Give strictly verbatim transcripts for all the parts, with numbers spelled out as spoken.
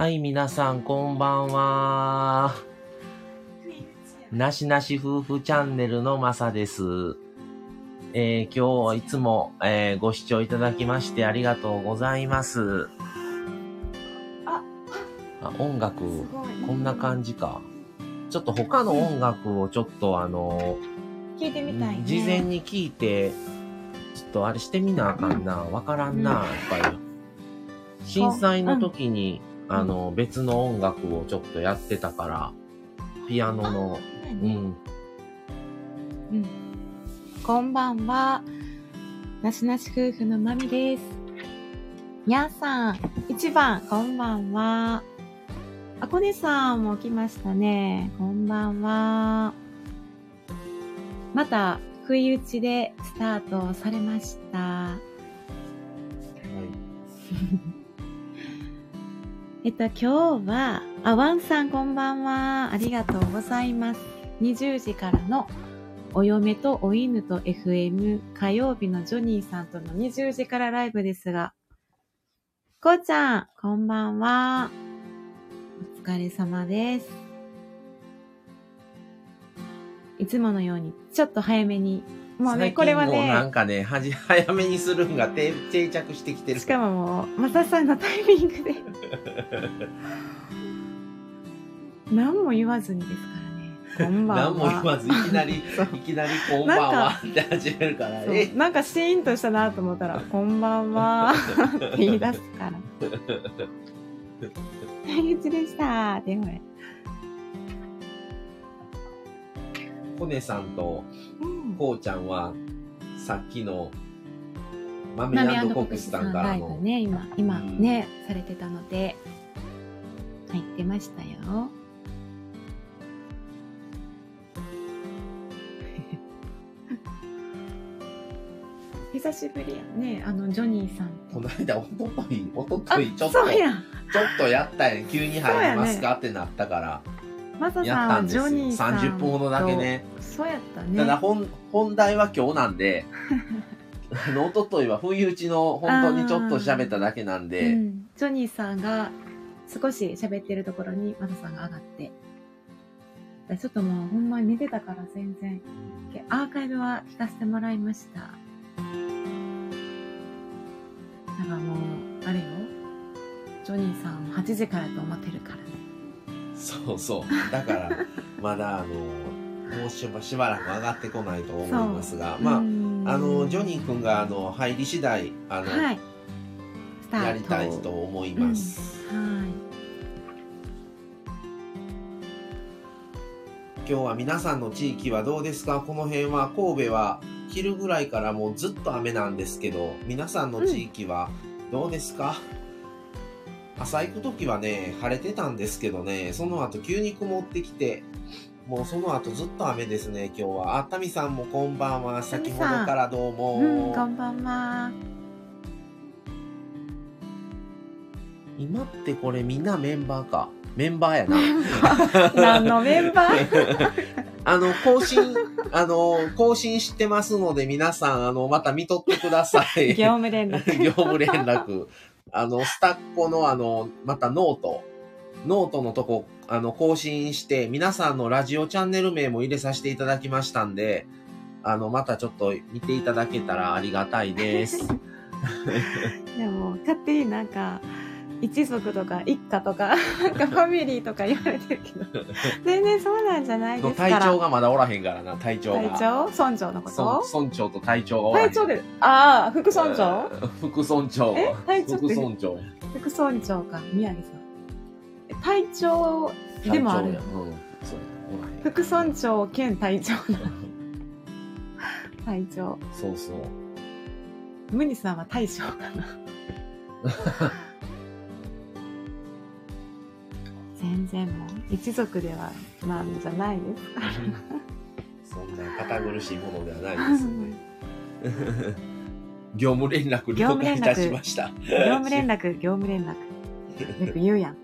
はい、皆さん、こんばんは。なしなし夫婦チャンネルのまさです。えー、今日はいつも、えー、ご視聴いただきましてありがとうございます。あ、あ音楽、こんな感じか。ちょっと他の音楽をちょっとあの、 聞いてみたいね。 事前に聞いて、ちょっとあれしてみなあかんな。わからんな、やっぱり。震災の時に、あの、別の音楽をちょっとやってたから、ピアノの、うん。 うん。こんばんは。なしなし夫婦のまみです。みゃーさん、一番、こんばんは。あこねさんも来ましたね。こんばんは。また、不意打ちでスタートされました。はい。えっと、今日は、あ、ワンさんこんばんは。ありがとうございます。にじゅうじからのお嫁とお犬と エフエム 火曜日のジョニーさんとのにじゅうじからライブですが、こうちゃん、こんばんは。お疲れ様です。いつものように、ちょっと早めに、もうね、これはね、もうなんかね、はじ、早めにするんが定着してきてる。 しかももう、まささんのタイミングで。何も言わずにですからね。こんばんは。 何も言わず、いきなり、いきなりこんばんはって始めるから、 えなんかシーンとしたなと思ったら、こんばんはって言い出すから。ゆちでしたってこれ。 コネさんとこうちゃんは、さっきのマミ&コクスさんからのね、今、今ね、うん、されてたので、入ってましたよ。久しぶりやね、あの、ジョニーさんと。 この間、おととい、おととい、ちょっと、ちょっとやったやん。急に入りますか、ね、ってなったから。 マサさんはジョニーさんとさんじゅっぷんほどだけね。 そうやったね。 ただ本、本題は今日なんで、あの、おとといは不意打ちの本当にちょっと喋っただけなんで、 うん、ジョニーさんが少し喋ってるところにマサさんが上がって、ちょっともうほんまに寝てたから全然、アーカイブは聞かせてもらいました。だからもう、あれよ、ジョニーさんはちじからと思ってるからね。 そうそう。だから、まだ、あの、もうしばしばらく上がってこないと思いますが、まあ、あの、ジョニー君が、あの、入り次第、あの、はい、やりたいと思います。うん、はい。今日は皆さんの地域はどうですか？この辺は、神戸は昼ぐらいからもうずっと雨なんですけど、皆さんの地域はどうですか？うん、朝行くときはね、晴れてたんですけどね、その後急に曇ってきて、もうその後ずっと雨ですね、今日は。あ、タミさんもこんばんは。先ほどからどうも。 うん、こんばんは。 今ってこれみんなメンバーか。メンバーやな。何のメンバーあの、更新、あの、更新してますので、皆さん、あの、また見とってください。 業務連絡。 業務連絡。あの、スタッコのあの、またノート。ノートのとこ、あの、更新して、皆さんのラジオチャンネル名も入れさせていただきましたんで、あの、またちょっと見ていただけたらありがたいです。 でも、勝手になんか、一族とか一家とか、なんかファミリーとか言われてるけど、全然そうなんじゃないですから。 隊長がまだおらへんからな、隊長が。 隊長村長のこと村長と隊長がおらへん。 隊長で、ああ、副村長副村長。 え隊長副村長。 副村長か、宮城さん。隊長でもあるよ。うん、そう副村長兼隊長の。隊長。 そうそう。 ムニさんは大将かな。全然もう一族ではなんじゃないですから。 そんな堅苦しいものではないですよね。業務連絡了解いたしました。 業務連絡、業務連絡。よく言うやん。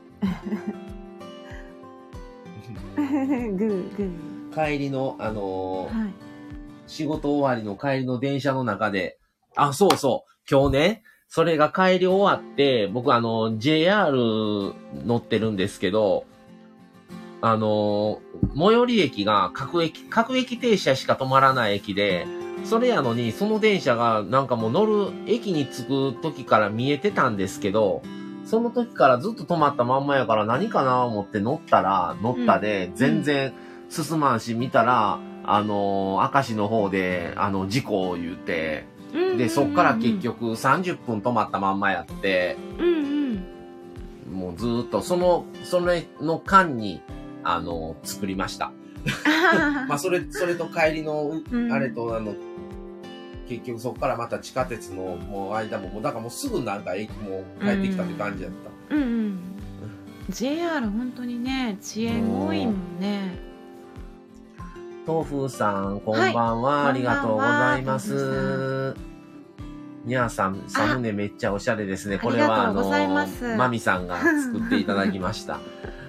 グー、グー。帰りの、あのーはい、仕事終わりの帰りの電車の中で、あ、そうそう、今日ね、 それが帰り終わって、僕あの、ジェイアール 乗ってるんですけど、あの、最寄り駅が各駅、各駅停車しか止まらない駅で、それやのに、その電車がなんかもう乗る駅に着く時から見えてたんですけど、その時からずっと止まったまんまやから何かな思って乗ったら、乗ったで、全然進まんし、見たら、あの、明石の方で、あの、事故を言うて、で、そっから結局さんじゅっぷん止まったまんまやって、 うんうん、 もうずーっと、その、それの間に、あの、作りました。まあ、それ、それと帰りの、あれと、あの、結局そっからまた地下鉄のもう間も、もうだからもうすぐなんか駅も帰ってきたって感じやった。 うんうん。ジェイアール 本当にね、遅延多いもんね。 豆腐さん、こんばんは、はい、ありがとうございます。にゃーさん、サムネめっちゃおしゃれですね。これはあの、マミさんが作っていただきました。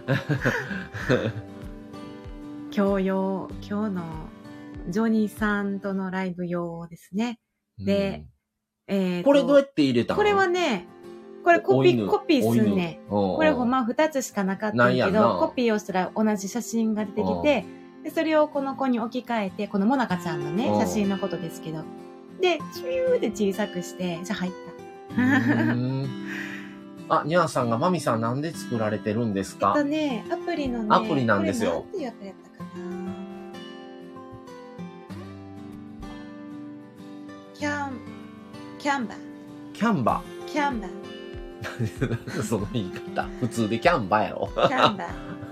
今日用、今日のジョニーさんとのライブ用ですね。で、うん、えー、 これどうやって入れたの？ これはね、これコピー、コピーすんね。これほんまふたつしかなかったんだけど、コピーをしたら同じ写真が出てきて、でそれをこの子に置き換えて、このモナカちゃんのね、写真のことですけど。で、チューで小さくして、じゃあ入った。 あ、にゃーさんがマミさんなんで作られてるんですか？ えっとね、アプリのね、 アプリなんですよ。 なんていうアプリやったかな。キャン、キャンバ。 キャンバ。 キャンバ。 その言い方。普通でキャンバやろ。 キャンバ。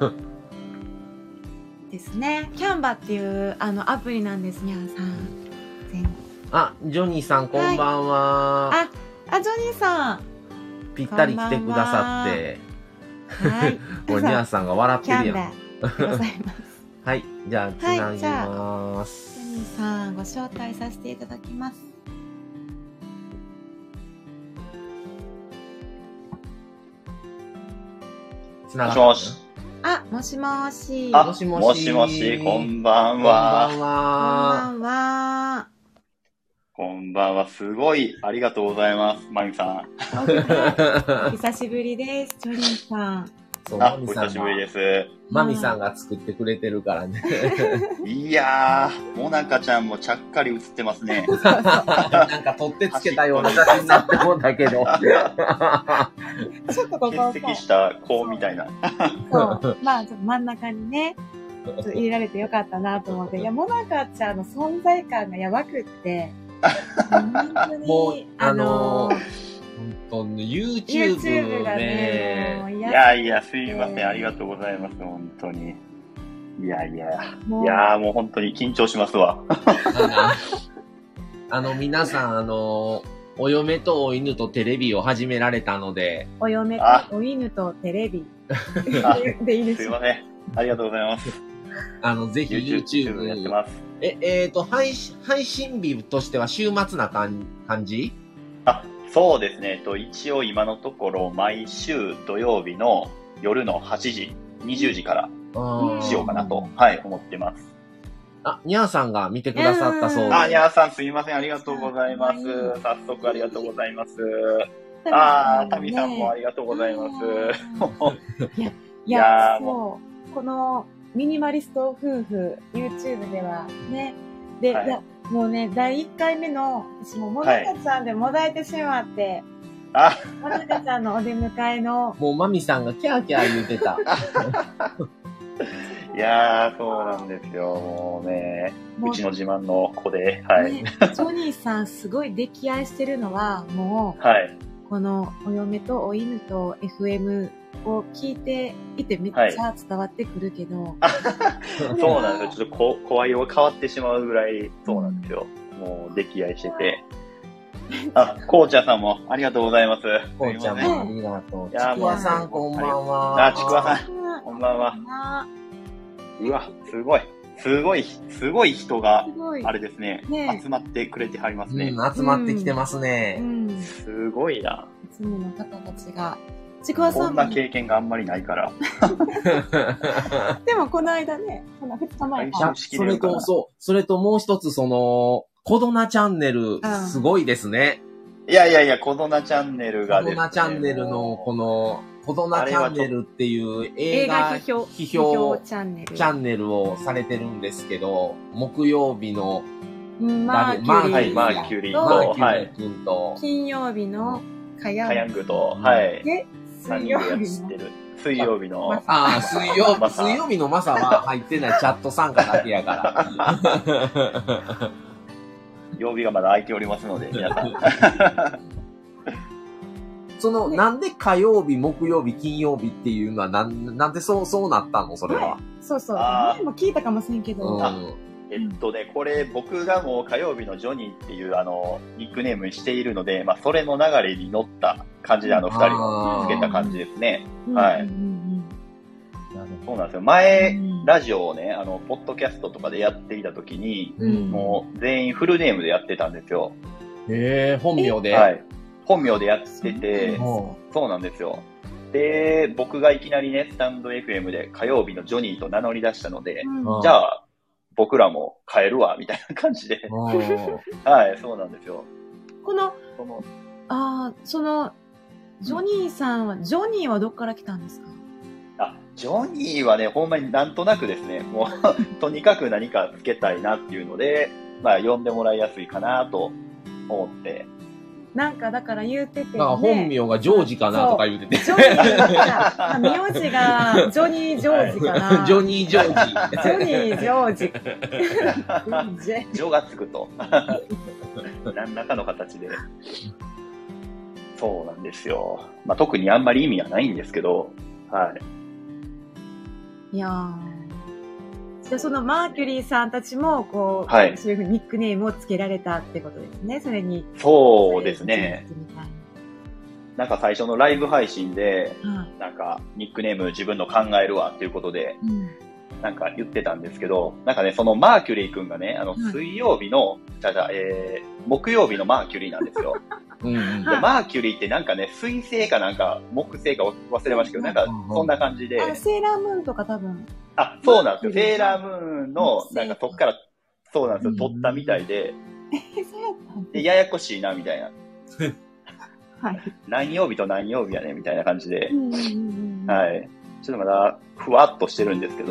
ですね。キャンバっていうあのアプリなんです、にゃーさん。 あ、ジョニーさんこんばんは。 はい、あ、あ、ジョニーさん。 ぴったり来てくださって。はい。これ、にゃーさんが笑ってるやん。 キャンバでございます。 はい。じゃあ、つなぎます。 ジョニーさん、ご招待させていただきます。 つながもしもし。 あ、もしもし。 あ、もしもし。もしもし、こんばんは。 こんばんは。 こんばんは。 こんばんは。すごい、ありがとうございます。マミさん。 お久しぶりです、ジョニーさん。 そう、あ、お久しぶりです。 マミさんが作ってくれてるからね。 いやー、モナカちゃんもちゃっかり写ってますね。 なんか取ってつけたような写真になってもんだけど。 ちょっとここ。 欠席した子みたいな。 そう。まあ、ちょっと真ん中にね、ちょっと入れられてよかったなと思って。いや、モナカちゃんの存在感がやばくって。本当に、 もう、あのー、本当に YouTube がね、 いやいや、すいません、ありがとうございます、本当に。いやいや、いやもう本当に緊張しますわ。 あの、皆さん、あの、お嫁とお犬とテレビを始められたので。 お嫁とお犬とテレビ。 でいいです。すいません、ありがとうございます。 あの、ぜひ YouTube やってます。 え、えっと、配信、配信日としては週末な感じ？ あ、そうですね。と一応今のところ毎週土曜日の夜のはちじ、にじゅうじからしようかなと、はい、思ってます。 あ、にゃーさんが見てくださったそうです。 あ、にゃーさんすいません。ありがとうございます。早速ありがとうございます。あー、タミさんもありがとうございます。 いや、いや、もう、この、ミニマリスト夫婦、YouTube ではね、で、はい、もうね、だいいっかいめの、私もモナカちゃんでもだえてしまって、はい、モナカちゃんのお出迎えの。 もうマミさんがキャーキャー言ってた。 いやー、そうなんですよ。もうね、うちの自慢の子で、はい。ね、 ジョニーさんすごい溺愛してるのは、もう、 はい、 このお嫁とお犬と エフエム、を聞いていてめっちゃ伝わってくるけど、 はい、そうなんですよ。ちょっとこ声色が変わってしまうぐらいそうなんですよ。うん、もう溺愛してて。あ、こうちゃさんもありがとうございます。 こうちゃんもありがとう。ちくわさんこんばんは。 あ、ちくわさんこんばんは。うわ、すごい。すごい、すごい人が、あれですね、ね集まってくれてはりますね。 うん、集まってきてますね。 うんうん、すごいな。 いつもの方たちが。 こんな経験があんまりないから。 でもこの間ね、このふつかまえか。それと、そう、それともう一つその、コドナチャンネル、すごいですね。 いやいやいや、コドナチャンネルがコドナチャンネルの、この、コドナチャンネルっていう映画批評批評チャンネル。 チャンネルをされてるんですけど、木曜日の、 マーキュリー、 はい、マーキュリーと、 マーキュリー君と、 金曜日のカヤング。 カヤングと、はい。 で、水曜日の。 水曜日の。 ああ、水曜日、水曜日のマサは入ってないチャット参加だけやから。 曜日がまだ空いておりますので、皆さん。 その、なんで火曜日、木曜日、金曜日っていうのは、なん、なんでそう、そうなったのそれは。はい、 そうそう。前も聞いたかもしれんけど。 うん、 えっとね、これ、僕がもう火曜日のジョニーっていう、あの、ニックネームにしているので、まあ、それの流れに乗った感じで、あの、二人をつけた感じですね。はい。そうなんですよ。前、うん、ラジオをね、あの、ポッドキャストとかでやっていたときに、うん、もう全員フルネームでやってたんですよ。 へえ、本名ではい。本名でやってて、そうなんですよ。で、僕がいきなりね、スタンド エフエム で火曜日のジョニーと名乗り出したので、うん、じゃあ、僕らも変えるわ、みたいな感じで。はい、そうなんですよ。 この、そのああ、その、ジョニーさんは、ジョニーはどっから来たんですか？ あ、ジョニーはね、ほんまになんとなくですね、もう、とにかく何かつけたいなっていうので、まあ、呼んでもらいやすいかなと思って。 なんか、だから言うてて、ね。 なんか本名がジョージかなとか言うてて。 ジョニーが、名字が、ジョニー・ジョージかな。 ジョニー・ジョージ。 ジョニー・ジョージ。 ジョがつくと。何らかの形で。そうなんですよ。まあ、特にあんまり意味はないんですけど、はい。 いやー。じゃあそのマーキュリーさんたちも、こう、 はい、 そういうふうにニックネームをつけられたってことですね、それに。 そうですね。なんか最初のライブ配信で、はい、なんかニックネーム自分の考えるわっていうことで、うん、なんか言ってたんですけど、なんかね、そのマーキュリー君がね、あの、水曜日の、じゃじゃ、えー、木曜日のマーキュリーなんですよ。うんうん、でマーキュリーってなんかね、水星かなんか木星か忘れましたけど、なんかそんな感じで。 あ、セーラームーンとか多分。 あ、そうなんですよ。セーラームーンの、なんかそっから、そうなんですよ、撮ったみたいで。 え、そうやったんで、ややこしいな、みたいな。 はい。 何曜日と何曜日やね、みたいな感じで。はい。ちょっとまだ、ふわっとしてるんですけど。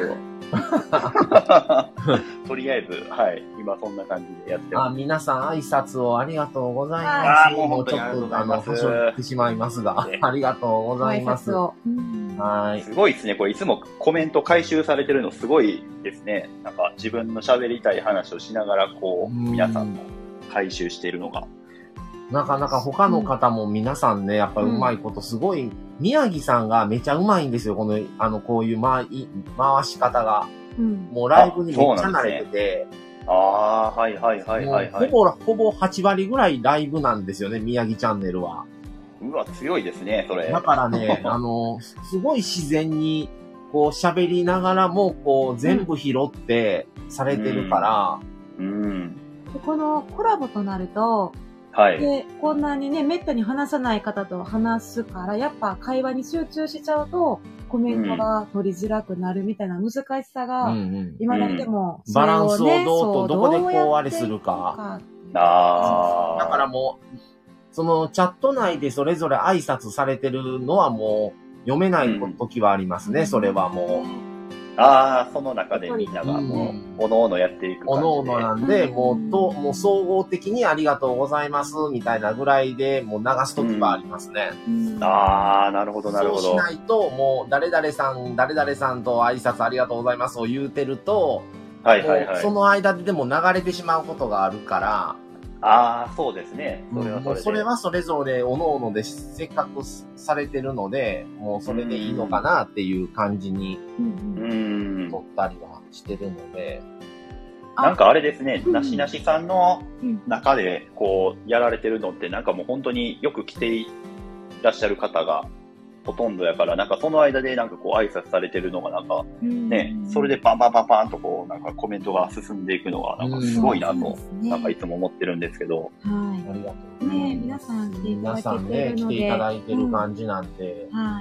とりあえず、はい。今そんな感じでやってます。 あ、皆さん挨拶をありがとうございます。 あ、もう本当にありがとうございます。 ちょっと、あの、はしょってしまいますが、ありがとうございます。 はい。すごいですね。これいつもコメント回収されてるのすごいですね。なんか自分の喋りたい話をしながら、こう、皆さんも回収しているのが。 なかなか他の方も皆さんね、やっぱりうまいことすごい、うん、宮城さんがめちゃうまいんですよ。この、あの、こういう回、回し方が。うん、もうライブにめっちゃ慣れてて。 ああ、はいはいはいはい、はい。 ほぼ、ほぼはち割ぐらいライブなんですよね、宮城チャンネルは。 うわ、強いですね、それ。 だからね、あの、すごい自然に、こう喋りながらも、こう全部拾ってされてるから。 うん。うん、 でこのコラボとなると、 はい。 で、こんなにね、めったに話さない方と話すから、やっぱ会話に集中しちゃうと、コメントが取りづらくなるみたいな難しさが、今だけでも、 ね、バランスをどうと、どこでこうあれするか。 ああ。 だからもう、そのチャット内でそれぞれ挨拶されてるのはもう読めない時はありますね、うん、それはもう。 ああ、その中でみんながもう、おのおのやっていく感じで。 おのおのなんで、もう、と、もう総合的にありがとうございます、みたいなぐらいで、もう流すときはありますね。 うん、ああ、なるほど、なるほど。 そうしないと、もう、誰々さん、誰々さんと挨拶ありがとうございますを言うてると、 はいはいはい。 その間ででも流れてしまうことがあるから、 ああ、そうですね。 それはそれで。それはそれぞれ、おのおのでせっかくされてるので、もうそれでいいのかなっていう感じに、取ったりはしてるので。 なんかあれですね、なしなしさんの中で、こう、やられてるのって、なんかもう本当によく来ていらっしゃる方が、ほとんどやから、なんかその間でなんかこう挨拶されてるのがなんかね、それでバンバンバンバンとこうなんかコメントが進んでいくのがなんかすごいなと、なんかいつも思ってるんですけど。 はい。 ありがとう。 ね、皆さん来ていただけてるので。皆さんね、来ていただいてる感じなんで。 はい。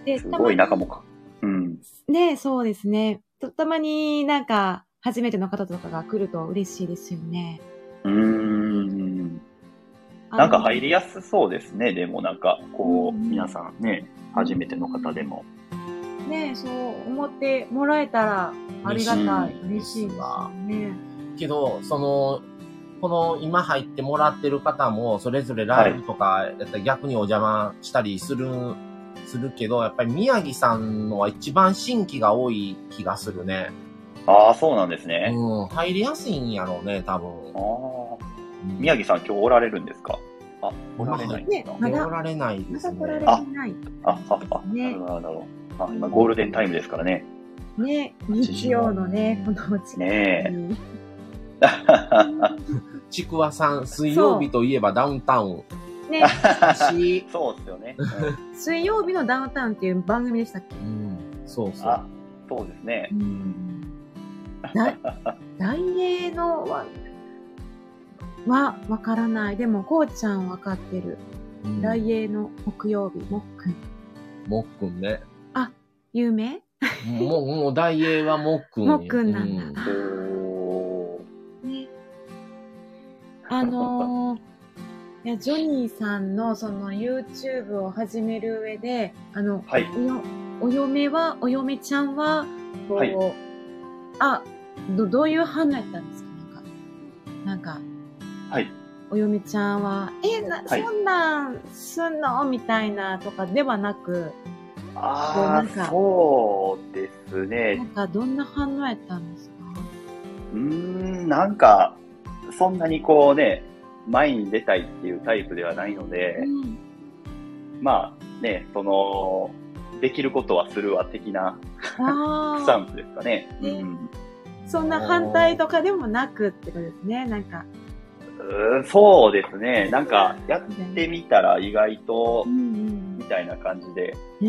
で、 すごい仲もか。うん。 ね、そうですね。と、たまになんか初めての方とかが来ると嬉しいですよね。 うーん。 なんか入りやすそうですね。でもなんか、こう、うん、皆さんね、初めての方でも。 ね、そう思ってもらえたらありがたい。嬉しいですね。 けど、その、この今入ってもらってる方も、それぞれライブとか、やったら逆にお邪魔したりする、はい、するけど、やっぱり宮城さんのは一番新規が多い気がするね。 ああ、そうなんですね。 うん、入りやすいんやろうね、多分。 ああ、うん。宮城さん今日おられるんですか？あ、おられないんですか？ まだおられないですね。 まだ来られてない。 あ、あ、あ、あ、ね、なるほど、なるほど。あ、今ゴールデンタイムですからね。 ね、日曜のね、この時間に。ねえ。ちくわさん、水曜日といえばダウンタウン。 ね。そうですよね、うん。 水曜日のダウンタウンっていう番組でしたっけ？ うん、そうそう。 あ、そうですね。うん、 だ大英のは、は、わからない。でも、こうちゃんわかってる。うん、大英の木曜日、もっくん。 もっくんね。 あ、有名？ もう、もう大英はもっくん。 もっくんなんだ。うん、ね。あのー、いや、ジョニーさんのその YouTube を始める上で、あの、はい、お, お嫁は、お嫁ちゃんは、こう、はい、あ、ど、どういう反応やったんですか？なんか、なんか、 はい。 お嫁ちゃんは、え、な、はい、そんなんすんのみたいなとかではなく、 ああ、そうですね。 なんか、どんな反応やったんですか？ うーん、なんか、そんなにこうね、前に出たいっていうタイプではないので、うん、まあね、その、できることはするわ的なスタンスですかね。うん、 そんな反対とかでもなくってことですね、なんか。 うそうですね。なんか、やってみたら意外と、みたいな感じで。 うんうん、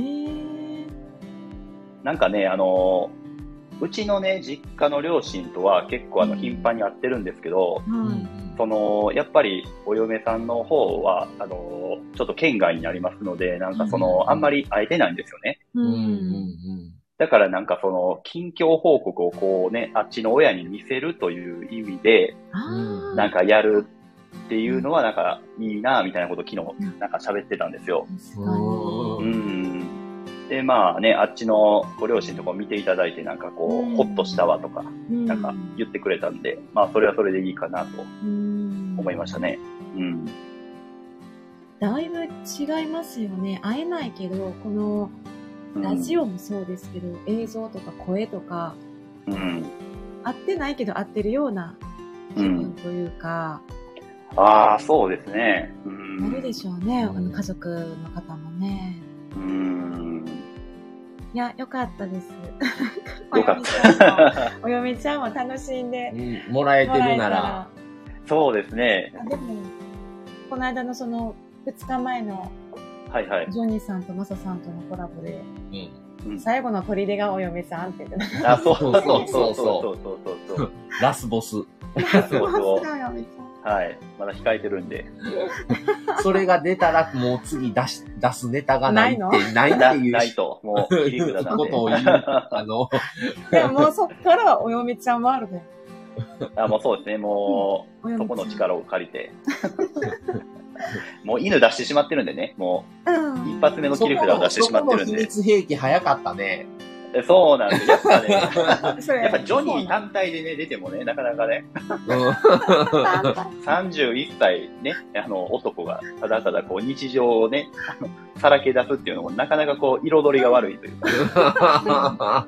なんかね、あの、うちのね、実家の両親とは結構あの、頻繁に会ってるんですけど、うん、その、やっぱりお嫁さんの方は、あの、ちょっと県外になりますので、なんかその、あんまり会えてないんですよね。 うんうんうんだからなんかその、近況報告をこうね、あっちの親に見せるという意味で、なんかやるっていうのはなんかいいなみたいなことを昨日なんか喋ってたんですよ。うん。で、まあね、あっちのご両親とかを見ていただいてなんかこう、ほっとしたわとか、なんか言ってくれたんで、まあそれはそれでいいかなと思いましたね。うん。 だいぶ違いますよね。会えないけど、この、ラジオもそうですけど、うん、映像とか声とか、 うん、 合ってないけど合ってるような気分というか、 うん、ああ、そうですね。 うん、あるでしょうね、あの家族の方もね。 うん、 いや、よかったです。 よかった。 お嫁ちゃんも楽しんで、 うん、もらえてるなら。 そうですね。 でも、この間のそのふつかまえの、 はいはい。 ジョニーさんとマサさんとのコラボで、 うん、 最後の砦がお嫁さんって言ってた。あ、そうそうそうそうそうそうそう。 ラスボス。 ラスボスがお嫁さん。 はい。まだ控えてるんで。 それが出たらもう次出し、出すネタがないって、ないっていう。 ないと。もう、切り札なんで。 ことを言う。あの。 でももうそっからはお嫁ちゃんワールド。 あ、もうそうですね。もう、うん、そこの力を借りて。もう犬出してしまってるんでね。もう、うん、一発目の切り札を出してしまってるんで。 そこの秘密兵器早かったね。 そうなんです。やっぱね、やっぱジョニー単体でね、出てもね、なかなかね。さんじゅういっさいね、あの、男がただただこう日常をね、さらけ出すっていうのもなかなかこう彩りが悪いというか。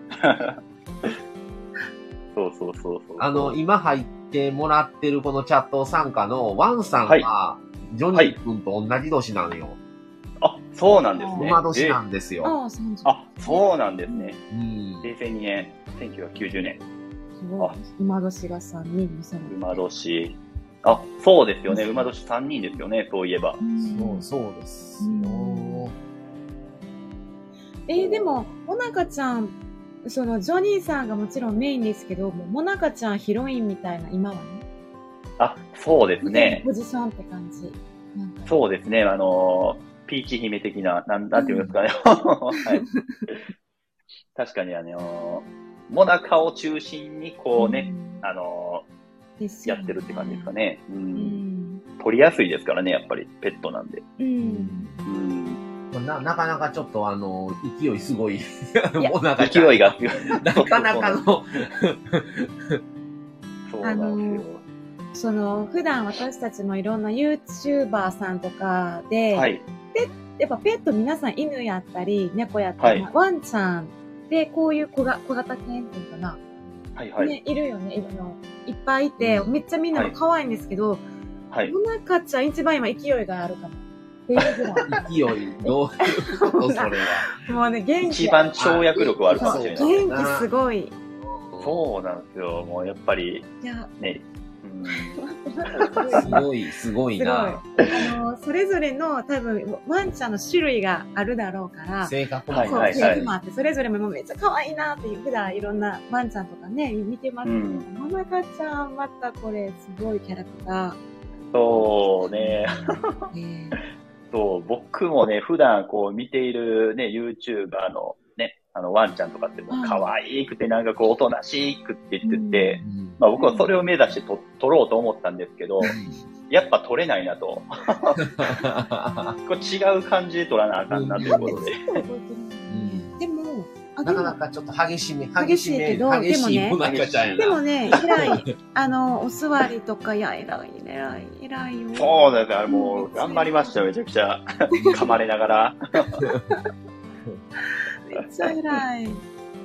そうそうそうそう。 あの、今入ってもらってるこのチャット参加のワンさんは、はい、ジョニー君と同じ年なのよ。 あ、そうなんですね。 馬年なんですよ。 あ、 そうなんですね。 うん。 平成にねん、せんきゅうひゃくきゅうじゅうねん。 すごい。馬年がさんにんです馬年。あ、そうですよね。馬年さんにんですよね。そういえば。 そう、そうですよ。 えー、でも、もなかちゃん、その、ジョニーさんがもちろんメインですけど、もなかちゃんヒロインみたいな、今はね。 あ、そうですね。 ポジションって感じ。 なんかそうですね。あのー、ピーチ姫的な、なん、なんていうんですかね。うんはい、確かにあのー、モナカを中心にこうね、うん、あのー、やってるって感じですかね。うん。 取りやすいですからね、やっぱりペットなんで。 うん。 うん。 な、なかなかちょっとあの、勢いすごい。 もうなんか勢いが。 なかなかの。 そうなんですよ。 その、普段私たちもいろんな YouTuber さんとかで、はい、で、やっぱペット皆さん犬やったり、猫やったり、はい、ワンちゃんでこういう小が小型犬っていうかな、はいはい、ね、いるよね、いるの。いっぱいいて、うん、めっちゃみんなも可愛いんですけど、はい。モナカちゃん一番今勢いがあるかも。っていうぐらい。勢い、どういうことそれは。もうね、元気。 一番跳躍力はあるかもしれない。 元気すごい。 そうなんですよ。もうやっぱり、いやね、 すごい、すごいな。 あの、それぞれの多分、ワンちゃんの種類があるだろうから、 性格も、そう、性格もあって、それぞれもめっちゃ可愛いなっていう、普段いろんなワンちゃんとかね、見てますけど、モナカちゃん、またこれ、すごいキャラクター。 そうね。そう、僕もね、普段こう見ているね、YouTuber のね、あの、ワンちゃんとかってもう可愛くてなんかこう、おとなしくって言ってて、うん、まあ僕はそれを目指してと撮ろうと思ったんですけど、やっぱ撮れないなと。これ違う感じで撮らなあかんなということで。 でも、 なかなかちょっと激しめ、激しめ、激しいモナカちゃんやな。 でもね、偉い。あの、お座りとか、いや、偉い、偉い、偉いよ。 そうだからもう、頑張りましたよ、めちゃくちゃ。噛まれながら。 めっちゃ偉い。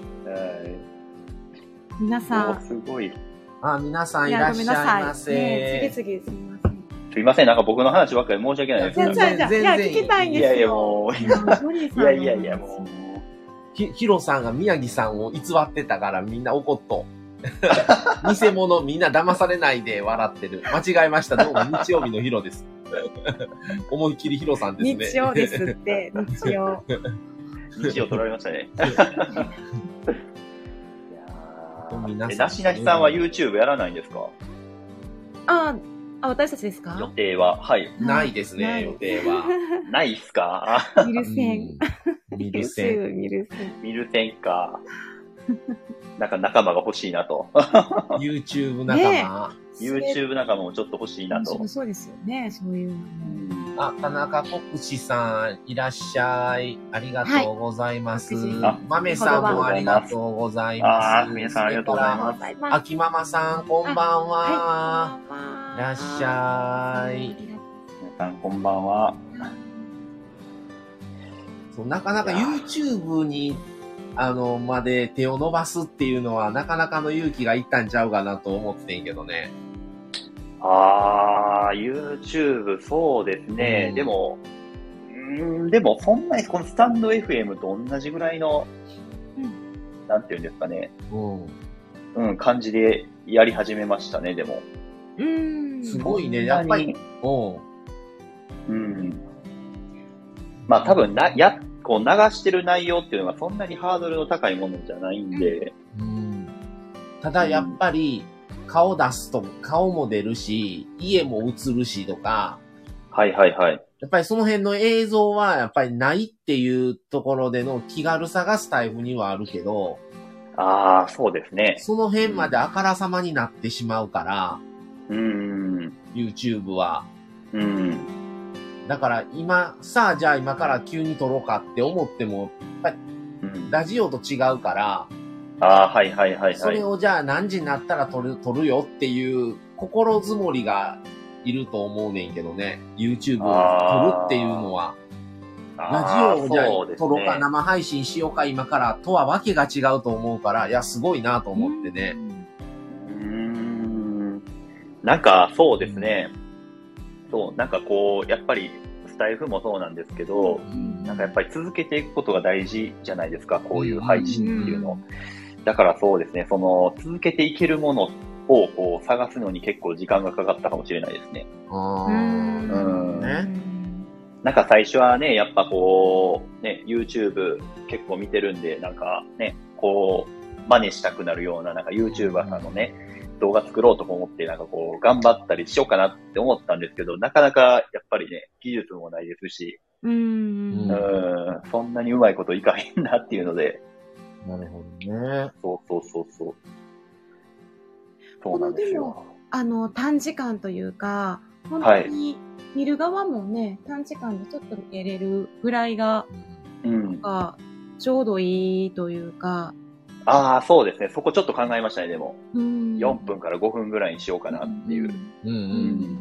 皆さん。 すごい。 あ、皆さんいらっしゃいませ。 ね、次々すみません。 すいません、なんか僕の話ばっかり申し訳ないです。 全然、いや、聞きたいんですよ。 いやいや、もう。いやいやいや、もう。 ひ、ヒロさんが宮城さんを偽ってたからみんな怒っと。偽物みんな騙されないで笑ってる。間違えました。どうも日曜日のヒロです。思いっきりヒロさんですね。 日曜ですって、日曜。 日曜取られましたね。いやえ、なしなしさんは YouTube やらないんですか？ ああ、私たちですか？ 予定は。はい。 ないですね、予定は。 ないっすか？ 見る線。 見る線。 見る線。 見る線か。なんか仲間が欲しいなと。 YouTube 仲間。 YouTube 仲間もちょっと欲しいなと。 そうですよね、そういうのも。 あ、田中国士さん、いらっしゃい。ありがとうございます。 あ、 豆さんもありがとうございます。 あ、皆さんありがとうございます。 秋ママさん、こんばんは。いらっしゃい。 皆さん、こんばんは。 そう、なかなか YouTube に、あの、まで手を伸ばすっていうのは、なかなかの勇気がいったんちゃうかなと思ってんけどね。 ああ、YouTube、そうですね。うん、でも、うん、でも、そんなにこのスタンド エフエム と同じぐらいの、うん、なんていうんですかね。うん。うん、感じでやり始めましたね、でも。 うん。 すごいね、やっぱり。 うん。まあ多分な、や、こう流してる内容っていうのがそんなにハードルの高いものじゃないんで。 うん。ただやっぱり、顔出すと、顔も出るし、家も映るしとか。 はいはいはい。 やっぱりその辺の映像はやっぱりないっていうところでの気軽さがスタイフにはあるけど。 ああ、そうですね。 その辺まであからさまになってしまうから。 うん。 YouTube は。 うん。 だから今、さあじゃあ今から急に撮ろうかって思っても、やっぱりラジオと違うから。 ああ、はいはいはいはい。 それをじゃあ何時になったら撮る、撮るよっていう心づもりがいると思うねんけどね。YouTube を撮るっていうのは。ラジオをじゃあ撮ろうか、ね、生配信しようか今からとはわけが違うと思うから、いや、すごいなと思ってね。 うーん。なんかそうですね。そう、なんかこう、やっぱりスタイフもそうなんですけど、なんかやっぱり続けていくことが大事じゃないですか、こういう配信っていうの。だからそうですね、その、続けていけるものをこう探すのに結構時間がかかったかもしれないですね。 あー。うん。ね。 なんか最初はね、やっぱこう、ね、YouTube 結構見てるんで、なんかね、こう、真似したくなるような、なんか YouTuber さんのね、動画作ろうとか思って、なんかこう、頑張ったりしようかなって思ったんですけど、なかなかやっぱりね、技術もないですし、 うーん、 うんそんなにうまいこといかへんなっていうので。 なるほどね。 そうそうそうそう。そうなんですよ。 あの、短時間というか、 本当に見る側もね、短時間でちょっと見れるぐらいが、 うん。 なんか、ちょうどいいというか。 ああ、そうですね。そこちょっと考えましたね、でも。 うん。 よんぷんからごふんぐらいにしようかなっていう。 うんうん。うん、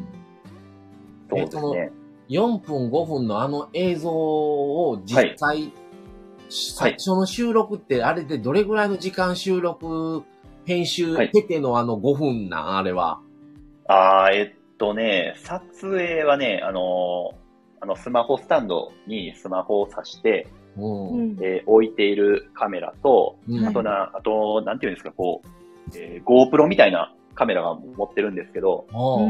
そうですね。 よんぷんごふんのあの映像を実際、はい、最初の収録ってあれでどれぐらいの時間収録、編集経てのあのごふんなん、あれは。 ああ、えっとね、撮影はね、あのー、あのスマホスタンドにスマホを挿して、うんえー、置いているカメラと、うん、あとな、あと、なんていうんですか、こう、えー、GoPro みたいなカメラが持ってるんですけど、うん、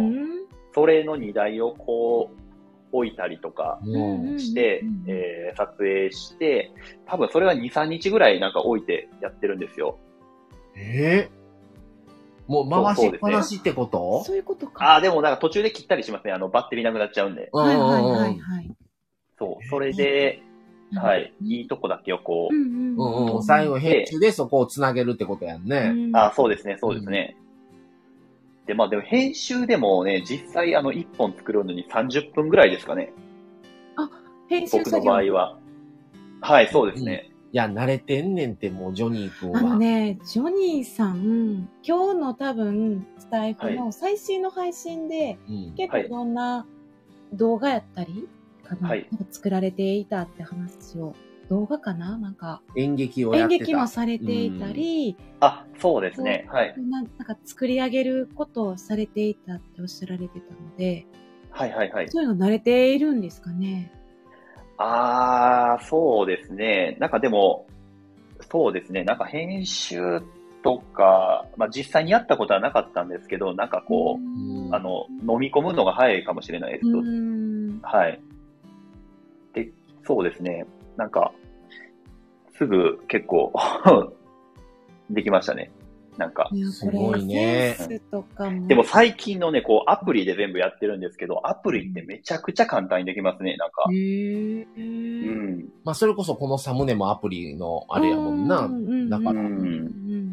それのにだいをこう、置いたりとかして、うんえー、撮影して、多分それはに、さんにちぐらいなんか置いてやってるんですよ。 えー、もう回しっぱなしってこと？ そういうことか。 ああ、でもなんか途中で切ったりしますね。あの、バッテリーなくなっちゃうんで。 はいはいはいはい。 そう、それで、はい、いいとこだけをこう。うんうんうん、最後編集でそこをつなげるってことやんね。 ああ、そうですね、そうですね。うん、で、まあでも編集でもね、実際あのいっぽん作るのにさんじゅっぷんぐらいですかね。 あ、編集僕の場合は。はい、そうですね。 うん、いや、慣れてんねんって、もうジョニー君は。 あのね、ジョニーさん、今日の多分、スタイフの最新の配信で、はい、結構いろんな動画やったり、はい、なんか作られていたって話を、動画かななんか。 演劇をやってた。 演劇もされていたり。 うん、あ、そうですね。はい。 なんか作り上げることをされていたっておっしゃられてたので。 はいはいはい。 そういうの慣れているんですかね。 ああ、そうですね。なんかでも、そうですね。なんか編集とか、まあ実際にやったことはなかったんですけど、なんかこう、あの、飲み込むのが早いかもしれないですと。はい。で、そうですね。なんか、すぐ結構できましたね。なんか。 すごいね。 でも最近のね、こうアプリで全部やってるんですけど、アプリってめちゃくちゃ簡単にできますね、なんか。 へー。うん。まあそれこそこのサムネもアプリのあれやもんな。んだから。うん。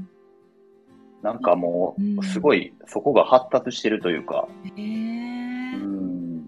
なんかもう、すごいそこが発達してるというか。 へー。うん。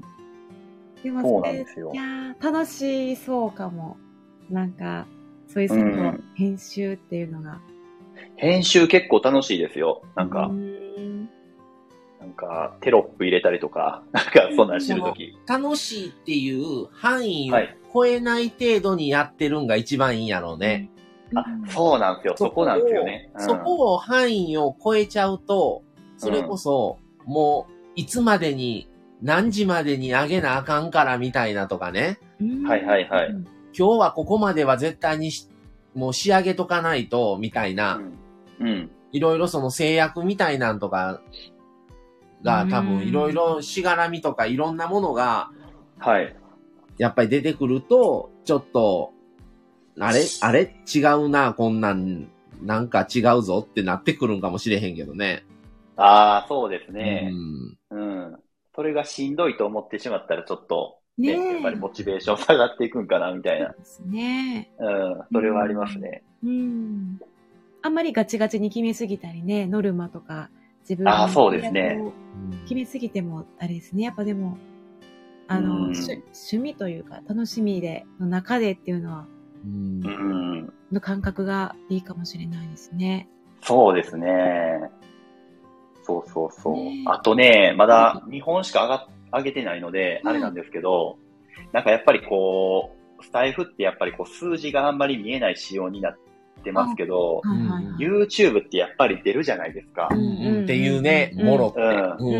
でもそうなんですよ。 いやー、楽しそうかも。なんか、そういうの編集っていうのが。 編集結構楽しいですよ。なんか、んなんかテロップ入れたりとか、なんかそんなんしてるとき。 楽しいっていう範囲を超えない程度にやってるんが一番いいんやろうね。 はい、あ、そうなんですよ。そこなんですよね。 うん、そこを範囲を超えちゃうと、それこそ、もう、いつまでに、何時までに上げなあかんからみたいなとかね。 はいはいはい。 今日はここまでは絶対にもう仕上げとかないと、みたいな。うんうん。 いろいろその制約みたいなんとかが多分いろいろしがらみとかいろんなものが、 はい。 やっぱり出てくると、ちょっと、あれあれ違うな、こんなん、なんか違うぞってなってくるんかもしれへんけどね。 ああ、そうですね。うん。うん。それがしんどいと思ってしまったらちょっと、ね、ねやっぱりモチベーション下がっていくんかな、みたいな。 ですね。 うん。それはありますね。 うん。うんあんまりガチガチに決めすぎたりね、ノルマとか、自分のそうですね。 決めすぎても、あれですね。やっぱでも、あの、趣味というか、楽しみで、の中でっていうのは、 うんの感覚がいいかもしれないですね。 そうですね。そうそうそう。ね、あとね、まだにほんしか上が、上げてないので、あれなんですけど、なんかやっぱりこう、スタイフってやっぱりこう、数字があんまり見えない仕様になって、出ますけど、はいはいはい、YouTube ってやっぱり出るじゃないですか。 うんうん、っていうね、もろって、 うんうん。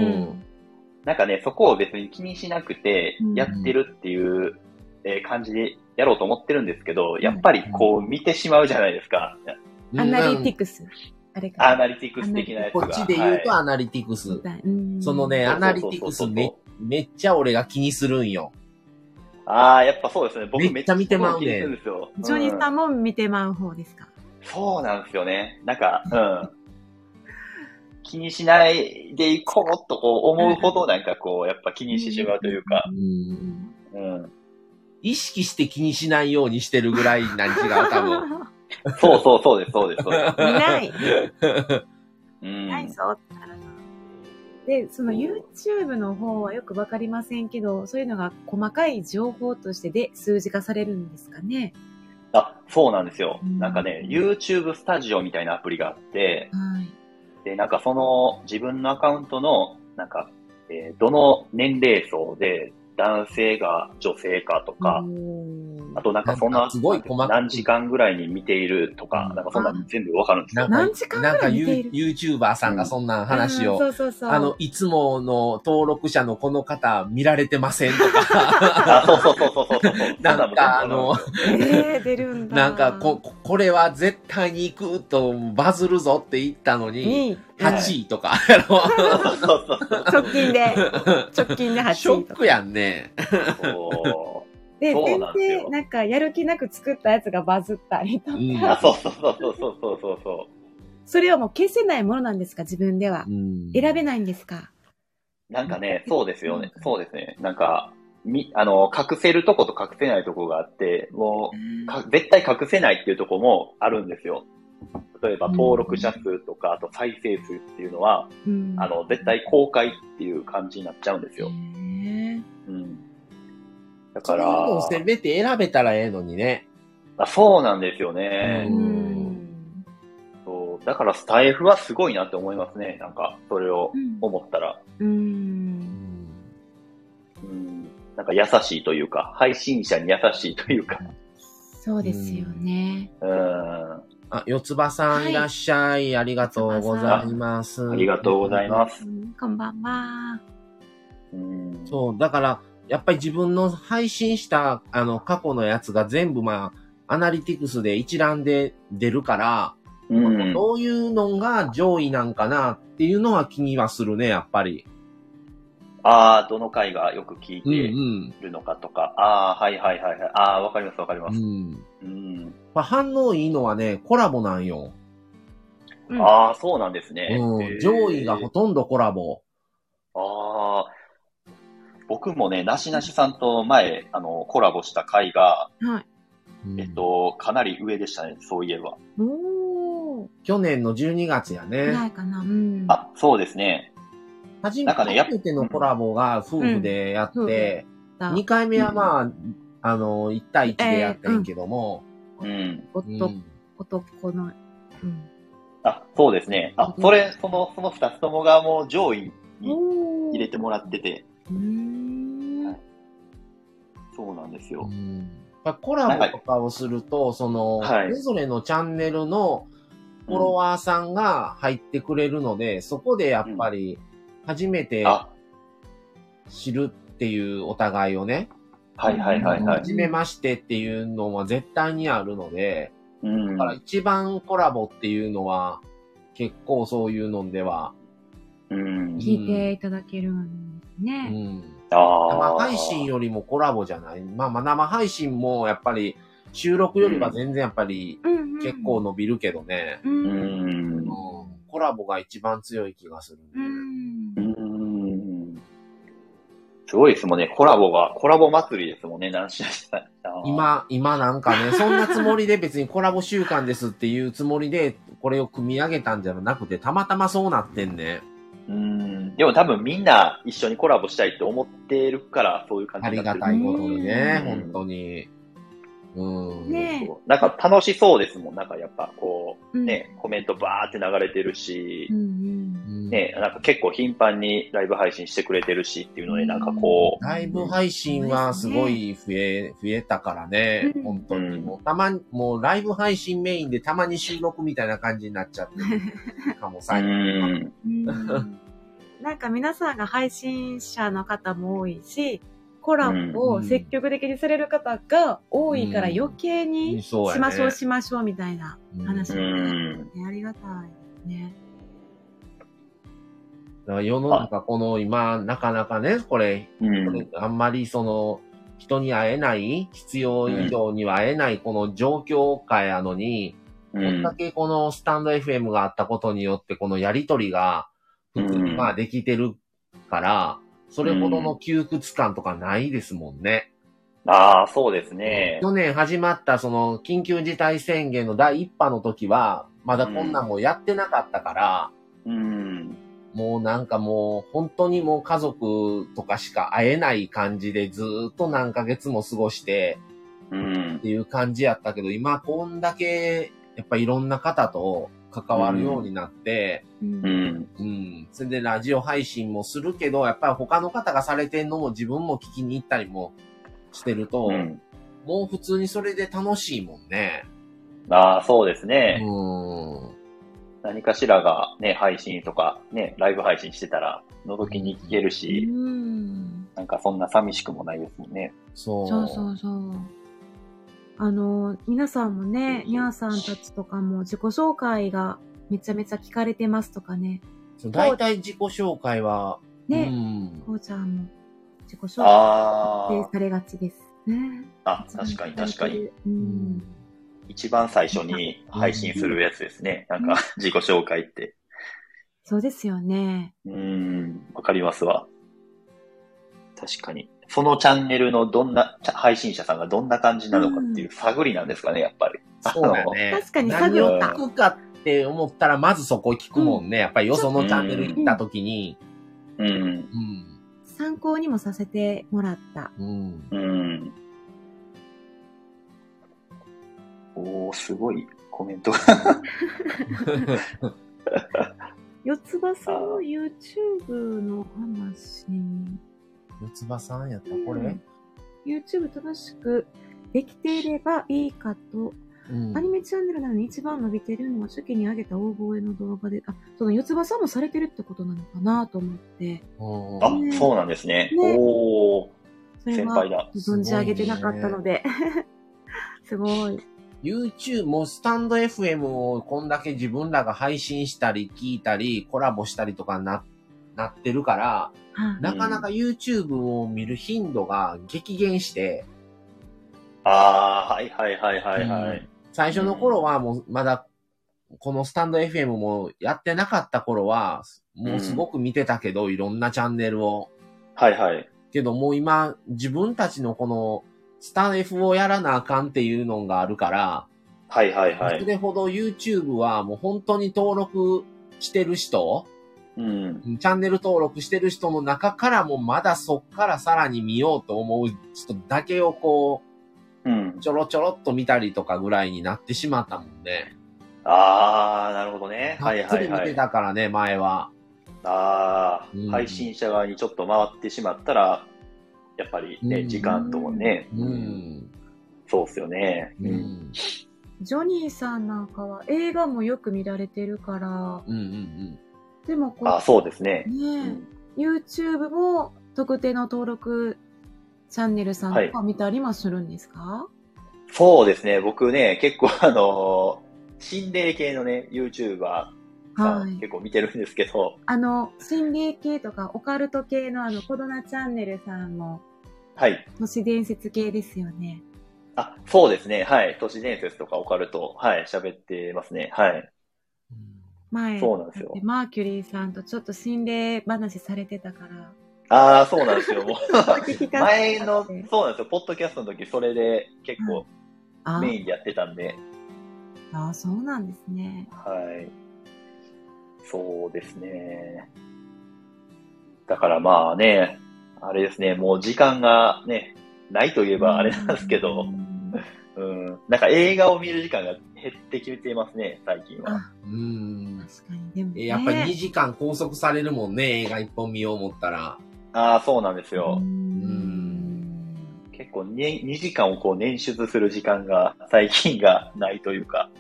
なんかね、そこを別に気にしなくて、やってるっていう、えー、感じでやろうと思ってるんですけど、やっぱりこう見てしまうじゃないですか。 アナリティクス。 あれかアナリティクス的なやつが。 こっちで言うとアナリティクス。はい、そのね、アナリティクスめ、めっちゃ俺が気にするんよ。 ああ、やっぱそうですね。僕めっちゃ見てまうね。 ジョニーさんも見てまう方ですか？ そうなんですよね。なんか、うん。気にしないでいこうとこう思うほどなんかこう、やっぱ気にしてしまうというか。うん。うん、 意識して気にしないようにしてるぐらいなん違う、多分。 そうそうそうです、そうです、そうです。 見ない。 うん。 ないぞ。 で、その YouTube の方はよくわかりませんけど、そういうのが細かい情報としてで数字化されるんですかね。 あ、そうなんですよ。 うん、 なんかね、YouTube スタジオみたいなアプリがあって、 はい、で、 なんかその自分のアカウントの、なんか、えー、どの年齢層で男性が女性かとか、あとなんかそんな、 すごい細かい何時間ぐらいに見ているとか、なんかそんな全部わかるんですよ。 何時間ぐらい見ている？ なんか YouTuber さんがそんな話を、 うんうん、そうそうそう、 あの、いつもの登録者のこの方見られてませんとか。 あ、そうそうそうそうそう。 なんかあの、 えー、出るんだ。 なんかこ、これは絶対に行くとバズるぞって言ったのに、はちいとか。 直近で、直近ではちいとか。 ショックやんね。 で、全然、なんか、やる気なく作ったやつがバズったりとか。うん、 あ、そうそうそうそうそうそうそう。 それはもう消せないものなんですか、自分では。うん、選べないんですか？ なんかね、そうですよね。そうですね。なんか、み、あの、隠せるとこと隠せないとこがあって、もう、か絶対隠せないっていうとこもあるんですよ。例えば、登録者数とか、あと再生数っていうのは、うん、あの、絶対公開っていう感じになっちゃうんですよ。うん。だから。 せめて選べたらええのにね。 あ、そうなんですよね。うん。そう。だからスタイフはすごいなって思いますね。なんか、それを思ったら。うん。うんうん、なんか優しいというか、配信者に優しいというか。 そうですよね。 うん。 あ、四つ葉さんいらっしゃい。はい、ありがとうございます。 ありがとうございます。 こんばんは。 うん、そう、だから、やっぱり自分の配信した、あの、過去のやつが全部、まあ、アナリティクスで一覧で出るから、うん、どういうのが上位なんかなっていうのは気にはするね、やっぱり。 ああ、どの回がよく聞いてるのかとか。うんうん、ああ、はいはいはいはい。ああ、わかりますわかります。うん。 うん、まあ、反応いいのはね、コラボなんよ。 うん、ああ、そうなんですね。 うん、上位がほとんどコラボ。 ああ。僕もね、なしなしさんと前、あの、コラボした回が、はい。えっと、かなり上でしたね、そういえば。 おー。去年のじゅうにがつやね。 ぐらいかな。うん。 あ、そうですね。 初めてのコラボが夫婦でやって、うん、にかいめはまあ、うん、あの、いち対いちでやってんけども、 うん。男、男の、 うん。あ、そうですね。あ、それ、その、その二つともがもう上位に入れてもらってて。うーん、はい、そうなんですよ。うん、 コラボとかをすると、その、はい、それぞれのチャンネルのフォロワーさんが入ってくれるので、うん、そこでやっぱり初めて知るっていうお互いをね、 はいはいはいはい。 初めましてっていうのは絶対にあるので、うん、だから一番コラボっていうのは結構そういうのでは、 うん、聞いていただけるんですね。うん、 生配信よりもコラボじゃない。まあまあ生配信もやっぱり収録よりは全然やっぱり結構伸びるけどね。うんうん、コラボが一番強い気がするね。うん、 すごいですもんね。コラボが、コラボ祭りですもんね。何しなした今、今なんかね、そんなつもりで別にコラボ週間ですっていうつもりでこれを組み上げたんじゃなくて、たまたまそうなってんね。 うん。でも多分みんな一緒にコラボしたいって思ってるからそういう感じになってる。ありがたいことにね、本当に。 うん。ね、なんか楽しそうですもん。なんかやっぱこう、ね、うん、コメントバーって流れてるし、うんうん、ね、なんか結構頻繁にライブ配信してくれてるしっていうので、なんかこう。 ライブ配信はすごい増え、増えたからね、うん、本当に。もうたまに、もうライブ配信メインでたまに収録みたいな感じになっちゃってるかも、最近。 なんか皆さんが配信者の方も多いし、コラボを積極的にされる方が多いから余計にしましょうしましょうみたいな話もね、うん、ありがたいですね。 だから世の中この今なかなかね、これ、うん、これあんまりその人に会えない、必要以上には会えないこの状況下やのに、うん、こんだけこのスタンド エフエム があったことによってこのやりとりが普通にまあできてるから、それほどの窮屈感とかないですもんね。 うん、ああ、そうですね。 去年始まったその緊急事態宣言の第一波の時は、まだこんなんもやってなかったから、うん、 もうなんかもう本当にもう家族とかしか会えない感じでずーっと何ヶ月も過ごして、 うん。 っていう感じやったけど、今こんだけやっぱいろんな方と関わるようになって、 うん。 うん。それでラジオ配信もするけど、やっぱり他の方がされてんのも自分も聞きに行ったりもしてると、うん、もう普通にそれで楽しいもんね。 ああ、そうですね。 うん。 何かしらがね、配信とかね、ライブ配信してたら覗きに行けるし、うん、なんかそんな寂しくもないですもんね。 そう。そうそうそう。あの、皆さんもね、ニャーさんたちとかも自己紹介がめちゃめちゃ聞かれてますとかね。 大体自己紹介は、 ね、うん、こうちゃんも自己紹介されがちですね。 あ、確かに確かに。うん、一番最初に配信するやつですね。うん、なんか自己紹介って。 そうですよね。 うん、わかりますわ。確かに。そのチャンネルのどんな、配信者さんがどんな感じなのかっていう探りなんですかね、やっぱり。 そうだね。 確かに探った。何を聞くかって思ったら、まずそこ聞くもんね。うん、やっぱりよそのチャンネル行った時に。 うん。うんうん、 参考にもさせてもらった。 うん。うん。おー、すごいコメントが。 四つ葉さんの YouTube の話。 四つ葉さんやったこれ、うん、 YouTube 正しくできていればいいかと、うん、アニメチャンネルなのに一番伸びてるのは初期に上げた大声の動画で、あ、その四つ葉さんもされてるってことなのかなと思って。 あ、ね、そうなんですね。ね、おー。先輩だ。 存じ上げてなかったので。すごい。 YouTube もスタンド エフエム をこんだけ自分らが配信したり聞いたりコラボしたりとかな、なってるから、うん、なかなか YouTube を見る頻度が激減して。 ああ、はいはいはいはいはい、うん。 最初の頃はもうまだこのスタンド エフエム もやってなかった頃はもうすごく見てたけど、うん、いろんなチャンネルを。 はいはい。 けどもう今自分たちのこのスタン F をやらなあかんっていうのがあるから、 はいはいはい。 それほど YouTube はもう本当に登録してる人、 うん、 チャンネル登録してる人の中からもまだそっからさらに見ようと思う人だけをこう、うん、 ちょろちょろっと見たりとかぐらいになってしまったもんね。 あー、なるほどね。はいはいはい。 がっつり見てたからね、前は。 あー、うん、配信者側にちょっと回ってしまったら、やっぱりね、うん、時間ともね、 うん、 そうっすよね、 うん。 ジョニーさんなんかは映画もよく見られてるから、 うんうんうん、 でもこう、あ、そうですね。 ね、うん、YouTube も特定の登録チャンネルさんとか見たりもするんですか？はい、 そうですね。僕ね、結構あのー、心霊系のね、YouTuber、はい、結構見てるんですけど。 あの、心霊系とかオカルト系のあの、コドナチャンネルさんも、 はい。 都市伝説系ですよね。 あ、そうですね。はい。都市伝説とかオカルト、はい、喋ってますね。はい。 前、 そうなんですよ。 マーキュリーさんとちょっと心霊話されてたから。 ああ、そうなんですよ。もう前の、そうなんですよ。ポッドキャストの時、それで結構メインでやってたんで。 ああ、そうなんですね。 はい。そうですね。だからまあね、あれですね、もう時間がね、ないといえばあれなんですけど、うん、うん、なんか映画を見る時間が減ってきてますね、最近は。 うん。 確かに、でも、ね、 やっぱりにじかん拘束されるもんね、映画いっぽん見よう思ったら。 ああ、そうなんですよ。 うん。 結構、ね、にじかんをこう捻出する時間が最近がないというか。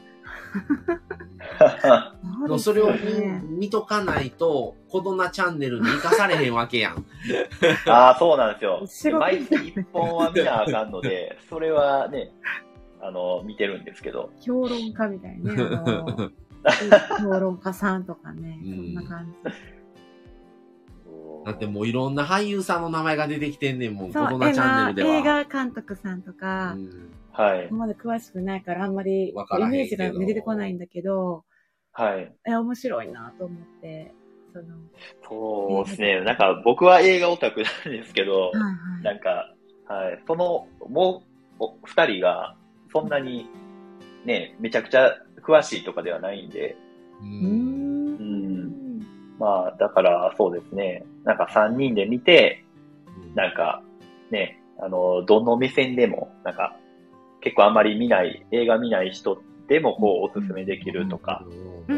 それを 見, 見とかないと、コドナチャンネルに生かされへんわけやん。 ああ、そうなんですよ。毎月いっぽんは見なあかんので、それはね、あの、見てるんですけど。 評論家みたいね。あの評論家さんとかね、そんな感じ。 だってもういろんな俳優さんの名前が出てきてんねんもん、コドナチャンネルでは。 映画監督さんとか、うん、 はい。 今まで詳しくないからあんまりイメージが出てこないんだけど、 はい。 え、面白いなと思って、その。 そうですね。なんか僕は映画オタクなんですけど、 はいはい、 なんか、はい。その、もう、二人が、そんなに、ね、めちゃくちゃ詳しいとかではないんで、 うん。 うん。 まあ、だからそうですね。なんかさんにんで見て、なんかね、あの、どの目線でも、なんか結構あんまり見ない、映画見ない人でもこうおすすめできるとか、うん、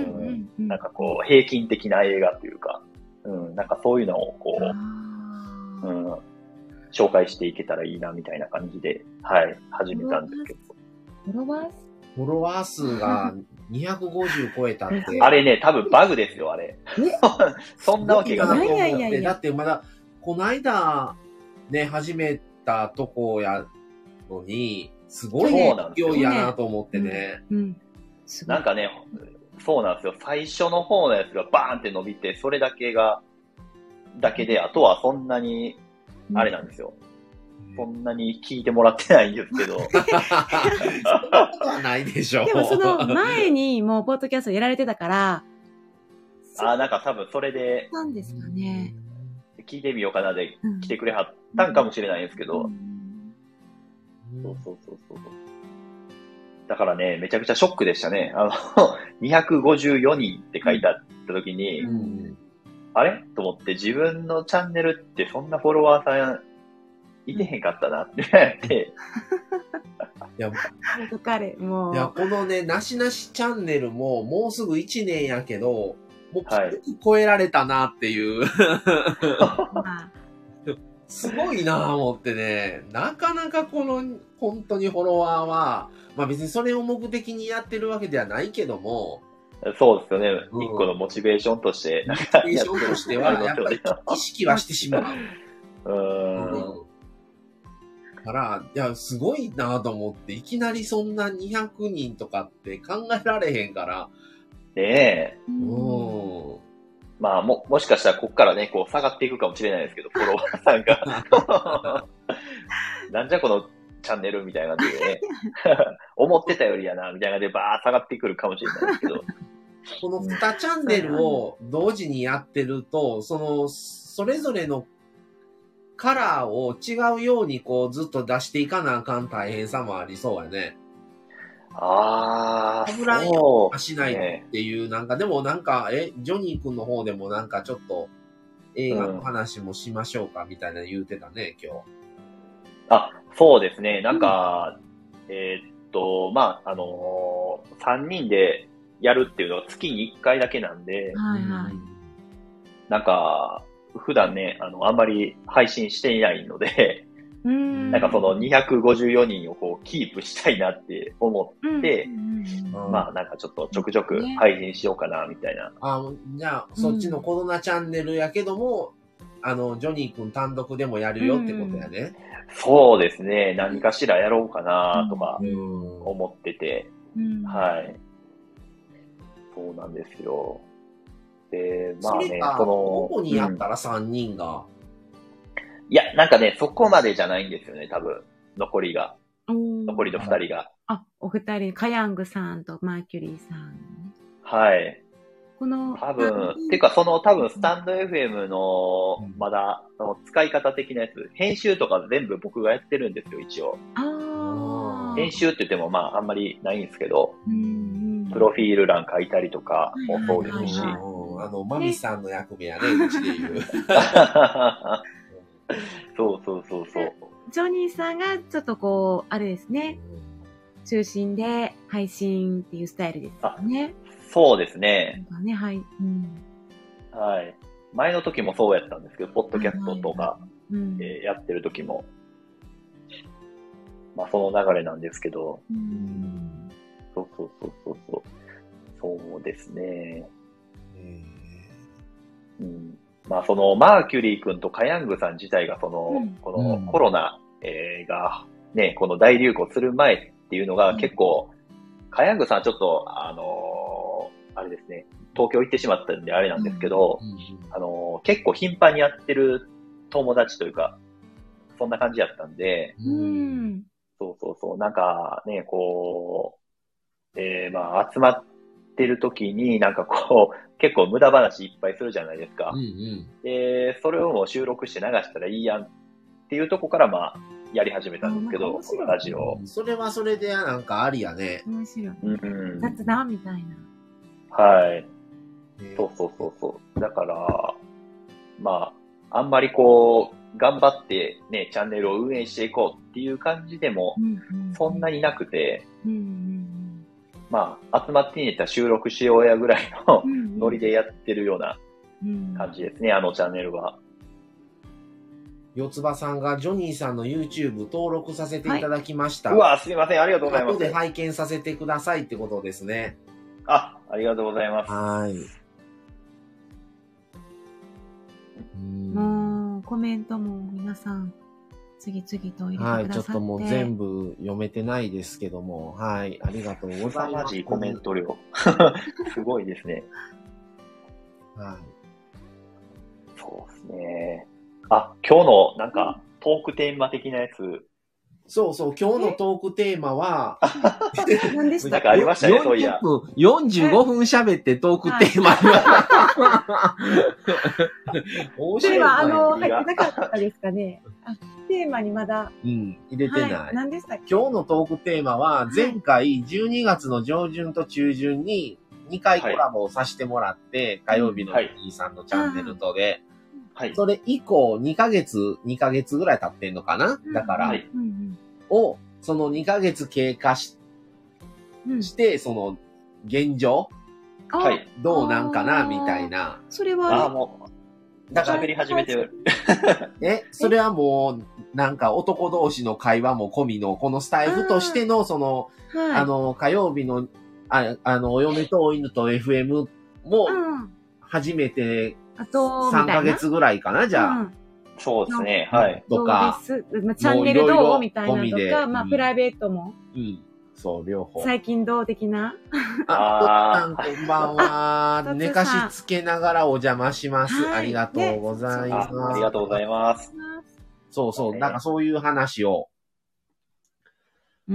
なんかこう平均的な映画というか、うん、なんかそういうのをこう、うん、紹介していけたらいいなみたいな感じで、はい、始めたんですけど。 フォロワーフォロワー数がにひゃくごじゅう超えたって。 あれね、多分バグですよ、あれ。そんなわけがない。 いやいやいや。だってまだ、この間、ね、始めたとこやのに、すごい勢いやなと思ってね。 うん。 なんかね、そうなんですよ。最初の方のやつがバーンって伸びて、それだけが、だけで、あとはそんなに、あれなんですよ。そんなに聞いてもらってないんですけど。そんなことはないでしょ。 でもその前にもうポッドキャストやられてたから。 あ、なんか多分それで。 なんですかね。 聞いてみようかなで来てくれはったんかもしれないんですけど。うん、そうそうそうそう。だからね、めちゃくちゃショックでしたね。あの、にひゃくごじゅうよにんって書いてあった時に、うん、あれと思って自分のチャンネルってそんなフォロワーさんいてへんかったなって言って。 いや、 彼、もう。 いや、このね、なしなしチャンネルももうすぐいちねんやけど、もう超えられたなっていう。はい、すごいなぁ思ってね、なかなかこの、本当にフォロワーは、まあ別にそれを目的にやってるわけではないけども、 そうですよね。うん、一個のモチベーションとして。 モチベーションとしては、やっぱり意識はしてしまう。 うーん。 うんから、いや、すごいなと思って、いきなりそんなにひゃくにんとかって考えられへんから。 ねえ。 うん。 まあ、も、もしかしたらこっからね、こう下がっていくかもしれないですけど、フォロワーさんが。なんじゃこのチャンネルみたいな感じでね。思ってたよりやな、みたいな感じでバー下がってくるかもしれないですけど。 このにチャンネルを同時にやってると、その、それぞれのカラーを違うようにこうずっと出していかなあかん大変さもありそうやね。 ああ、 被らんようにしないっていう、なんかでもなんか、え、ジョニー君の方でもなんかちょっと映画の話もしましょうかみたいな言うてたね、今日。 あ、そうですね。なんか、うん、えー、っと、まあ、あのー、さんにんでやるっていうのは月にいっかいだけなんで、 はいはい、 なんか、普段ね、あの、あんまり配信していないので、 うんなんかそのにひゃくごじゅうよにんをこうキープしたいなって思って、 うんまあなんかちょっとちょくちょく配信しようかなみたいな。 あ、じゃあ、そっちのコロナチャンネルやけども、うん、あの、ジョニー君単独でもやるよってことやね。 うん、そうですね。何かしらやろうかなとか思ってて、 うん、 はい。そうなんですよ。で、まあね、 その、どこにやったらさんにんが、 うん、いや、なんかね、そこまでじゃないんですよね、多分。残りが。残りのふたりが。 あ、お二人、カヤングさんとマーキュリーさん。 はい。 この、 多分、てかその多分スタンド エフエム の、まだ、その使い方的なやつ、編集とか全部僕がやってるんですよ、一応。 あ編集って言ってもまあ、あんまりないんですけど、 うんプロフィール欄書いたりとかもそうですし。 あの、マミさんの役目やね、うちで言う。 そうそうそうそう。 ジョニーさんがちょっとこう、あれですね、中心で配信っていうスタイルですよね。 そうですね。 なんかね、はい、うん。 はい。前の時もそうやったんですけど、ポッドキャストとか、えー、やってる時も、まあその流れなんですけど、 うんそうそうそうそうそう。そうですね。うん、まあそのマーキュリー君とカヤングさん自体がその、うん、このコロナ、えー、がね、この大流行する前っていうのが結構、うん、カヤングさんはちょっと、あのー、あれですね、東京行ってしまったんであれなんですけど、うんうん、あのー、結構頻繁にやってる友達というか、そんな感じやったんで、 うん、 そうそうそう、なんかね、こう、えー、まあ集まってる時になんかこう、結構無駄話いっぱいするじゃないですか。 うんうん、 で、それをもう収録して流したらいいやんっていうとこからまあ、やり始めたんですけど、このラジオ。 それはそれでなんかありやね。 面白い。 うんうん、 雑談みたいな。 はい。 そうそうそうそう。だから、まあ、あんまりこう、頑張ってね、チャンネルを運営していこうっていう感じでも、そんなになくて、うんうんうん、まあ、集まってみたら収録しようやぐらいのノリでやってるような感じですね、あのチャンネルは。 四つ葉さんがジョニーさんの YouTube 登録させていただきました。 はい、うわ、すいません、ありがとうございます。 後で拝見させてくださいってことですね。 あ、ありがとうございます。 はい。 もう、コメントも皆さん、次々と入れてくださって。はい、 ちょっともう全部読めてないですけども、はい、ありがとうございます。 凄まじいコメント量。すごいですね。 はい。 そうですね。あ、今日のなんかトークテーマ的なやつ。 そうそう、今日のトークテーマは、 何でしたなんかありましたね、そういや。 よんじゅうごふん喋ってトークテーマには。 それは、あの、入ってなかったですかね。あ、テーマにまだ。 うん、入れてない。はい、 何でしたっけ？ 今日のトークテーマは、前回じゅうにがつの上旬と中旬ににかいコラボをさせてもらって、はい、火曜日のジョニーさんのチャンネルとで、はい。それ以降にかげつ、にかげつぐらい経ってんのかな、だから、はい、を、そのにかげつ経過し、うん、して、その、現状はい。どうなんかなみたいな。 それは、 ああ、もう、だから喋り始めてる。 え、それはもう、なんか男同士の会話も込みの、このスタイフとしての、その、あ,、はい、あの、火曜日の、あ, あの、お嫁とお犬と エフエム も、初めて、あと、さんかげつぐらいかな、じゃあ。うん、 そうですね、はい。 とか、チャンネルどうみたいなとか、まあ、プライベートも。 うん。そう、両方。 最近どう的なあ、とっさんこんばんは。寝かしつけながらお邪魔します。ありがとうございます。 ありがとうございます。 そうそう、なんかそういう話を。 うん。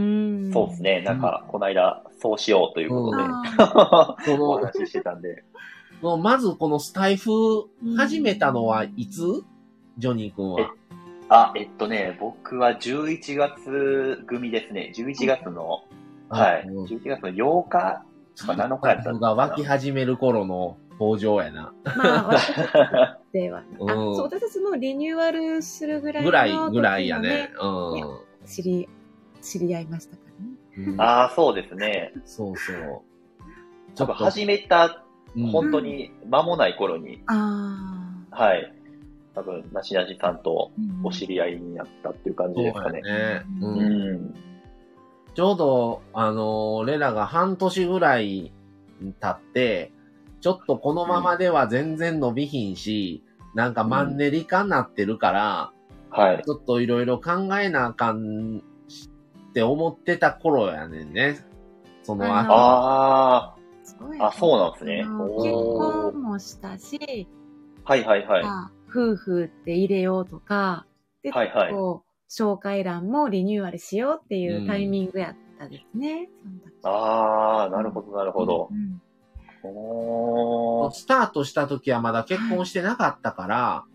そうですね、なんか、この間、そうしようということで、お話ししてたんで。 まずこのスタイフ始めたのはいつ？ジョニー君は。 あ、えっとね、僕はじゅういちがつ組ですね。じゅういちがつの、はい。じゅういちがつのようかとかなのかやったんですが湧き始める頃の登場やな。 まあ、私たちでは、うん、あ、そう、私たちもリニューアルするぐらいの、ね。 ぐらい、ぐらいやね。うん。 知り、知り合いましたからね。 うん、ああ、そうですね。 そうそう。 ちょっと始めた、本当に間もない頃に、うん、 あはい。多分、なしなしさんとお知り合いになったっていう感じですかね。 そうね。うん。うん、ちょうど、あの、俺らが半年ぐらい経って、ちょっとこのままでは全然伸びひんし、うん、なんかマンネリ化になってるから、 うん、はい。 ちょっといろいろ考えなあかんって思ってた頃やねんね。その後。 ああ。あ、そうなんですね。 結婚もしたし、 はいはいはい。 夫婦って入れようとか、で、はいはい、こう、紹介欄もリニューアルしようっていうタイミングやったですね。 うん、ああ、なるほどなるほど。うんうんおスタートした時はまだ結婚してなかったから、はい、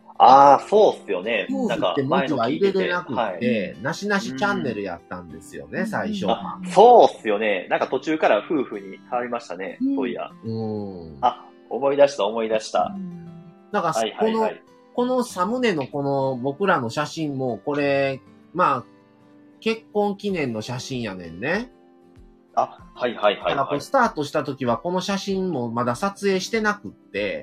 ああ、そうっすよね。 夫婦って文字は入れれなくって、はい、なしなしチャンネルやったんですよね、うん、最初は。 そうっすよね。なんか途中から夫婦に変わりましたね、うん、そういや。うん。あ、思い出した思い出した。うん、 なんか、はいはいはい、この、このサムネのこの僕らの写真も、これ、まあ、結婚記念の写真やねんね。 あ、はいはいはい、はい。 だからスタートした時はこの写真もまだ撮影してなくって。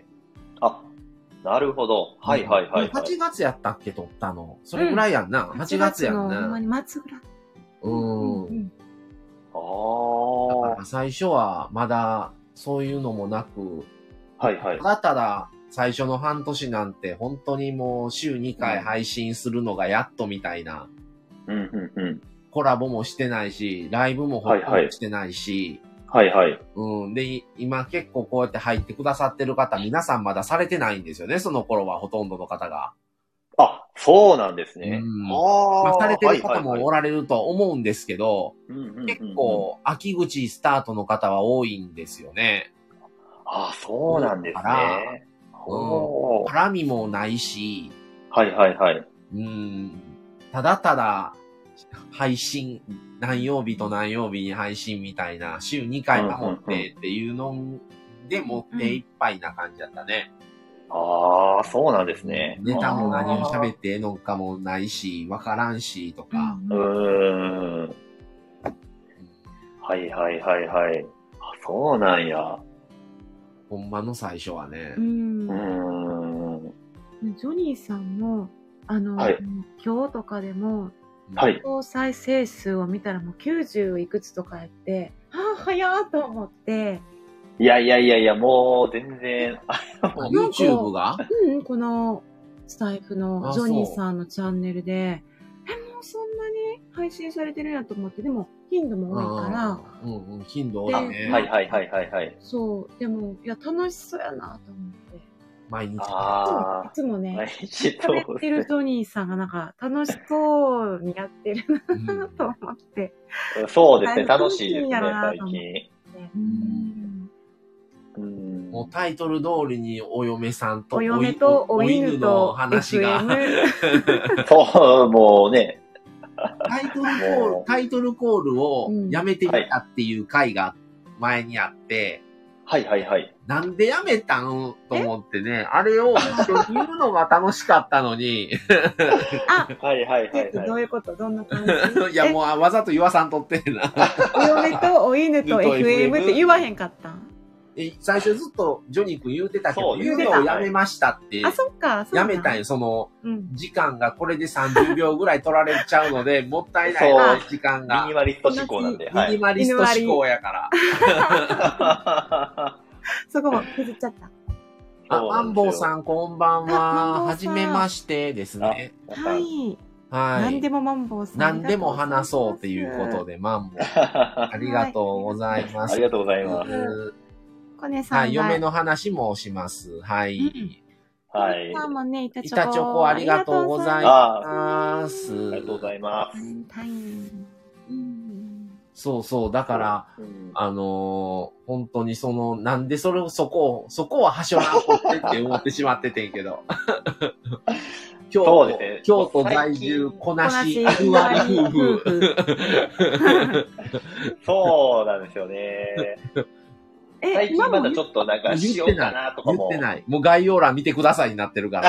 あ、なるほど。はいはいはい、はい。 はちがつやったっけ撮ったの。それぐらいやんな。うん、はちがつやんな。 ほんまに末ぐらい。 うん。うん、 ああ。 だから最初はまだそういうのもなく。 はいはい。 ただただ最初の半年なんて本当にもう週にかい配信するのがやっとみたいな。 うんうんうん。 コラボもしてないし、ライブもほとんどしてないし、 はいはい。 うん。で、今結構こうやって入ってくださってる方、皆さんまだされてないんですよね、その頃はほとんどの方が。 あ、そうなんですね。 うん、あまあ、されてる方もおられると思うんですけど、結構、秋口スタートの方は多いんですよね。 ああ、そうなんですね。 うん。絡みもないし、 はいはいはい。 うん。ただただ、配信、何曜日と何曜日に配信みたいな、週にかい守ってっていうのでも手いっぱいな感じだったね。 ああ、そうなんですね。 ネタも何を喋ってええのかもないし、わからんし、とか。 うーん。はいはいはいはい。あ、そうなんや。 ほんまの最初はね。 ううーん。 ん。 ジョニーさんも、あの、 はい今日とかでも、 はい。 総再生数を見たらもうきゅうじゅういくつとかやって、ああ、早ーと思って、 いやいやいやいや、もう全然、ああ YouTube がうん、このスタイフのあジョニーそうさんのチャンネルで、え、もうそんなに配信されてるんやと思って、でも頻度も多いから、 うんうん、頻度多いあ、 ね。 はいはいはいはいはい。 そう、でも、いや、楽しそうやなと思って。 毎日。 あいつもね、 毎日そう喋ってるジョニーさんがなんか楽しそうにやってるなと思って。 あ、そうですね、楽しいですね、 楽しいんやろな最と思っ近。 うんうん。 もうタイトル通りにお嫁さんとお嫁とお犬と話が。 エフエム。 そう、もうね、 タイトルコール、タイトルコールをやめてみたっていう回が前にあって、 はいはいはい。 なんでやめたんと思ってね、あれを言うのが楽しかったのに、 あ、 はいはいはいどはい。 ういうことどんな感じいやもうわざと言わさんとってんな。 お嫁とお犬と エフエム って言わへんかったんえ最初ずっとジョニー君言うてたけど、 そう言うのをやめましたって、 あ、そっか、そうやめたんよ。その、 うん。 時間がこれでさんじゅうびょうぐらい取られちゃうので、もったいないそうな、時間ミがニ。マリスト思考なんで、はミニい。 マリスト思考やから。 そこも削っちゃった。 あ、マンボウさん。 んこんばんあマンボウは。 さんはじめましてですね。 は。い。 はい。 何でもマンボウさん。 何でも話そうっていうことで。 で、マンボウ。あありがとうございます。 りがとうございます。 コネさんが。 はい、嫁の話もします。はい。 はい。 さんもね、板チョコ。 板チョコありがとうございます。 ありがとうございます。 はい。うんそうそう。だから、 うんあのー本当にその、なんでそれを、そこを、そこははしょらんこってって思ってしまっててんけど。京都、 そうですね京都在住、こなし、 こなしふわり夫婦。 そうなんですよね。 え、 最近今もまだちょっとなんかしようかなとかも。 言ってない。もう概要欄見てくださいになってるから。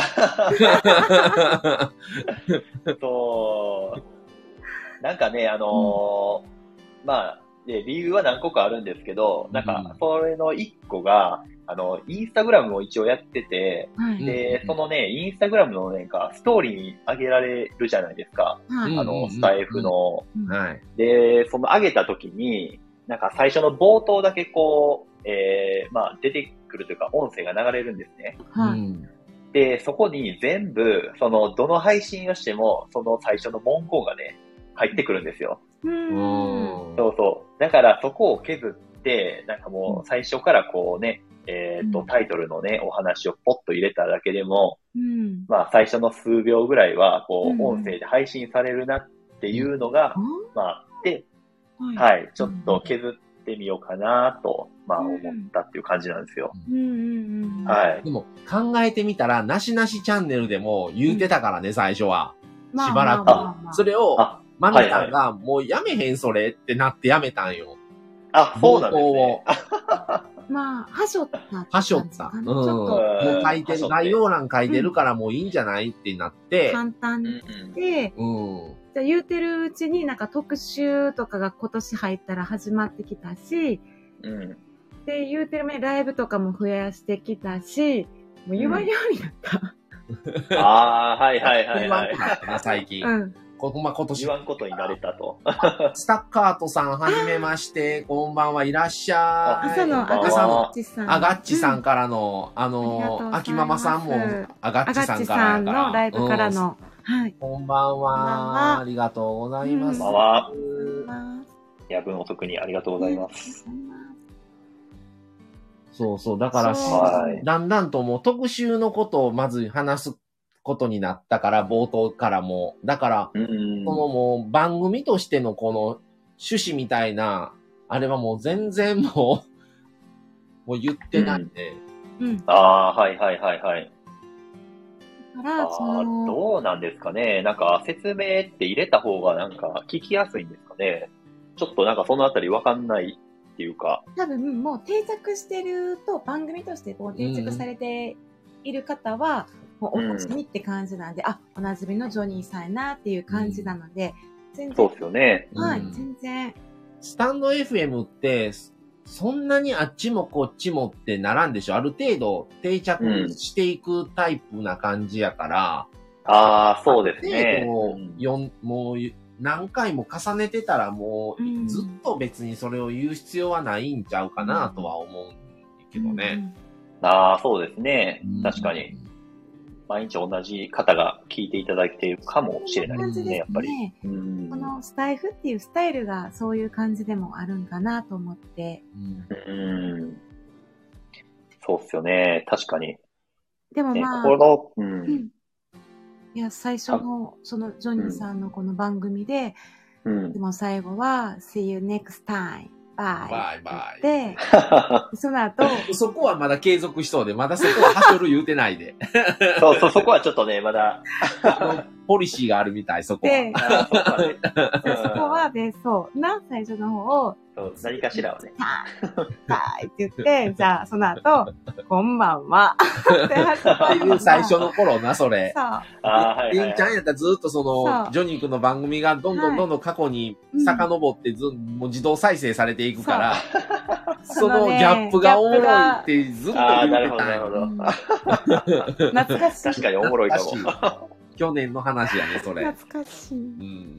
そう。なんかね、あのーまあ、で、理由は何個かあるんですけど、なんか、それの一個が、あの、インスタグラムを一応やってて、 はい。 で、そのね、インスタグラムのなんか、ストーリーに上げられるじゃないですか。 はい。 あの、スタイフの。 はい。 で、その上げた時に、なんか最初の冒頭だけこう、えー、まあ、出てくるというか、音声が流れるんですね。 はい。 うんで、そこに全部、その、どの配信をしても、その最初の文言がね、入ってくるんですよ。 う。 うんんそうそう。だからそこを削って、なんかもう最初からこうね、えっと、 うんタイトルのね、お話をポッと入れただけでも、 うん。 まあ最初の数秒ぐらいは、こうんう、音声で配信されるなっていうのが、まあ、で、 はい。 はい、ちょっと削ってみようかなと、まあ思ったっていう感じなんですよ。 うんうんうん。 はい。 でも、考えてみたら、なしなしチャンネルでも言うてたからね、最初は。 まあしばらくまあまあまあそれを、 あ、 マミさんが、もうやめへんそれってなってやめたんよ。 あ、そうなんですね。 まあ、はしょったって感じかな。 はしょった。うん。 ちょっともう書いてる、 はしょって概要欄書いてるからもういいんじゃないってなって、 簡単にして、 うん。 じゃあ言うてるうちになんか特集とかが今年入ったら始まってきたし、 うん。 で、言うてるね、ライブとかも増やしてきたし、もう言わんようになった。 ああ、はいはいはい言わはい。 んくなったな、最近。 うん。 こまあ、今年言。わんことになれたと。 スタッカートさん、はじめまして、こんばんはいらっしゃい。 朝のこんばんはあがっちさん。 あがっちさんうからの、あありがとうございの、 ます秋ママさんも、あがっちあがっちさんからやから。 さんのライブからうん。 の、はい。 こんばんこんばんは。 はありがとうございます。 こんばんはま夜分遅くにありがとうございます。 そうそう。だから、 そうはいだんだんともう特集のことをまず話すことになったから、冒頭からも。だから、 うん。 このもう番組としてのこの趣旨みたいな、あれはもう全然もう、もう言ってないんで。 うん。 ああ、はいはいはいはい。 だから、そああ、 の、 どうなんですかね。なんか説明って入れた方がなんか聞きやすいんですかね。ちょっとなんかそのあたりわかんないっていうか。 多分もう定着してると、番組としてこう定着されている方は、もうおなじみって感じなんで、うん、あ、おなじみのジョニーさんやなっていう感じなので、 うん、全然。そうですよね。 はい、うん、全然。 スタンド エフエム って、そんなにあっちもこっちもってならんでしょ。ある程度定着していくタイプな感じやから。 うん、ああ、そうですね。 もう、もう何回も重ねてたらもう、ずっと別にそれを言う必要はないんちゃうかなとは思うんけどね。 うんうん、ああ、そうですね。確かに。毎日同じ方が聞いていただいているかもしれないですね、やっぱり。 うん、このスタイフっていうスタイルがそういう感じでもあるんかなと思って。 うん、そうっすよね、確かに。 でもまあ、 ね、この、うん、 いや、最初の、そのジョニーさんのこの番組で、うん、でも最後は、See you next time. バイバイバイ。で、その後。 そこはまだ継続しそうで、まだそこはハしょる言うてないで。 そうそう、そこはちょっとね、まだ。 ポリシーがあるみたい、そこは。 で、そこはね、そう、な、最初の方を。 そう、何かしらはね。 バイって言って、じゃあ、その後、こんばんは。って最初の頃な、それ。 そう。 ああ、はい。 りんちゃんやったらずっとその、ジョニー君の番組がどんどんどんどん過去に遡ってず、もう自動再生されていくから、そのギャップがおもろいってずっと言ってたんや。 ああ、なるほど、なるほど。 懐かしい。 確かにおもろいかも。 去年の話やね、それ。 懐かしい。うん。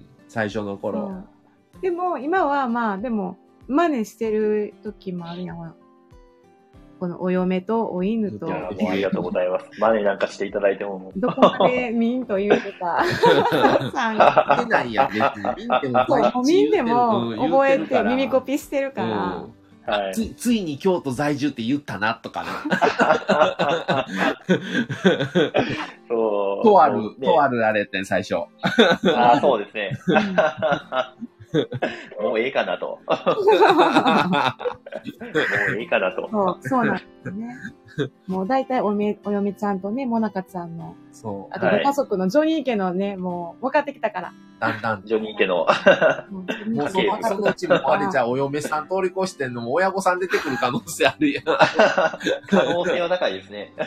最初の頃。 でも、今はまあ、でも、真似してる時もあるやん。このお嫁とお犬と。 いや、もうありがとうございます。真似なんかしていただいても。 どこまでミンと言うてた。 さん。見てないやん、別に。ミンでもそう、ミンでも覚えて耳コピしてるから。 はい、つ, ついに京都在住って言ったなとかね。 そう。 とある、ね、とあるあれって最初。 ああ、そうですね。もうええかなと。もうええかなと。 そう、そうなんですね。もう大体おめ、お嫁ちゃんとね、もなかちゃんの。 そう。 あとご家族のジョニー家のね、もう分かってきたから。 だんだん。 ジョニー家の。 もうその、そのうちもあれじゃあお嫁さん通り越してんのも親御さん出てくる可能性あるやん。 可能性は高いですね。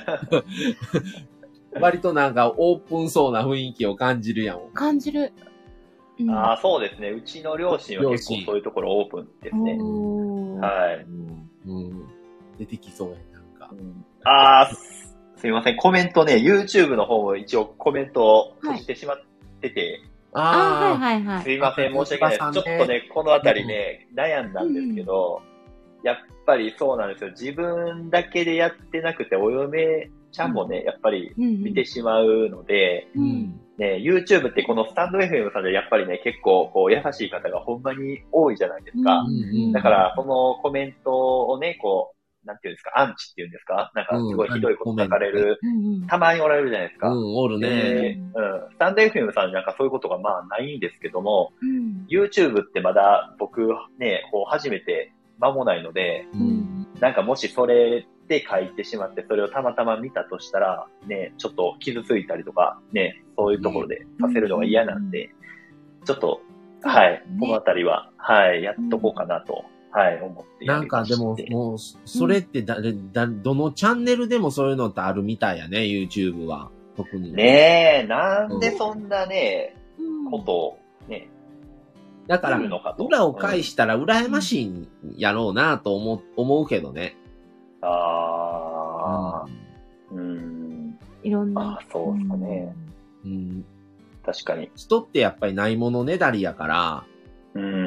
割となんかオープンそうな雰囲気を感じるやん。 感じる。 うん、ああ、そうですね。うちの両親は結構そういうところオープンですね。はい、 うん。出てきそうや、なんか。 うん、ああ、すみません。コメントね、YouTube の方も一応コメントを閉じてしまってて。 はい、ああ、はいはいはい。 すみません。申し訳ないです。ね、ちょっとね、このあたりね、うん、悩んだんですけど、うん、やっぱりそうなんですよ。自分だけでやってなくて、お嫁ちゃんもね、やっぱり見てしまうので、うんうんね、YouTube ってこのスタンド エフエム さんでやっぱりね、結構こう優しい方がほんまに多いじゃないですか。うんうん、だから、そのコメントをね、こう、なんていうんですか、アンチっていうんですか、なんかすごいひどいこと書かれる、うん、たまにおられるじゃないですか。 うん、おるね。 うん。スタンド エフエム さんなんかそういうことがまあないんですけども、うん、YouTube ってまだ僕ね、こう初めて間もないので、うん、なんかもしそれ、で書いてしまって、それをたまたま見たとしたら、ね、ちょっと傷ついたりとか、ね、そういうところでさせるのが嫌なんで、ちょっと、はい、このあたりは、はい、やっとこうかなと、はい、思ってなんかでも、もう、それってだ、だ、どのチャンネルでもそういうのってあるみたいやね、YouTube は。特に。 ねえ、なんでそんなね、ことを、ね、 だから、裏を返したら羨ましいんやろうなと思う、思うけどね。 ああ、うん。 いろんな。 あ、そうですかね。うん。確かに。 人ってやっぱりないものねだりやから。 うん。 うん。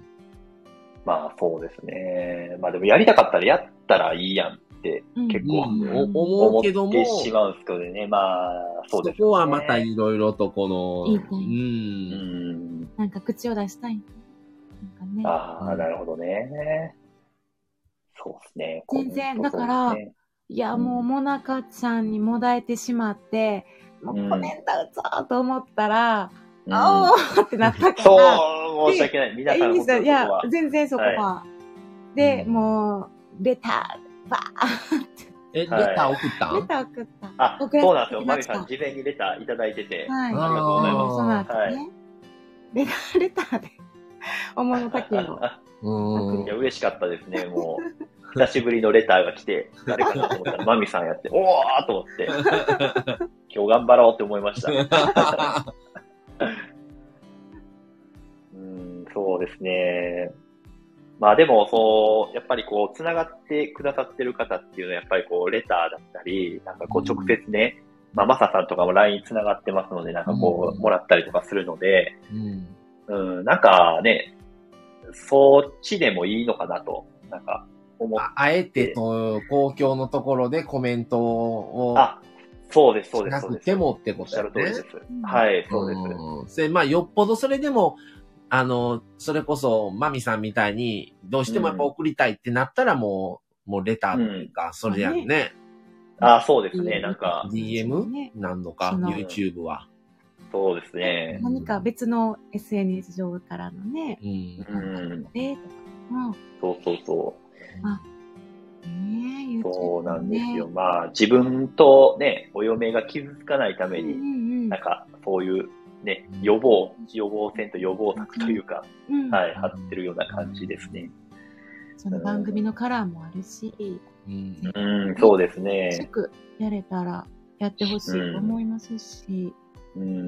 まあそうですね。まあでもやりたかったらやったらいいやんって結構、うん、 思うけども。 思ってしまうんですけどね。まあそうですね。 そこはまたいろいろとこの、 いいうん。うん。 なんか口を出したい。なんかね。 ああ、なるほどね。そうですね。 全然、だから、ね、いや、うん、もう、もなかちゃんにもだえてしまって、もうコメント打つぞと思ったら、うん、あおーってなったから。 そう、申し訳ない。皆さんいいんですよ。いや、全然そこは。はい、で、うん、もう、レター、バーって。 え、レター送った、 レター送った。 あ、そうなんですよ。マリさん、事前にレターいただいてて。はい。ありがとうございます。 そうなんですね。はい、レター、レターで、思いの丈を。 うん。 いや、嬉しかったですね、もう。久しぶりのレターが来て、誰かなと思ったら、マミさんやって、おーと思って、今日頑張ろうって思いました。うん、そうですね。まあでも、そう、やっぱりこう、繋がってくださってる方っていうのは、やっぱりこう、レターだったり、なんかこう、直接ね、うん、まあ、マサさんとかも ライン 繋がってますので、なんかこう、うん、もらったりとかするので、うん、うん、なんかね、そっちでもいいのかなと、なんか、思って。 あえてと、公共のところでコメントを。 あ、そうです、そうです。 なくてもってことだよね。おっしゃる通りです。はい、そうです。 うん、それまあ、よっぽどそれでも、あの、それこそ、マミさんみたいに、どうしてもやっぱ送りたいってなったらもう、うん、もうレターっていうか、それやんね。 あ、そうですね、なんか。 ディーエム なんのか、YouTube は。 そうですね。 何か別の エスエヌエス 上からのね。 うん。 で、とか。うん。 そうそうそう。 あ、ねえ、 そうなんですよ。まあ、自分とね、お嫁が傷つかないために、 うんうん、 なんか、そういう、ね、予防、予防線と予防策というか、うん、はい、張ってるような感じですね。 その番組のカラーもあるし、 うん、うん、そうですね。 すぐやれたらやってほしいと思いますし、 うん。うん、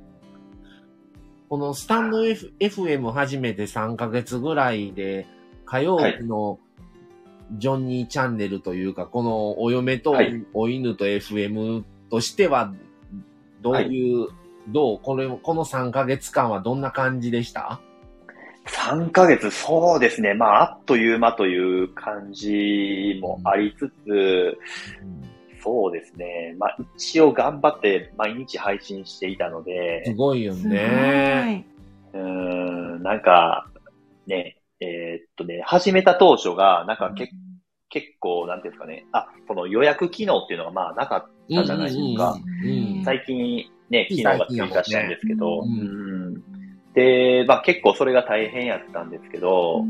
このスタンド F、エフエム 始めてさんかげつぐらいで、火曜日のジョニーチャンネルというか、このお嫁とお犬と エフエム としては、どういう、はい、どうこれ、このさんかげつかんはどんな感じでした？ さん ヶ月、そうですね。まあ、あっという間という感じもありつつ、うん、そうですね。まあ、一応頑張って毎日配信していたので。 すごいよね。 うーん、なんか、ね、えー、っとね、始めた当初が、なんかけ、うん、結構、なんていうんですかね。あ、その予約機能っていうのがまあなかったじゃないですか。うんうんうん、最近ね、機能が追加したんですけど、ね、うん、で、まあ結構それが大変やったんですけど、うん、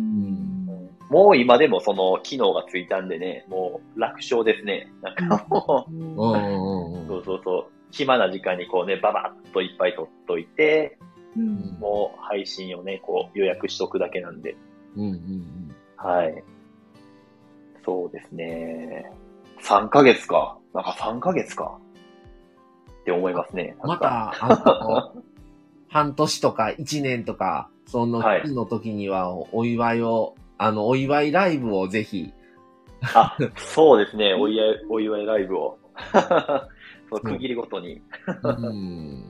もう今でもその機能がついたんでね、もう楽勝ですね。なんかもう、うん、そうそうそう。暇な時間にこうね、ババッといっぱい取っといて、うん、もう配信をね、こう予約しとくだけなんで。うんうんうん、はい。そうですね。さんかげつか。なんかさんかげつか。って思いますね。 また、あの、半年とかいちねんとか、その日の時にはお祝いを、はい、あの、お祝いライブをぜひ。 あ、そうですね。お祝い、お祝いライブを。その区切りごとに。うん、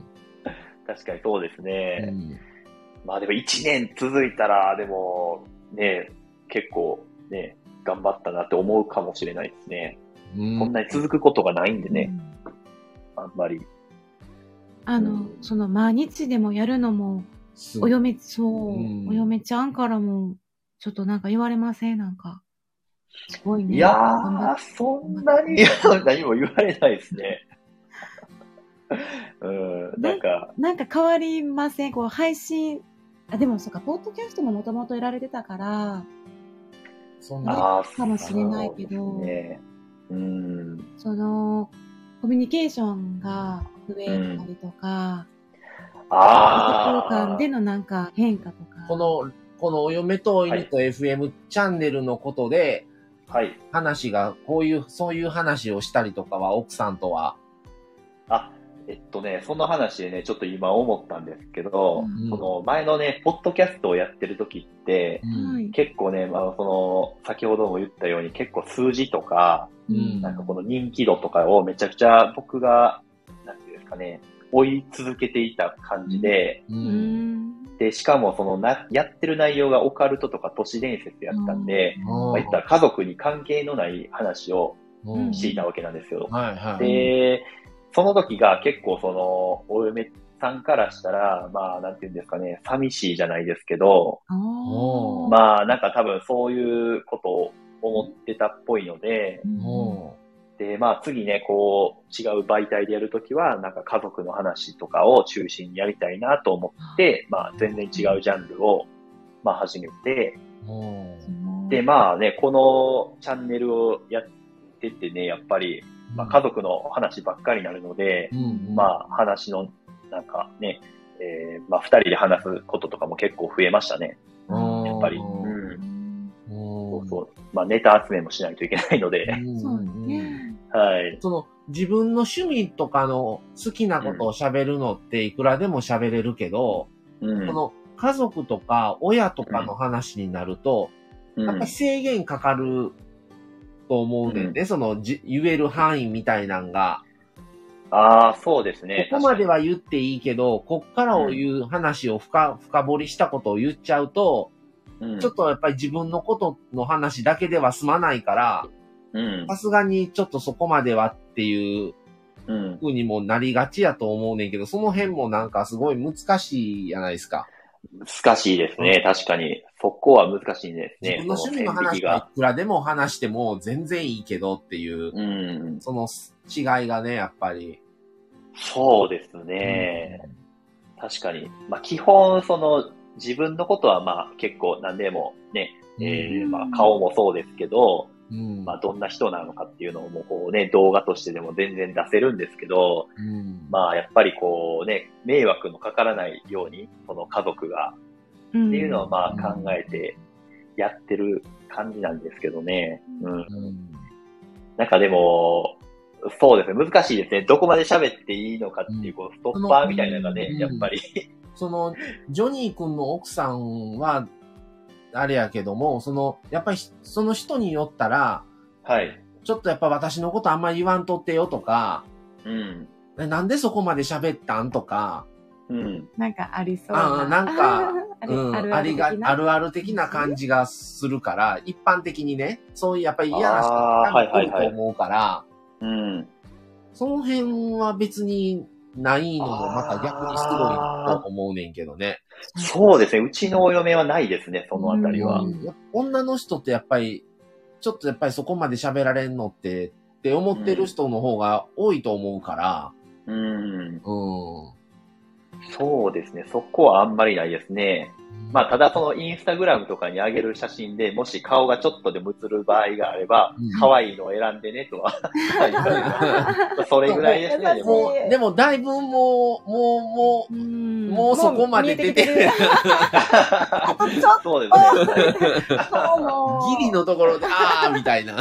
確かにそうですね。うん、まあでもいちねん続いたら、でも、ね、結構ね、頑張ったなって思うかもしれないですね。うん、そんなに続くことがないんでね。うん、あんまり。 あの、うん、その毎日でもやるのも、お嫁、そう、うん、お嫁ちゃんからも、ちょっとなんか言われません？なんか。すごいね。 いやー、そんなに何も言われないですね。うん、なんか。 な、なんか変わりません？こう、配信、あ、でもそうか、ポッドキャストももともとやられてたから、そんなかもしれないけど、 ね、うん、 その、コミュニケーションが増えたりとか、 うん、あ空間でのなんか変化とか。 この、このお嫁とお犬と エフエム チャンネルのことで、 はい。 話が、こういう、そういう話をしたりとかは、奥さんとは。 あ、えっとね、その話でね、ちょっと今思ったんですけど、うん、その前のね、ポッドキャストをやってる時って、うん、結構ね、まあ、その、先ほども言ったように結構数字とか、うん、なんかこの人気度とかをめちゃくちゃ僕が、なんていうんですかね、追い続けていた感じで、うん、で、しかもそのな、やってる内容がオカルトとか都市伝説やったんで、うん、まあ、言ったら家族に関係のない話をしていたわけなんですよ。 はいはい、 で、その時が結構その、お嫁さんからしたら、まあ、なんていうんですかね、寂しいじゃないですけど、まあ、なんか多分そういうことを思ってたっぽいので、で、まあ次ね、こう、違う媒体でやるときは、なんか家族の話とかを中心にやりたいなと思って、まあ全然違うジャンルを、まあ始めて、で、まあね、このチャンネルをやっててね、やっぱり、まあ家族の話ばっかりになるので、うんうん、まあ話の、なんかね、 えー、まあ二人で話すこととかも結構増えましたね。 ややっぱり。うん。そうそう。まあネタ集めもしないといけないので。 そうね。 はい。 その、自分の趣味とかの好きなことを喋るのっていくらでも喋れるけど、うん、その家族とか親とかの話になると、うん、やっぱり制限かかると思うねんで、うん、そのじ言える範囲みたいなんが。 ああ、そうですね。 ここまでは言っていいけど、こっからを言う話を深、深掘りしたことを言っちゃうと、うん、ちょっとやっぱり自分のことの話だけでは済まないから、さすがにちょっとそこまではっていう風にもなりがちやと思うねんけど、その辺もなんかすごい難しいじゃないですか。 難しいですね。確かに。そこは難しいですね。 自分の趣味の話がいくらでも話しても全然いいけどっていう、うん、その違いがね、やっぱり。 そうですね。うん、確かに。まあ基本、その自分のことはまあ結構何でもね、うん、えー、まあ顔もそうですけど、うん、まあどんな人なのかっていうのをもうこうね、動画としてでも全然出せるんですけど、うん、まあやっぱりこうね、迷惑のかからないように、その家族が、っていうのをまあ考えてやってる感じなんですけどね。うん。うん、なんかでも、そうですね、難しいですね。どこまで喋っていいのかっていう、こう、ストッパーみたいなのがね、うん、やっぱり。 その、ジョニー君の奥さんは、あれやけども、その、やっぱりその人によったら、 はい。 ちょっとやっぱ私のことあんまり言わんとってよとか、うん。なんでそこまで喋ったんとか、 うん。なんかありそうな。 あなんか、うん、ありが、あるある的な感じがするから、一般的にね、そういうやっぱり嫌な人が多いと思うから、うん。その辺は別にないのもまた逆にすごいと思うねんけどね。 そうですね。うちのお嫁はないですね、そのあたりは。 うん、女の人ってやっぱり、ちょっとやっぱりそこまで喋られんのって、って思ってる人の方が多いと思うから。うん。うん。 そうですね。そこはあんまりないですね。まあ、ただそのインスタグラムとかに上げる写真でもし顔がちょっとでも映る場合があれば、うん、可愛いのを選んでねとは。それぐらいですね、でも。 でも、だいぶもう、もう、もう、うんもうそこまで出てる。 そうですね。 ギリのところで、あーみたいな。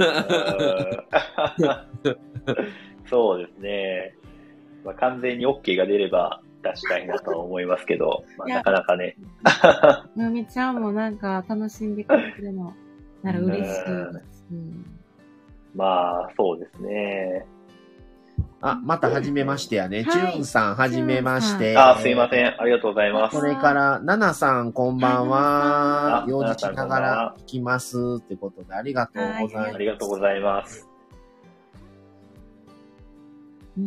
そうですね。まあ、完全に OK が出れば、出したいなとは思いますけど、まあ、なかなかね。 むみちゃんもなんか楽しんでくれてるのなら嬉しいです。うん、 まあ、そうですね。 あ、またはじめましてやね。チューンさん、はじめまして。 あ、すいません。ありがとうございます。 それから、ナナさん、こんばんは。用事しながら聞きます。ってことで、ありがとうございます。 ありがとうございます。 うん、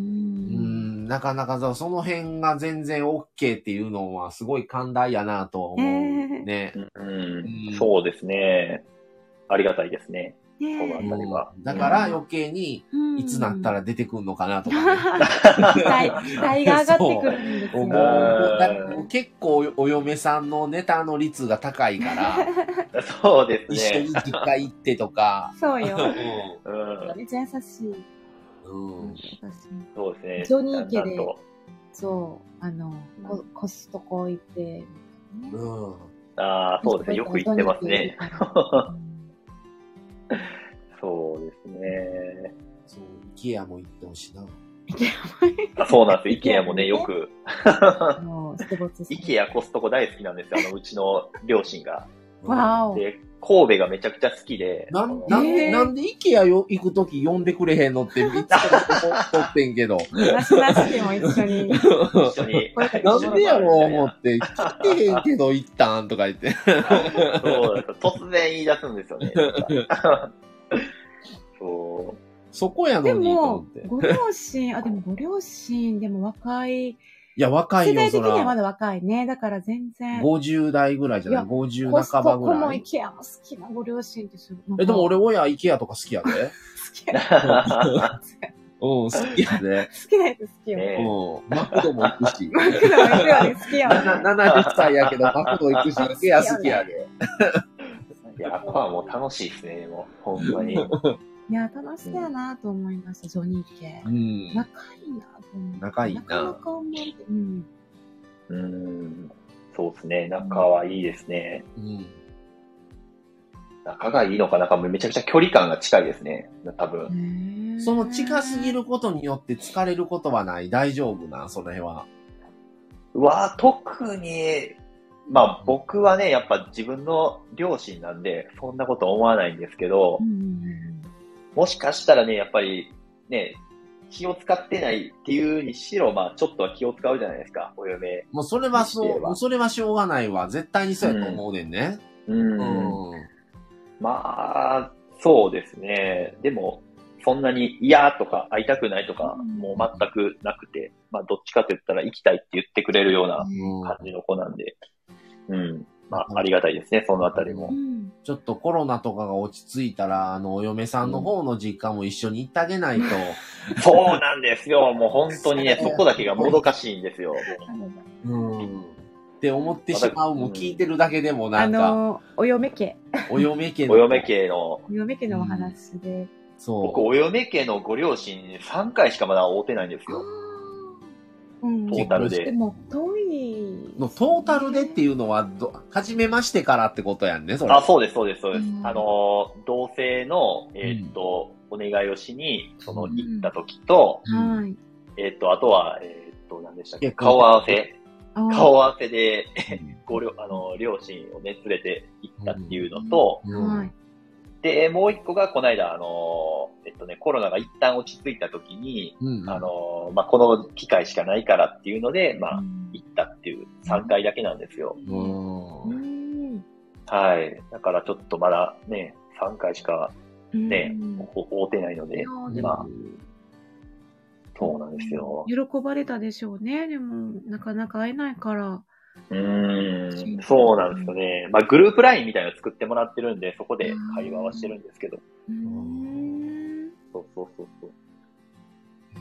なかなかその辺が全然 OK っていうのはすごい寛大やなと思うね、 えーうんうん。そうですね。ありがたいですね。えー、そのあたりは。 だから余計にいつなったら出てくるのかなとかね。 期待が上がってくるんですよ。 もう結構お嫁さんのネタの率が高いから。 そうですね。 一緒に実家行ってとか。 そうよ。うん、めっちゃ優しい。 うん、そうですね。 ジョニー家で、そう、あの、うん、コストコ行って、ね、 うん。ああ、そうですね。よく行ってますね。そうですね。 そう、イケアも行ってほしいな。 イケアもそうなんですよ。イケアもね、よく。イケア、コストコ大好きなんですよ。あの、うちの両親が。 わお。 で、神戸がめちゃくちゃ好きで。 なん、なんで、なんでイケアよ行くとき呼んでくれへんのって、いつも思ってんけど。 なしなしでも一緒に。 一緒に。 なんでやろう思って、来てへんけど行ったんとか言って。 そう、突然言い出すんですよね。そう。 そこやのにと思って。 でも、ご両親、あ、でもご両親、でも若い。 いや、若いよ、 世代的にはまだ若いね。だから全然。 ごじゅう代ぐらいじゃない ?ごじゅう 半ばぐらい。コストコもイケアも好きなご両親ってすごい。 え、でも俺親イケアとか好きやで。好きや。 うん、好きやで。 好きなやつ好きよ。 うん。マクドも行くし。 マクドも行くよね、好きや。 ななじゅっさいやけど、マクド行くし、イケア好きやで。 いや、ここはもう楽しいですね、もう。ほんまに。 いや、楽しそうやなと思いました、ジョニー家。うん。仲いいなと思って。 仲いいな。 なかなか思えて、うん。 うん。そうですね。仲はいいですね。うん。仲がいいのか、なんかめちゃくちゃ距離感が近いですね。多分。 その近すぎることによって疲れることはない？大丈夫な、その辺は。 うわ、特に、まあ僕はね、やっぱ自分の両親なんで、そんなこと思わないんですけど、うん、もしかしたらね、やっぱりね、気を使ってないっていうにしろ、まあちょっとは気を使うじゃないですか、お嫁。 もうそれはそう、それはしょうがないわ。絶対にそうやと思うねんね。うん。 うんうん、まあ、そうですね。でも、そんなに嫌とか会いたくないとか、もう全くなくて、まあどっちかと言ったら行きたいって言ってくれるような感じの子なんで、うん。まあ、ありがたいですね、そのあたりも。 ちょっとコロナとかが落ち着いたら、あの、お嫁さんの方の実家も一緒に行ってあげないと。 うん、そうなんですよ。もう本当にね、そこだけがもどかしいんですよ。 うん。って思ってしまう。もう聞いてるだけでもなんか。 あの、お嫁家。 お嫁家の。お嫁家の。 お嫁家のお話で。うん、 そう。僕、お嫁家のご両親にさんかいしかまだ会うてないんですよ。うん、トータルで。 でも遠い。 のトータルでっていうのはど、初めましてからってことやんね、それ。 あ、そうです、そうです、そうです。うん、あの、同性の、えー、っと、うん、お願いをしに、その、行った時と、うん、えー、っと、あとは、えー、っと、何でしたっけ、顔合わせ。顔合わせで、ご両、あの、両親をね、連れて行ったっていうのと、うんうん、で、もう一個が、この間、あの、えっとね、コロナが一旦落ち着いた時に、うんうん、あの、まあ、この機会しかないからっていうので、まあ、行ったっていうさんかいだけなんですよ。うん、はい。だからちょっとまだね、さんかいしかね、会うてないので、まあ、そうなんですよ。 喜ばれたでしょうね。でも、なかなか会えないから。 うーん、そうなんですよね。まあ、グループラインみたいなの作ってもらってるんで、そこで会話はしてるんですけど。うーん、そうそうそうそう。うん、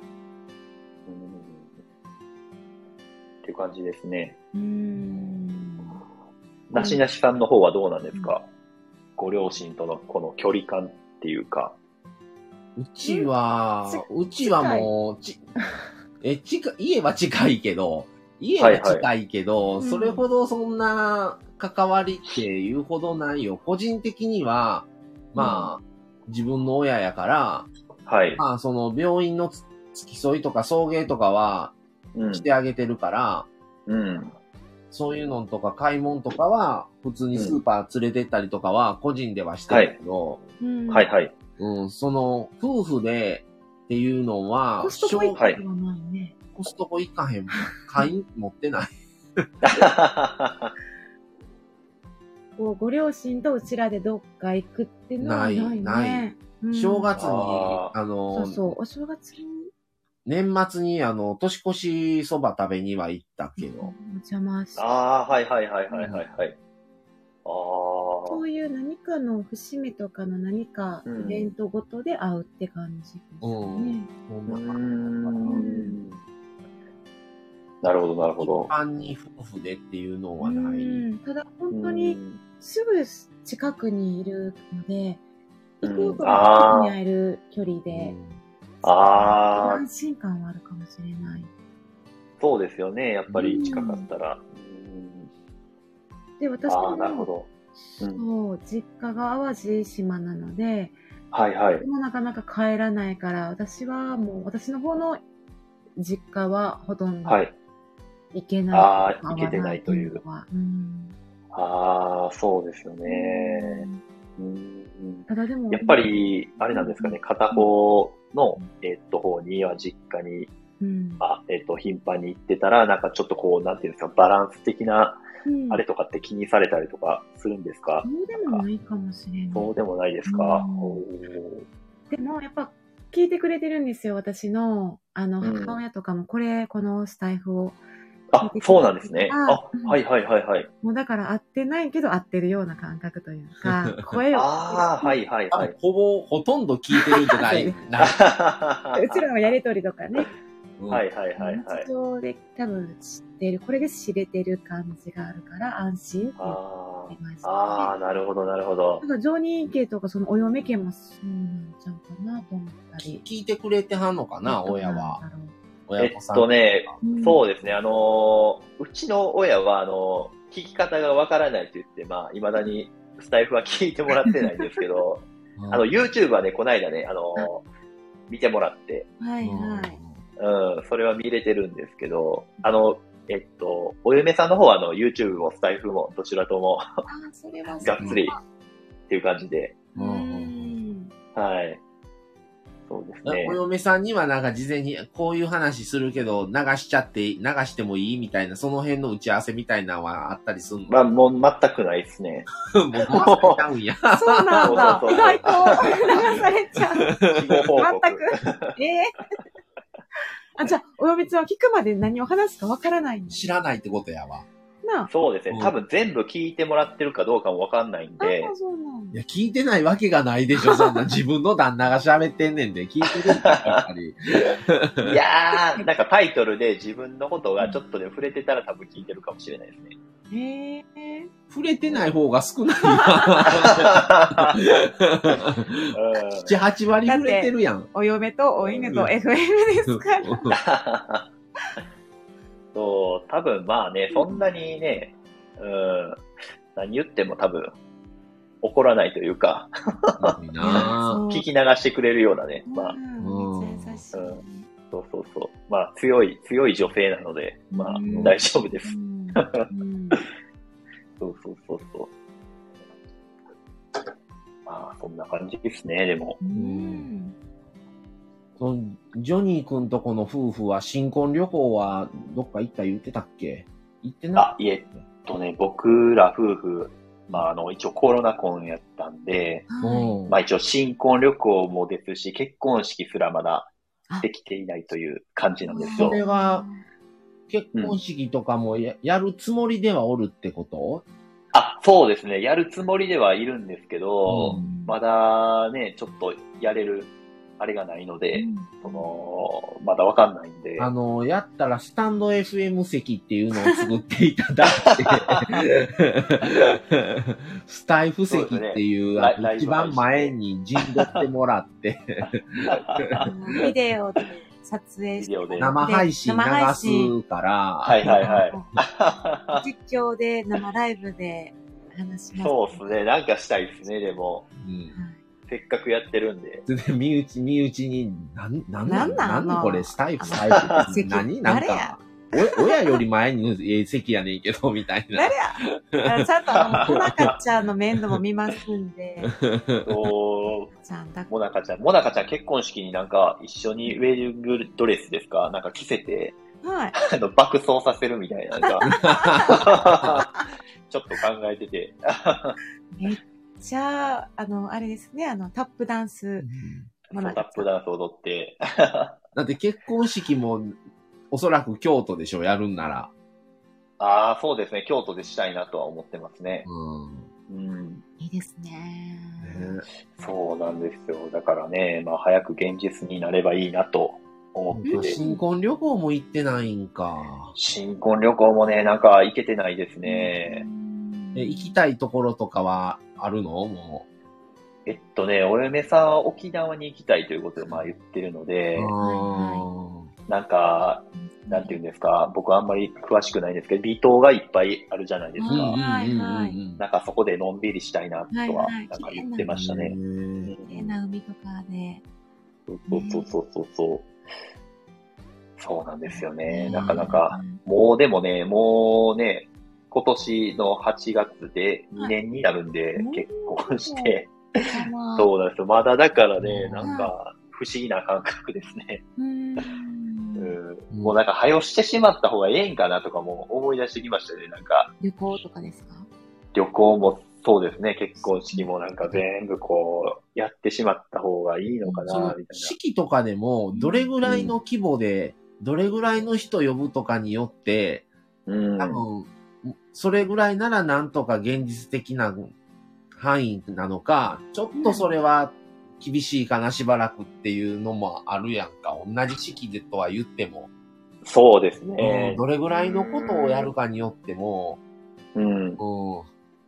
っていう感じですね。うーん。なしなしさんの方はどうなんですか、うん、ご両親とのこの距離感っていうか。 うちは、うちはもう、ち、え、近い、家は近いけど、家は近いけど、はいはい、それほどそんな関わりっていうほどないよ。個人的には、まあ、うん、自分の親やから、はい。まあ、その病院の付き添いとか送迎とかは、してあげてるから、うん。そういうのとか買い物とかは、普通にスーパー連れてったりとかは、個人ではしてるけど、 うん、はいはい。 うん、その、夫婦でっていうのは、 コストコ行かないね。 コストコ行かへん。会員持ってない。 こうご両親とうちらでどっか行くっていうのはないね。ない、ない。 うん、正月に、あ, あの、 そうそう、お正月に。 年末に、あの、年越しそば食べには行ったけど。お邪魔して。 ああ、はいはいはいはいはい、はい。うん、 そういう何かの節目とかの何かイベントごとで会うって感じですね。うんうん、 なるほどなるほど。 一般に夫婦でっていうのはない。 ただ本当にすぐ近くにいるので、行こうと近くに会える距離で、あ安心感はあるかもしれない。 そうですよね、やっぱり近かったら。 で、私も、 なるほど。 うん、そう、実家が淡路島なので、 はいはい。 でもなかなか帰らないから、私はもう、私の方の実家はほとんど行けない。 ああ、行けてないという。うん、ああ、そうですよね。うん、ただでも、やっぱり、あれなんですかね、片方の、えっと、方には実家に、うん、あえっと、頻繁に行ってたら、なんかちょっとこう、なんていうんですか、バランス的な、うん、あれとかって気にされたりとかするんですか？ そうでもないかもしれない。 そうでもないですか？ うん、でもやっぱ聞いてくれてるんですよ。私のあの母親とかもこれ、うん、このスタイフをあ、そうなんですね。あ、うん、はいはいはいはい。 もうだから会ってないけど会ってるような感覚というか、声を。 ああ、はいはいはい。 ほぼ、ほとんど聞いてるんじゃない。うちらのやりとりとかね。 はいはいはいはい。 日常で多分知ってる、これで知れてる感じがあるから安心って言ってました、ね。 ああ、なるほどなるほど。 なんかジョニー家とかそのお嫁家もそうなんちゃうかなと思ったり。 聞いてくれてはんのかな、親は。 えっとね、うん、そうですね、あの、うちの親は、あの、聞き方がわからないと言って、まあ、未だにスタイフは聞いてもらってないんですけど、あの、YouTube はね、こないだね、あの、見てもらって、 はいはい。 うん、それは見れてるんですけど、あの、えっと、お嫁さんの方は、あの、YouTube もスタイフもどちらとも、がっつりっていう感じで、 うん、 はい。そうですね。 お嫁さんにはなんか事前にこういう話するけど流しちゃって、流してもいいみたいな、その辺の打ち合わせみたいなのはあったりするの？ まあ、もう全くないですね。 もうちゃうんや。 そうなんだ。意外と流されちゃう。 全く。 ええー、あ、じゃあ、お嫁さんは聞くまで何を話すかわからないん知らないってことやわ。 なあ。 そうですね。多分全部聞いてもらってるかどうかもわかんないんで。 あ、そうなんいや、聞いてないわけがないでしょ、そんな。自分の旦那が喋ってんねんで、聞いてるんだやっぱり。 いやー、なんかタイトルで自分のことがちょっとでも触れてたら多分聞いてるかもしれないですね。 へえー。 触れてない方が少ないな。なな、はち割触れてるやん。 お嫁とお犬と エフエム ですから。 そう、多分まあね、そんなにね、うん、何言っても多分怒らないというか、聞き流してくれるようなね、まあ、うん、うん、そうそうそう、まあ強い、強い女性なので、まあ大丈夫です。そうそうそうそう。まあそんな感じですね、でも。 うんそのジョニー君とこの夫婦は新婚旅行はどっか行った言ってたっけ？行ってなあ、いえっとね、僕ら夫婦、まああの、一応コロナ婚やったんで、 はい、 まあ一応新婚旅行もですし、結婚式すらまだできていないという感じなんですよ。 それは、結婚式とかも や,、うん、やるつもりではおるってこと？ あ、そうですね。やるつもりではいるんですけど、うん、まだね、ちょっとやれる、あれがないので、うん、その、まだわかんないんで。 あの、やったらスタンド エフエム 席っていうのを作っていただいて、スタイフ席っていう、ね、一番前に陣取ってもらって、 ビデオで撮影して、 生配信流すから、 はいはいはい。 実況で生ライブで話します。 そうですね。なんかしたいですね、でも。うんせっかくやってるんで。 で、身内、身内に、なん、なんなん、 なんなんこれ、スタイフ、スタイフって何なんか、親より前にええ席やねんけど、みたいな。 誰やちゃんとあの、モナカちゃんの面倒も見ますんで。 そう。ちゃんだ。モナカちゃん、モナカちゃん結婚式になんか一緒にウェディングドレスですかなんか着せて、 はい。 あの、爆走させるみたいな、なんか、ちょっと考えてて。 じゃあ、あの、あれですね、あの、タップダンス。 うん、タップダンス踊って。 だって結婚式も、おそらく京都でしょ、やるんなら。 ああ、そうですね、京都でしたいなとは思ってますね。 うん。うん、いいですね、ね。 そうなんですよ。だからね、まあ、早く現実になればいいなと思ってて。 新婚旅行も行ってないんか。 新婚旅行もね、なんか行けてないですね。 え、行きたいところとかはあるの？もう。えっとね、お嫁さんは沖縄に行きたいということでまあ言ってるので、なんか、なんていうんですか、僕はあんまり詳しくないんですけど、離島がいっぱいあるじゃないですか。 はいはい。 なんかそこでのんびりしたいなとは、なんか言ってましたね。 綺麗な海とかで。 そうそうそうそうそう。そうなんですよね。なかなか、もうでもね、もうね、今年のはちがつでにねんになるんで、はい、結婚して、そうなんですよ。まだだからね、なんか不思議な感覚ですね。うんうん、もうなんか早押してしまった方がええんかなとかも思い出してきましたね、なんか。 旅行とかですか？ 旅行もそうですね、結婚式もなんか全部こう、やってしまった方がいいのかな、みたいな。 式とかでも、どれぐらいの規模で、どれぐらいの人呼ぶとかによって、うん、多分、それぐらいならなんとか現実的な範囲なのか、ちょっとそれは厳しいかなしばらくっていうのもあるやんか。同じ式でとは言っても。 そうですね、 うん。どれぐらいのことをやるかによっても、 うん。うん、ど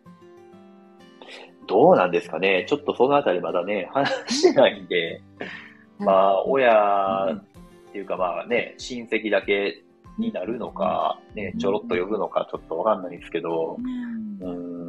うなんですかね。ちょっとそのあたりまだね、話してないんで、まあ、親っていうかまあね、親戚だけになるのか、ね、ちょろっと呼ぶのかちょっとわかんないですけど、うん。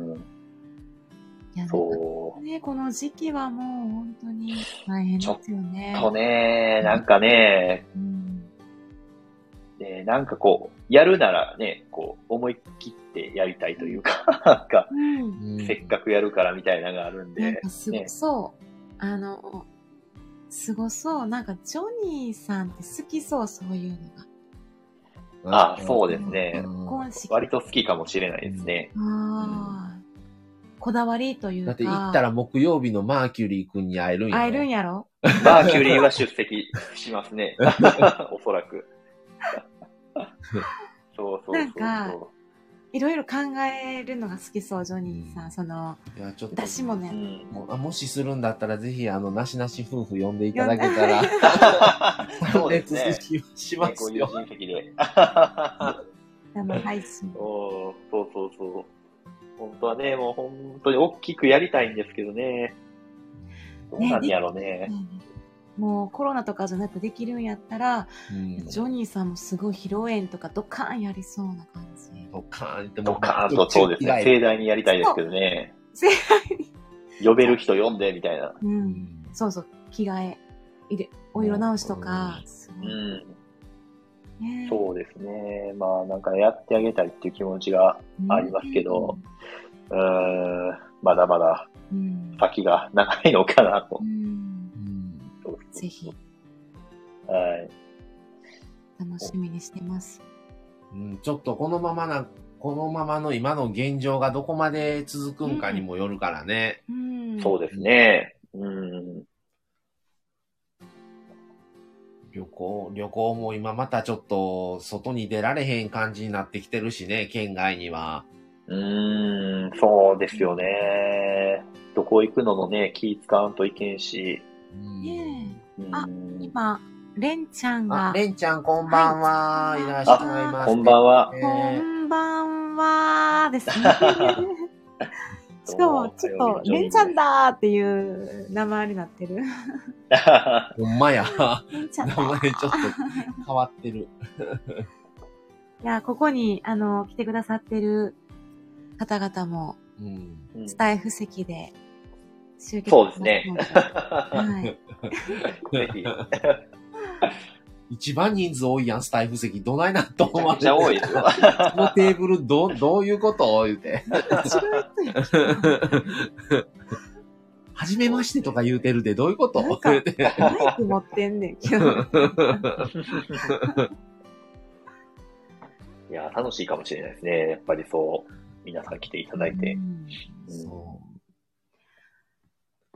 うんいやそうね、この時期はもう本当に大変ですよね。 ちょっとね、なんかね、うん、でなんかこう、やるならね、こう、思い切ってやりたいというか、なんか、うん、せっかくやるからみたいなのがあるんで。 なんかすごそう。ね、あの、すごそう。なんか、ジョニーさんって好きそう、そういうのが。ああ、そうですね。割と好きかもしれないですね。 うん、ああ。こだわりというか。 だって行ったら木曜日のマーキュリー君に会えるんやろ。 会えるんやろマーキュリーは出席しますね。おそらく。そうそうそうそう。 なんか、いろいろ考えるのが好きそう、ジョニーさん。その、いやちょっと出しもね、 うん。もしするんだったら、ぜひ、あの、なしなし夫婦呼んでいただけたら、 そうですね。 しますよ。 こういう親戚で。 生配信。 おそうそうそう。本当はね、もう本当に大きくやりたいんですけどね。どうなんやろうね。ねもうコロナとかじゃなくできるんやったら、うん、ジョニーさんもすごい披露宴とかドカーンやりそうな感じ。 ドカーンってドカーンとそうですね。盛大にやりたいですけどね。 盛大に。 呼べる人呼んでみたいな。 うん。そうそう。着替え、入れ、お色直しとか。 うん。ね、そうですね。まあなんかやってあげたいっていう気持ちがありますけど、うーん、まだまだ先が長いのかなと。うんうんそうそうそうぜひ。 はい。 楽しみにしてます。 うん、ちょっとこのままな、このままの今の現状がどこまで続くんかにもよるからね。 うんうん、そうですね。うん旅行、旅行も今またちょっと外に出られへん感じになってきてるしね、県外には。 うーん、そうですよね。どこ行くのもね、気使わんといけんし。 ねえ。あ、今、レンちゃんが。 レンちゃんこんばんは。はい、いらっしゃいます。こんばんは。 こんばんはですね。しかも、ちょっと、レンちゃんだーっていう名前になってる。 ほんまや。名前ちょっと変わってる。 いや、ここに、あの、来てくださってる方々も、うん、スタイフ席で集結そうですね。はい。ぜひ。 一番人数多いやん、スタイフ席。どないなんと思われて。 めっちゃ多いですよ。 このテーブル、ど、どういうこと言うて。はじめましてとか言うてるで、どういうこと言うて。 マイク持ってんねんけど。 いや、楽しいかもしれないですね。やっぱりそう、皆さん来ていただいて。うんうん、そう。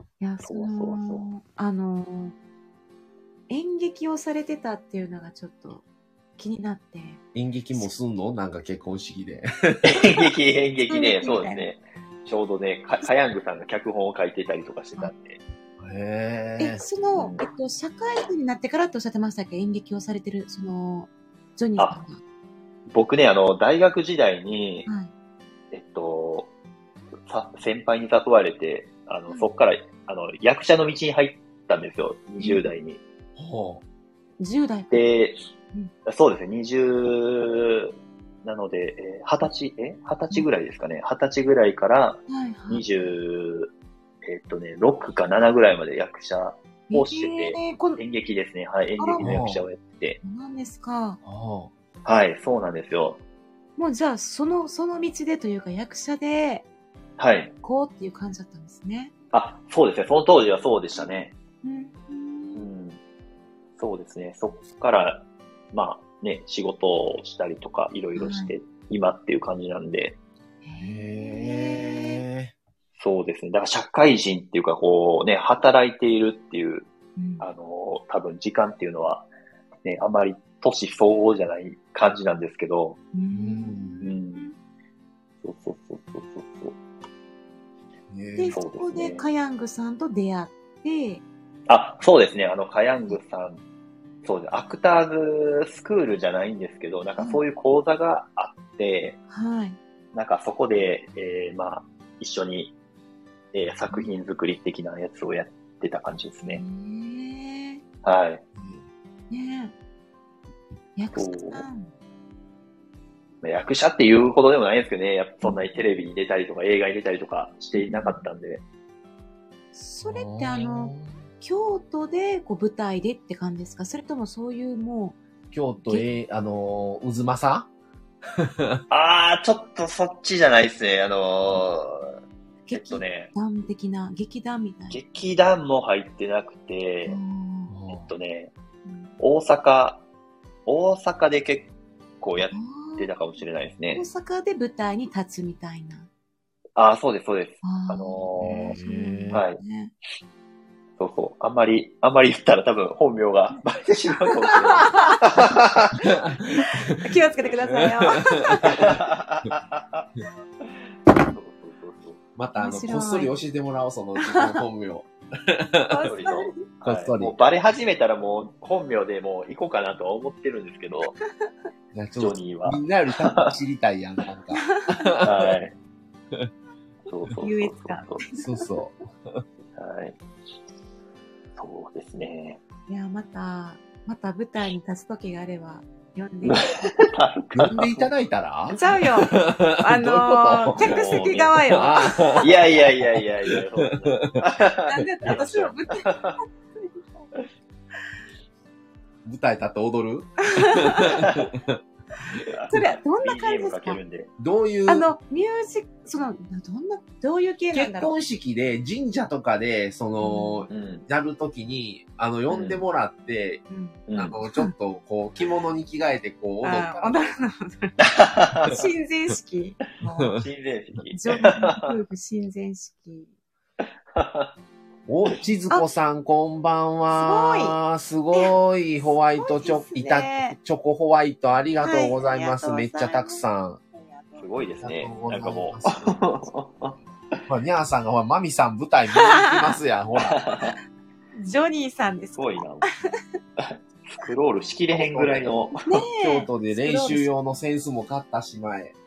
いや、そうそうそう。あの、演劇をされてたっていうのがちょっと気になって。 演劇もすんのなんか結婚式で。 演劇、演劇ね、そうですね。ちょうどね、か、かやんぐさんが脚本を書いてたりとかしてたんで。 へえ、その、えっと、社会人になってからっておっしゃってましたっけ演劇をされてる、その、ジョニーさんが。 僕ね、あの、大学時代に、はい、えっと、さ、先輩に誘われて、あの、はい、そっから、あの、役者の道に入ったんですよ、にじゅう代に。 ほう。じゅう代で、うん、そうですね、にじゅう、なので、えー、はたち、えはたちぐらいですかね。はたちぐらいから、にじゅう、えー、っとね、ろくかななぐらいまで役者をしてて、えー、演劇ですね。はい、演劇の役者をやってて。 何ですか。 はい、そうなんですよ。 もうじゃあ、その、その道でというか役者で、 はい。 こうっていう感じだったんですね。 あ、そうですね。その当時はそうでしたね。うん。うん、そうですね。そっから、まあね、仕事をしたりとかいろいろして、はい、今っていう感じなんで。 へー。 そうですね。だから社会人っていうかこうね、働いているっていう、うん、あの、多分時間っていうのは、ね、あまり年相応じゃない感じなんですけど。うん。うん。そうそうそうそうそう。 で、そこでカヤングさんと出会って、 あ、そうですね。あの、カヤングさん、そうです。アクターズスクールじゃないんですけど、なんかそういう講座があって、 はい。 なんかそこで、えー、まあ、一緒に、えー、作品作り的なやつをやってた感じですね。 へー。 はい。 ね役者さん。 役者っていうほどでもないんですけどね、やっぱそんなにテレビに出たりとか映画に出たりとかしていなかったんで。 それってあの、京都でこう舞台でって感じですか？それともそういうもう。京都へ、あの、渦政あー、ちょっとそっちじゃないですね。あのー、えっとね。 劇団的な、劇団みたいな。 劇団も入ってなくて、えっとね、大阪、大阪で結構やってたかもしれないですね。 大阪で舞台に立つみたいな。 ああ、そうです、そうです。あ、あのー、はい。そうそう。あんまり、あんまり言ったら多分本名がバレてしまうかもしれない。 気をつけてくださいよ。 また、あの、こっそり教えてもらおう、その自分の本名。こっそり。 もうバレ始めたらもう本名でもう行こうかなとは思ってるんですけど、ジョニーは。 みんなより多分知りたいやん、なんか。 はい。そうそうそう。 優越感。 そうそう。 はい。そうですね。 いや、また、また舞台に立つ時があれば、呼んで。 呼んでいただいたらちゃうよ。あのー、客席側よ。 いやいやいやいやいや。 なんで私も舞台。 舞台立って踊るそれはどんな感じですか？ どういうあの、ミュージック、その、どんな、どういう系なんだろう？ 結婚式で神社とかで、その、うん、やるときに、あの、呼んでもらって、うん、あの、ちょっと、こう、着物に着替えて、こう、踊った。 踊るの。親善式。 親善式。 ジョニー夫婦親善式。 お、千鶴子さん、こんばんは。すごい。すごい、ホワイトチョコ、いた、チョコホワイト、ありがとうございます。はい、めっちゃたくさん。 すごいですね。なんかもう。まあ、ニャーさんが、ほら、マミさん舞台見に行きますやん、ほら。 ジョニーさんです。 すごいな。スクロールしきれへんぐらいの。 京都で練習用のセンスも買ったしまえ。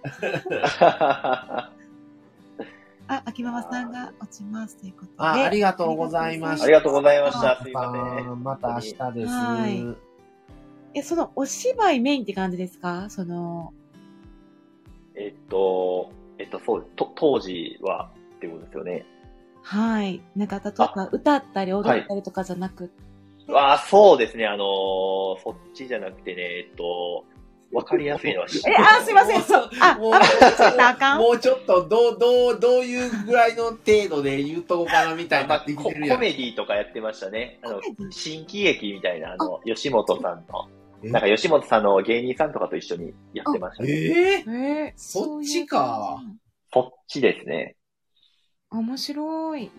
あ、秋ママさんが落ちますということで。 あ、ありがとうございました。 ありがとうございました。すいません。 また明日です。 はい。え、そのお芝居メインって感じですか？その。 えっと、えっと、そうです。と、当時はってことですよね。 はい。なんか、例えば歌ったり踊ったりとかじゃなくて。 はい、あ、そうですね。あのー、そっちじゃなくてね、えっと、わかりやすいのはえ、あ、すいません。そう。あ、もう、あかんもうちょっと、どう、どう、どういうぐらいの程度で言うとこかなみたいになってきてるやん。 コメディとかやってましたね。あの、新喜劇みたいな、あの、吉本さんの。なんか吉本さんの芸人さんとかと一緒にやってましたね。 えー、えー、そっちか。 そっちですね。 面白い。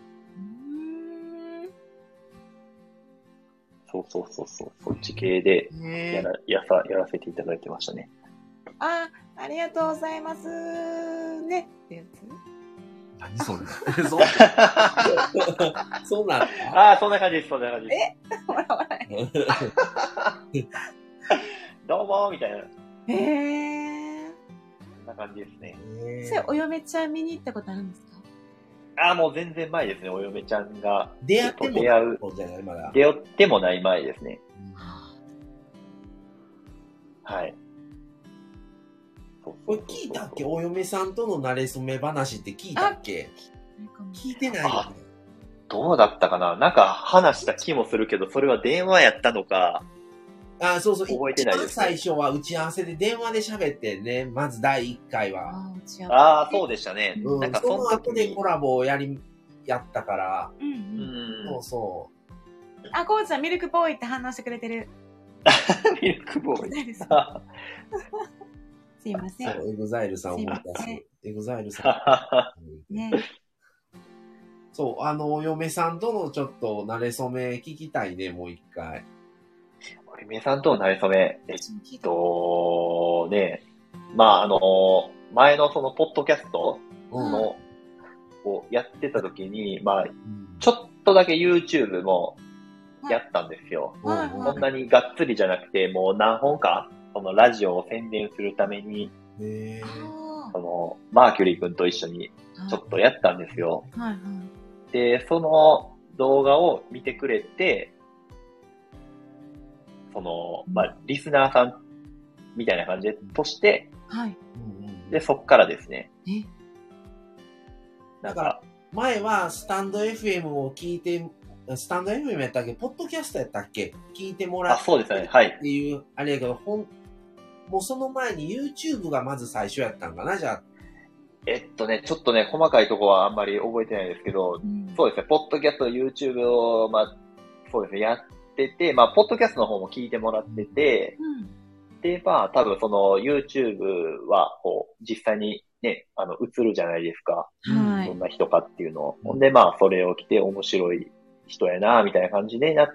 そうそうそうそう、そっち系でやら、やさ、やらせていただいてましたね。 あ、ありがとうございますねってやつ。 何それそそうなんだ。 ああ、そんな感じです、そんな感じです。 えほらほら。 どうもーみたいな。 へえー。 そんな感じですね。 それ、お嫁ちゃん見に行ったことあるんですか？ ああ、もう全然前ですね、お嫁ちゃんが。 出会っても出会う。出会ってもない前ですね。うん、はい。 これ聞いたっけ？お嫁さんとの馴れ初め話って聞いたっけ？聞いてないよね。 どうだったかな？なんか話した気もするけど、それは電話やったのか。 あ、そうそう。 覚えてないです、ね。 最初は打ち合わせで電話で喋ってね、まずだいいっかいは。 ああ、そうでしたね。 うん、なんかその後でコラボをやり、やったから。 うん、うん。 そうそう。 あ、こうちゃんミルクボーイって反応してくれてる。 ミルクボーイ。 すいません。 そう、エグザイルさんを思い出す。エグザイルさん。ね。そう、あの、お嫁さんとのちょっと馴れ初め聞きたいね、もう一回。 お嫁さんとの馴れ初め、えっと、ね、まあ、あの、前のその、ポッドキャストの、うん、をやってた時に、まあ、うん、ちょっとだけ YouTube もやったんですよ。はい、そんなにがっつりじゃなくて、もう何本か、そのラジオを宣伝するために、 へその、マーキュリー君と一緒にちょっとやったんですよ。 はいはい、 で、その動画を見てくれて、その、まあ、リスナーさんみたいな感じで、として、 はい。 で、そっからですね。 えだから、前はスタンド エフエム を聞いて、スタンド エフエム やったっけポッドキャストやったっけ聞いてもらって。 あ、そうですね。はい。 っていう、あれやけど、ほん、もうその前に YouTube がまず最初やったんかな、じゃあ。 えっとね、ちょっとね、細かいとこはあんまり覚えてないですけど、うん、そうですね、ポッドキャスト、YouTube を、まあ、そうですね、やってて、まあ、ポッドキャストの方も聞いてもらってて、うん、で、まあ、多分その YouTube は、こう、実際にね、あの、映るじゃないですか。はい。どんな人かっていうのを。ほんで、まあ、それを着て面白い人やな、みたいな感じでなって、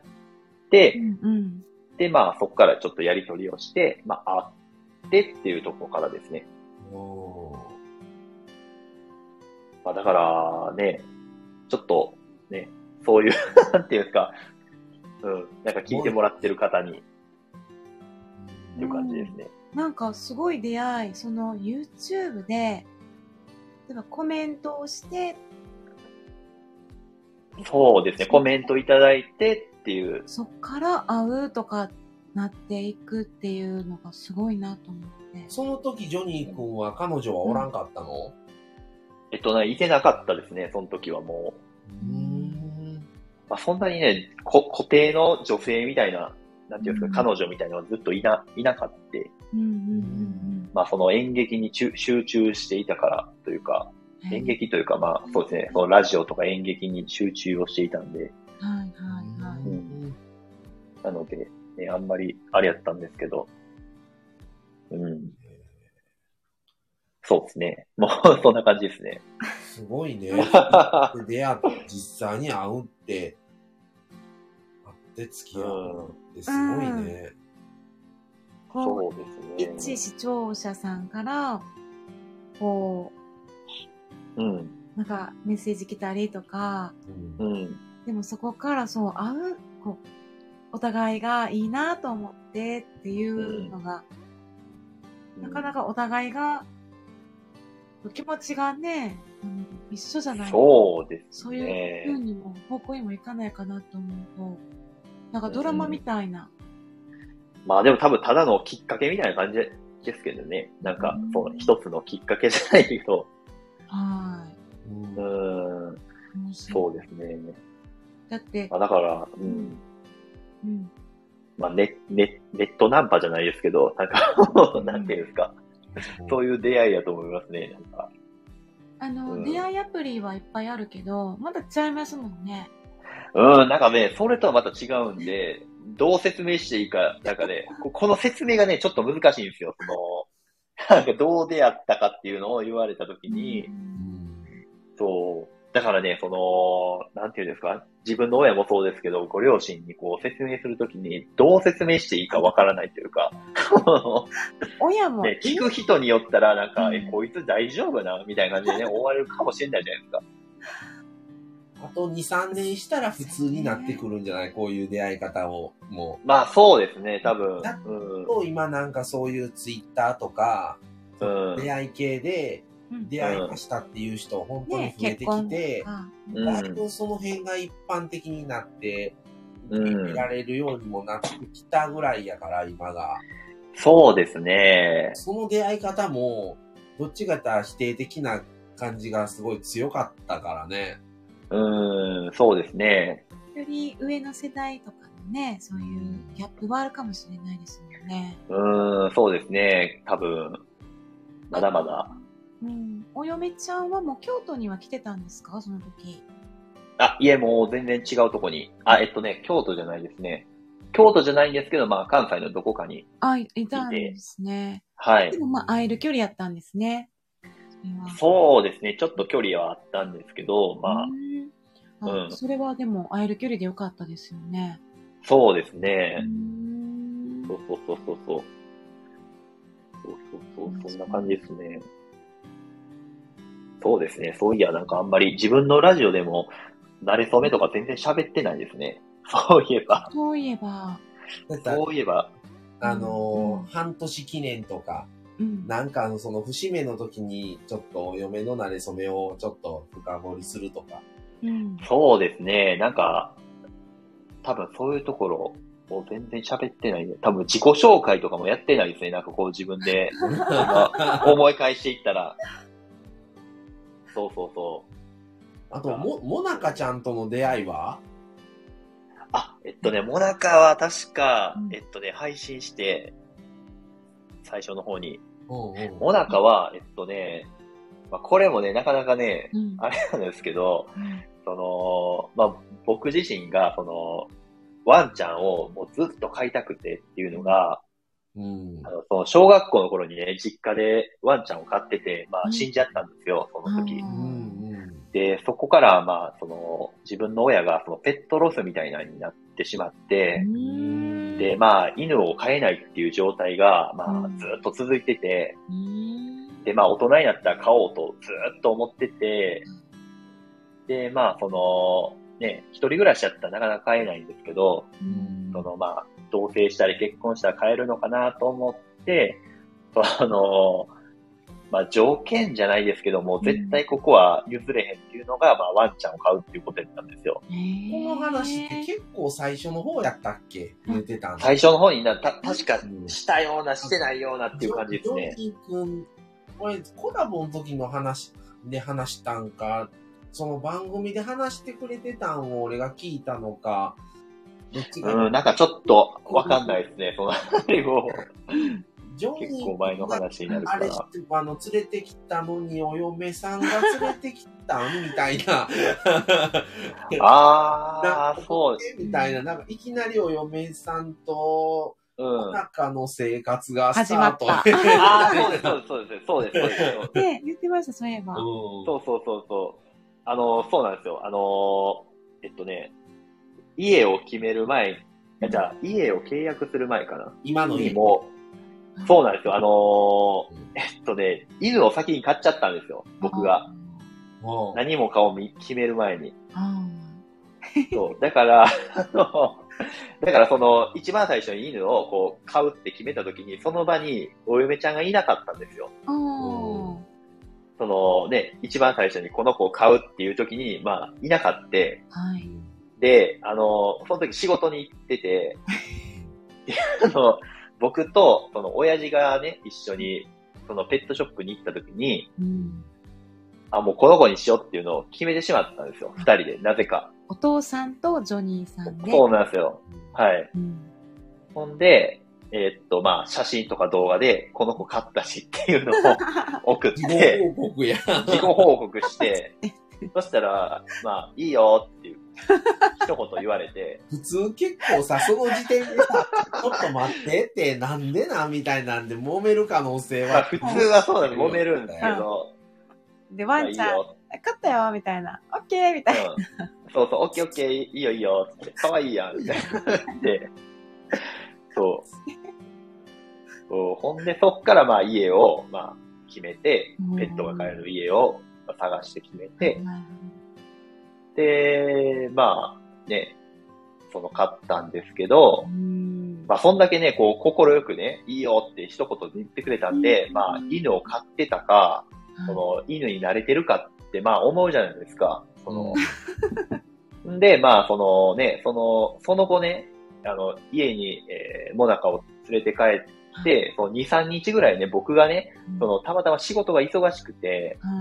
うんうん、で、まあ、そこからちょっとやりとりをして、まあ、会ってっていうところからですね。おー。まあ、だからね、ちょっとね、そういう、なんていうんですか、うん、なんか聞いてもらってる方に、っていう感じですね。 なんかすごい出会い、その YouTube で、例えばコメントをして、 そうですね、コメントいただいてっていう。 そっから会うとかなっていくっていうのがすごいなと思って。 その時ジョニー君は彼女はおらんかったの？うんえっとね、いてなかったですね、その時はもう。うーんまあ、そんなにね、こ固定の女性みたいな、なんていうんですか、うん、彼女みたいなのはずっといな、いなかった。うんうんうんうん、まあその演劇に集中していたからというか、はい、演劇というかまあそうですね、そのラジオとか演劇に集中をしていたんで。はいはいはい。うん、なので、ね、あんまりあれやったんですけど、うん。そうですね。もう、そんな感じですね。 すごいね。出会って、実際に会うって、会って付き合うってすごいね。 うん、そうですね。 一視聴者さんから、こう、うん。なんかメッセージ来たりとか、うん。でもそこからそう、会う、こう、お互いがいいなと思ってっていうのが、うん、なかなかお互いが、気持ちがね、うん、一緒じゃない。 そうですね。 そういう風にも、方向にもいかないかなと思うと、なんかドラマみたいな。 うん、まあでも多分ただのきっかけみたいな感じですけどね。なんか、うん、そう、一つのきっかけじゃないけど。はい。うん。そうですね。 だって。 まあ、だから、うん。うん。まあネ、ネ、ネットナンパじゃないですけど、なんか、なんていうんですか。そういう出会いだと思いますね、なんか。 あの、うん、出会いアプリはいっぱいあるけど、まだ違いますもんね。 うん、なんかね、それとはまた違うんで、どう説明していいか、なんかね、この説明がね、ちょっと難しいんですよ。その、なんかどう出会ったかっていうのを言われたときに、うん、そう。だからね、その、なんていうんですか、自分の親もそうですけど、ご両親にこう説明するときに、どう説明していいかわからないというか、 親も、 ね、聞く人によったら、なんか、うん、え、こいつ大丈夫なみたいな感じでね、思われるかもしれないじゃないですか。 あとに、さんねんしたら普通になってくるんじゃない？こういう出会い方を、もう。まあ、そうですね、多分。 だと、今なんかそういうツイッターとか、うん、出会い系で、出会いましたっていう人、本当に増えてきて、うん、だいぶその辺が一般的になって、見られるようにもなってきたぐらいやから、今が。 そうですね。 その出会い方も、どっちかというと否定的な感じがすごい強かったからね。 うーん、そうですね。 より上の世代とかのね、そういうギャップはあるかもしれないですもんね。 うーん、そうですね。多分、まだまだ。 うん。お嫁ちゃんはもう京都には来てたんですか？その時。 あ、いえ、もう全然違うとこに。あ、えっとね、京都じゃないですね。京都じゃないんですけど、まあ、関西のどこかに。 あ、いたんですね。 はい。 でもまあ、会える距離やったんですね。 そうですね。ちょっっと距離はあったんですけど、まあ、うん。それはでも会える距離でよかったですよね。 そうですね。そうそうそうそうそう。そうそうそう、そんな感じですね。そうですね。そういや、なんかあんまり自分のラジオでも、慣れ初めとか全然喋ってないですね。そういえば。 そういえば。 そういえば。 あのーうん、半年記念とか、うん、なんかその節目の時にちょっとお嫁の馴れ初めをちょっと深掘りするとか。 うん、そうですね。なんか、多分そういうところもう全然喋ってないね。多分自己紹介とかもやってないですね。なんかこう自分で思い返していったら。そうそうそう。 あと、も、もなかちゃんとの出会いは？ あ、えっとね、もなかは確か、うん、えっとね、配信して、最初の方に。 うんうん、 もなかは、えっとね、まあ、これもね、なかなかね、 うん、 あれなんですけど、 うん、 その、まあ、僕自身が、その、ワンちゃんをもうずっと飼いたくてっていうのが、 うん、 あのその小学校の頃にね、実家でワンちゃんを飼ってて、まあ死んじゃったんですよ、その時。 うん、 で、そこからまあ、その、自分の親がそのペットロスみたいなのになってしまって、 うん、 で、まあ、犬を飼えないっていう状態が、まあ、ずっと続いてて、 うん、 で、まあ、大人になったら飼おうとずっと思ってて、で、まあ、その、ね、一人暮らしだったらなかなか飼えないんですけど、 うん、 その、まあ、同棲したり結婚したら飼えるのかなと思って、その、まあ、条件じゃないですけども、絶対ここは譲れへんっていうのが、まあ、ワンちゃんを飼うっていうことだったんですよ。 この話って結構最初の方やったっけ？言ってたんです。 最初の方にな、た、確かしたような、してないようなっていう感じですね。 ジョニー君、これコラボの時の話で話したんか、その番組で話してくれてたんを俺が聞いたのか、 うん、なんかちょっとわかんないですね、そのあれを。 ジョニー結構前の話になるから。 あれ、あの、連れてきたのにお嫁さんが連れてきたんみたいな。 ああ、そう。 みたいな、なんかいきなりお嫁さんと、お中の生活がスタート。 始まった。 ああ、そうです、そうです、そうです、そうです。そうですね、言ってました、そういえば。 そうそうそうそう。あの、そうなんですよ。あの、えっとね、家を決める前、じゃあ、家を契約する前かな。 今の家も、そうなんですよ。あのー、えっとね、犬を先に飼っちゃったんですよ、僕が。何もかを決める前に。そう。だから、あの、だからその、一番最初に犬をこう、飼うって決めた時に、その場にお嫁ちゃんがいなかったんですよ。そのね、一番最初にこの子を飼うっていう時に、まあ、いなかった。 はい。 で、あの、その時仕事に行ってて、あの、僕と、その、親父がね、一緒に、その、ペットショップに行った時に、 うん、 あ、もうこの子にしようっていうのを決めてしまったんですよ。二人で、なぜか。 お父さんとジョニーさんで。 そうなんですよ。はい。 うん、 ほんで、えー、っと、まあ、写真とか動画で、この子飼ったしっていうのを送って、 自己報告や。 自己報告して、そしたら、まあ、いいよっていう、一言言われて。 普通結構さ、その時点でさ、ちょっと待ってって、なんでなみたいなんで揉める可能性は。 まあ、普通はそうなんで揉めるんですけど。 で、ワンちゃん、まあ、いいよ勝ったよみたいな。オッケーみたいな。うん、 そうそう、オッケーオッケー、いいよいいよって、かわいいやん、みたいな。で、そう。そうほんで、そっからまあ家を、まあ、決めて、ペットが飼える家を探して決めて、うん、で、まあ、ね、その買ったんですけど、うん、まあ、そんだけね、こう、心よくね、いいよって一言で言ってくれたんで、うん、まあ、犬を飼ってたか、その、犬に慣れてるかって、まあ、思うじゃないですか。その、うん、で、まあ、そのね、その、その後ね、あの、家に、えー、モナカを連れて帰って、そのに、さんにちぐらいね、僕がね、その、たまたま仕事が忙しくて、うん、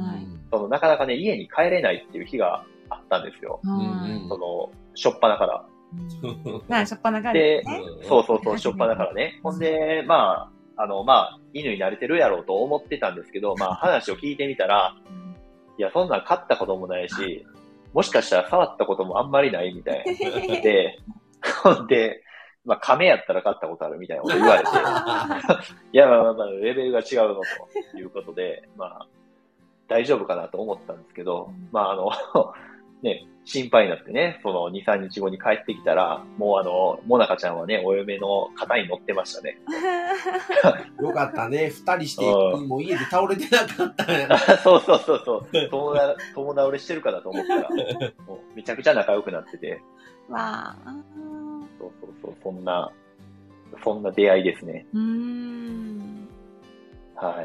その、なかなかね、家に帰れないっていう日があったんですよ。うん、その、しょっぱなから。 まあ、しょっぱなからね。で、そうそうそう、しょっぱなからね。ほんで、まあ、あの、まあ、犬に慣れてるやろうと思ってたんですけど、まあ、話を聞いてみたら、いや、そんなん飼ったこともないし、もしかしたら触ったこともあんまりないみたいな。で、ほんで、まあ、亀やったら飼ったことあるみたいなこと言われて、いや、まあまあまあ、レベルが違うのということで、まあ、大丈夫かなと思ったんですけど、まあ、あの、ね、心配になってね、そのに、さんにちごに帰ってきたら、もうあの、モナカちゃんはね、お嫁の肩に乗ってましたね。 よかったね。二人して、もう家で倒れてなかったんや。 そうそうそうそう。友倒友倒れしてるかなと思ったら、もうめちゃくちゃ仲良くなってて。 わあ。 そうそうそう、そんな、そんな出会いですね。 うーん。 はい。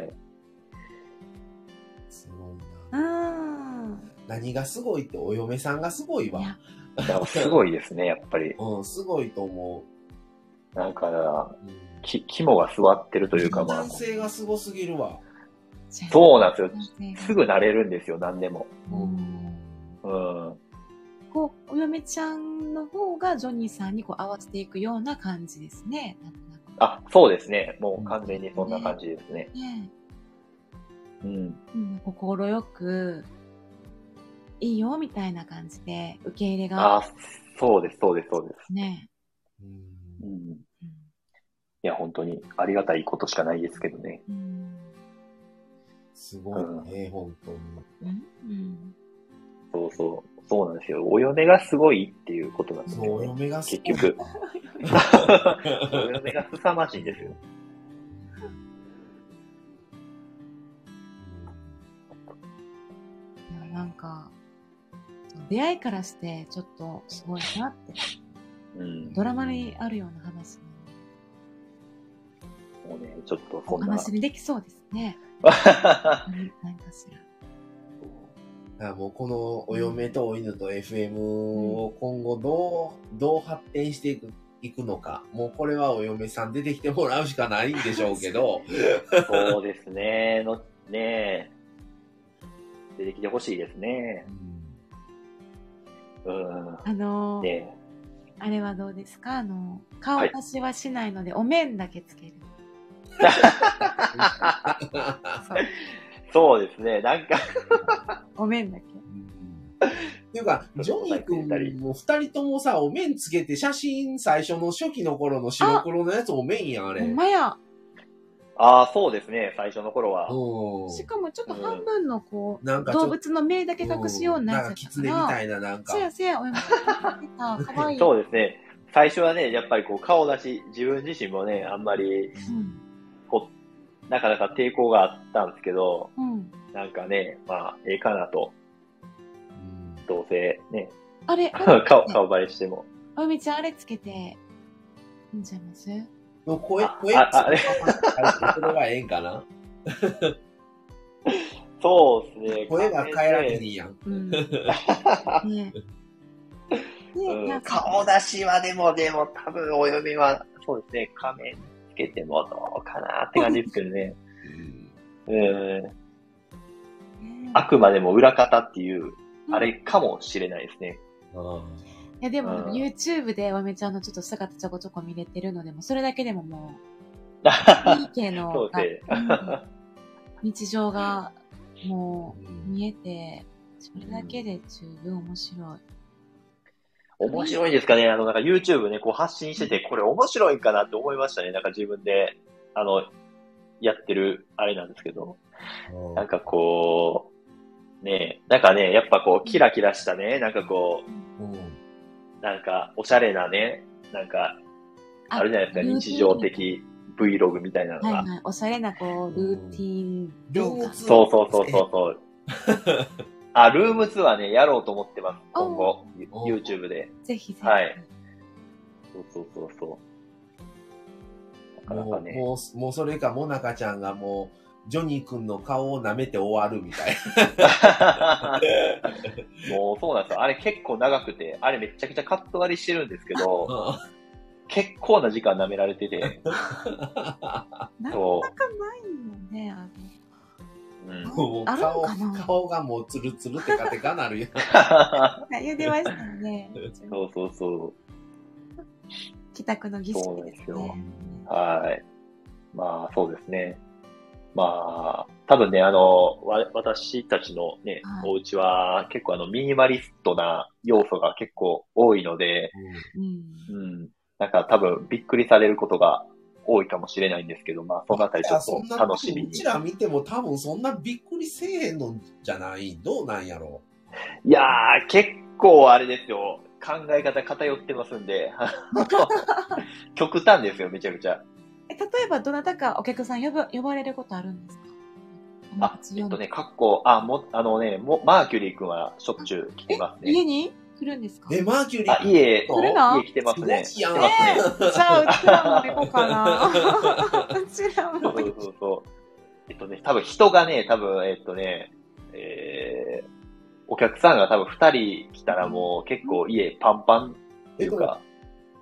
すごいな。 うん。 何がすごいってお嫁さんがすごいわ。 いやすごいですね、やっぱり。 うん、すごいと思う。 なんか、き肝が座ってるというか、まあ。 男性がすごすぎるわ。 そうなんですよ。すぐ慣れるんですよ、何でも。 うん。 うん。 こう、お嫁ちゃんの方がジョニーさんにこう合わせていくような感じですね。なんとなくあ、そうですね。もう完全にそんな感じですね。 ねうん。 うん、心よく、いいよみたいな感じで受け入れが。 あ、そうです、そうです、そうです。 ね。 うん。うん、いや、本当にありがたいことしかないですけどね。 うん、 すごいね、うん、本当に。 うんうん、 そうそう。そうなんですよ。お嫁がすごいっていうことなんですよね。 お嫁がすごい。 結局。お嫁が凄まじいんですよ。 いや、なんか、出会いからしてちょっとすごいなって。うん、ドラマにあるような話。 もうね、ちょっとそんな。 お話にできそうですね。何かしら。 もうこのお嫁とお犬と エフエム を今後どう、どう発展していく、いくのか。もうこれはお嫁さん出てきてもらうしかないんでしょうけど。 そうですね。の、ね出てきてほしいですね。うん。 あのー、ね、あれはどうですか？あの、顔出しはしないので、はい、お面だけつける。 そうそうですね、なんかお面だけ。 っていうか、ジョニー君も二人ともさ、お面つけて写真最初の初期の頃の白黒のやつお面やん、あれ。 ほんまや。 ああ、そうですね、最初の頃は。 しかもちょっと半分のこう、うん、動物の目だけ隠すようなやつだったから。なんか狐みたいななんか。そうやそうや、お嫁さん。かわいい。 そうですね。最初はね、やっぱりこう顔出し、自分自身もね、あんまり、うん、こう、なかなか抵抗があったんですけど、うん、なんかね、まあ、ええかなと。うん、どうせね、 あれ、 顔、顔バレしても。 お嫁ちゃん、あれつけて、いいんちゃいます？ の声、声あ、あれそれがええんかなそうですね。 声が変えられへんやん。うん、ねうん、顔出しはでも、でも多分お嫁は、そうですね、仮面つけてもどうかなって感じですけどね。うん、あくまでも裏方っていう、あれかもしれないですね。 うんいやでも、うん、YouTube でお嫁ちゃんのちょっと姿ちょこちょこ見れてるのでも、それだけでももう、いい系の、 そうですね、 うん、日常がもう見えて、それだけで十分面白い。 面白いですかね。あの、なんか YouTube ね、こう発信してて、これ面白いかなって思いましたね。なんか自分で、あの、やってる、あれなんですけど。なんかこう、ね、なんかね、やっぱこう、キラキラしたね、なんかこう、うんなんか、おしゃれなね、なんか、あるじゃないですか、日常的 Vlog みたいなのが。 はいはい、おしゃれな、こう、ルーティン動画。 そうそうそうそうそう。あ、ルームツアーね、やろうと思ってます、今後。YouTube で。 ぜひぜひ。 はい。そうそうそうそう。なかなかね。 もう、もうそれか、もなかちゃんがもう、ジョニー君の顔を舐めて終わるみたいな。もうそうなんですよ。あれ結構長くて、あれめちゃくちゃカット割りしてるんですけど、結構な時間舐められてて。 なかなかないよね、あの。うん、もう顔、顔がもうツルツルテカテカなるよ。 言ってましたね。 そうそうそう。 帰宅の儀式ですね。 そうなんですよ。はい。まあそうですね。まあ、多分ね、あの、わ、私たちのね、はい、お家は結構あの、ミニマリストな要素が結構多いので、うん。うん。なんか多分びっくりされることが多いかもしれないんですけど、まあ、そのあたりちょっと楽しみに。 うちら見ても多分そんなびっくりせえへんのじゃないどうなんやろいやー、結構あれですよ。考え方偏ってますんで。極端ですよ、めちゃくちゃ。 え、例えばどなたかお客さん呼ば、呼ばれることあるんですか？ あ、えっとね、かっこ、あ、も、あのね、も、マーキュリー君はしょっちゅう来てますね。 家に来るんですか？ え、マーキュリーあ、家、 来るの？ 家来てますね。 来てますね。じゃあ、うちらも行こうかな。うちらも。 そうそうそう。えっとね、多分人がね、多分、えっとね、えー、お客さんが多分二人来たらもう結構家パンパンっていうか。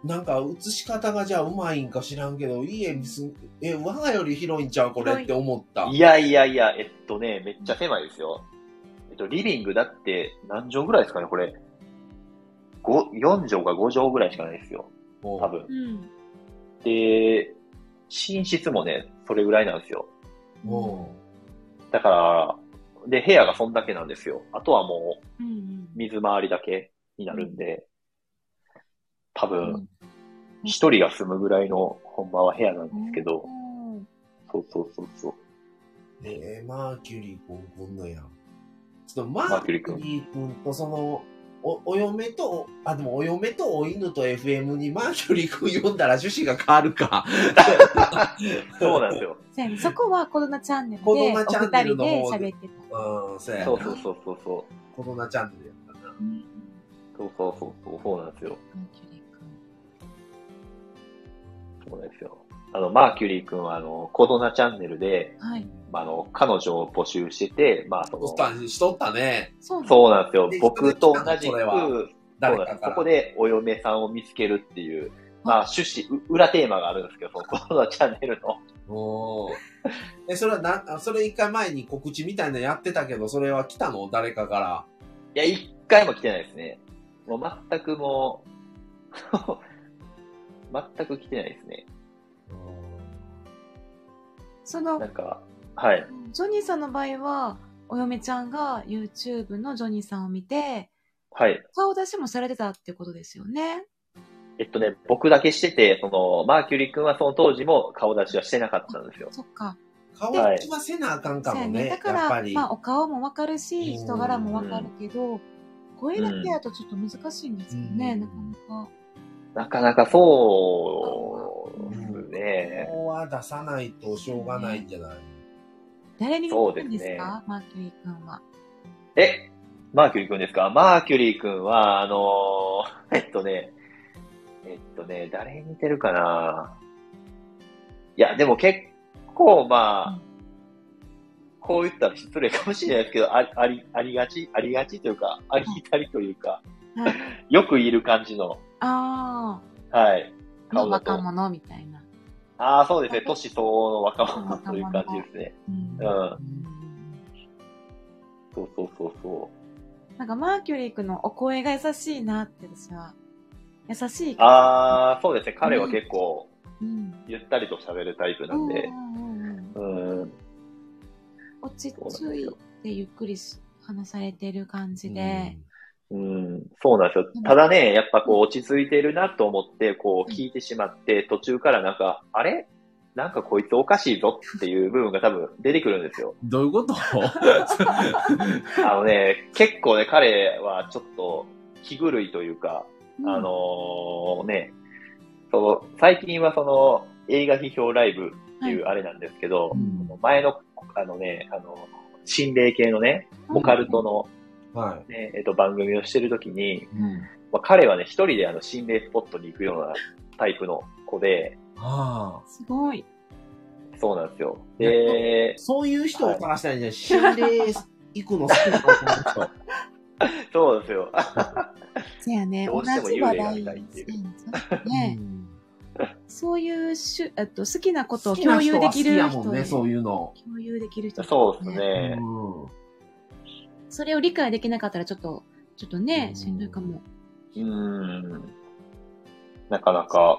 なんか映し方がじゃあうまいんか知らんけど、家にす、え、我がより広いんちゃうこれって思った。 いやいやいや、えっとね、めっちゃ狭いですよ。えっと、リビングだって何畳ぐらいですかね、これ。ご、よん畳かご畳ぐらいしかないですよ。多分。うん、で、寝室もね、それぐらいなんですよ。だから、で、部屋がそんだけなんですよ。あとはもう、水回りだけになるんで、多分、一人が住むぐらいの、ほんまは部屋なんですけど、そうそうそうそう。 えー、マーキュリー君こんのやん。ちょっとマーキュリー君とその、お、お嫁と、あ、でもお嫁とお犬と エフエム にマーキュリー君読んだら趣旨が変わるか。 そうなんですよ。 そこはコロナチャンネルで、お二人で喋ってた。 うん、そうや。そうそうそうそうそう。 コロナチャンネルやったな。うん、 そうそうそうそう、そうなんですよ。マーキュリー君。そうなんですよ。あの、マーキュリー君は、あの、コロナチャンネルで、はい。あの、彼女を募集してて、まあ、その、 しとったね。 そうなんですよ。僕と同じく、そうなんです。そこでお嫁さんを見つけるっていう、まあ、趣旨、裏テーマがあるんですけど、そのコロナチャンネルの。 おー。え、それはな、それ一回前に告知みたいなのやってたけど、それは来たの誰かから。 いや、一回も来てないですね。もう全くもう、全く来てないですね。 その、 なんか、はい。 ジョニーさんの場合は、お嫁ちゃんが YouTube のジョニーさんを見て、 はい。 顔出しもされてたってことですよね。 えっとね、僕だけしてて、その、マーキュリー君はその当時も顔出しはしてなかったんですよ。 そっか。 顔出しはせなあかんかもね。 だから、まあ、お顔もわかるし、人柄もわかるけど、声だけだとちょっと難しいんですよね、なかなか。 なかなかそうですね。 顔は出さないとしょうがないんじゃない？ 誰に似てるんですか、ね、マーキュリー君は。 え、マーキュリー君ですか？マーキュリー君は、あのー、えっとね、えっとね、誰に似てるかな？いや、でも結構まあ、うん、こう言ったら失礼かもしれないですけど、あ, あり、ありがち、ありがちというか、ありきたりというか、はい、よくいる感じの。 ああ。はい。 の若者みたいな。 ああ、そうですね。年相応の若者という感じですね。うん。うん、そうそうそうそう。 なんかマーキュリー君のお声が優しいなって私は。優しい。 ああ、そうですね。彼は結構、ゆったりと喋るタイプなんで。うん。うん、 落ち着いてゆっくり話されてる感じで。 うん、うん、そうなんですよ。ただね、やっぱこう落ち着いてるなと思って、こう聞いてしまって、途中からなんか、あれなんかこいつおかしいぞっていう部分が多分出てくるんですよ。 どういうこと？ あのね、結構ね、彼はちょっと気狂いというか、うん、あのー、ね、その、最近はその映画批評ライブっていうあれなんですけど、はいうん、前の、あのね、あの、心霊系のね、オカルトの、はいねえっと、番組をしてるときに、うんまあ、彼はね、一人であの心霊スポットに行くようなタイプの子で、 ああ、すごい。 そうなんですよ。で、 そういう人を探したらいいんじゃない？心霊行くの好きな人。 そうですよ。 そうやね、 どうしても幽霊が見たいっていう。 ね、そういうしゅ、えっと、好きなことを共有できる人。好きやもんね、 そういうの。 共有できる人、 ね。そうですね、 うん。それを理解できなかったらちょっと、ちょっとね、しんどいかも。 うーん。なかなか。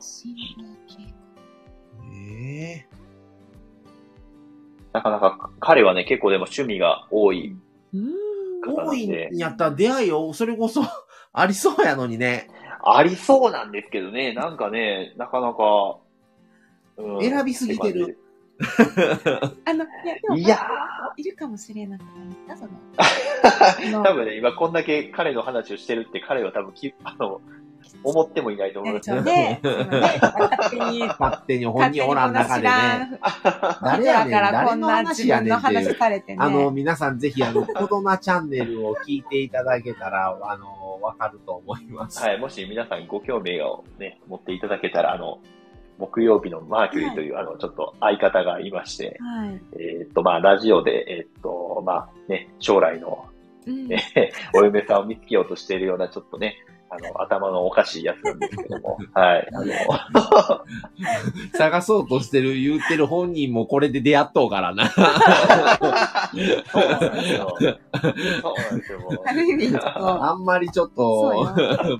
えー、 なかなか、彼はね、結構でも趣味が多い方なんで。多いんやったら出会いを、それこそありそうやのにね。 ありそうなんですけどね、なんかね、なかなか、 うん、選びすぎてる。 あの、いや、でも、いやいるかもしれなくないですか、 その。多分ね、今こんだけ彼の話をしてるって彼は多分き、あの、思ってもいないと思うんですよね。勝手に、 勝手に本人おらん中でね。 誰やねん、誰の話やねんっていう。 あの、皆さんぜひ、あの、コドナチャンネルを聞いていただけたら、あの、わかると思います。 はい、もし皆さんご興味をね、持っていただけたら、あの、木曜日のマーキュリーという、はい、あの、ちょっと相方がいまして、はい、えっと、まあ、ラジオで、えっと、まあ、ね、将来の、ね、うん、お嫁さんを見つけようとしているような、ちょっとね、 あの、頭のおかしいやつなんですけども。はい。あの、 探そうとしてる言ってる本人もこれで出会っとうからな。 そうなんですよ。そうなんですよ、もう。 ある意味、ちょっと。 あんまりちょっと、 そうよ。 はい。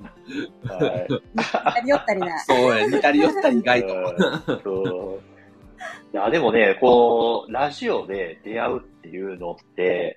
似たり寄ったりだ。 そうや、似たり寄ったり意外と。 うんそう。いや、でもね、こう、ラジオで出会うっていうのって、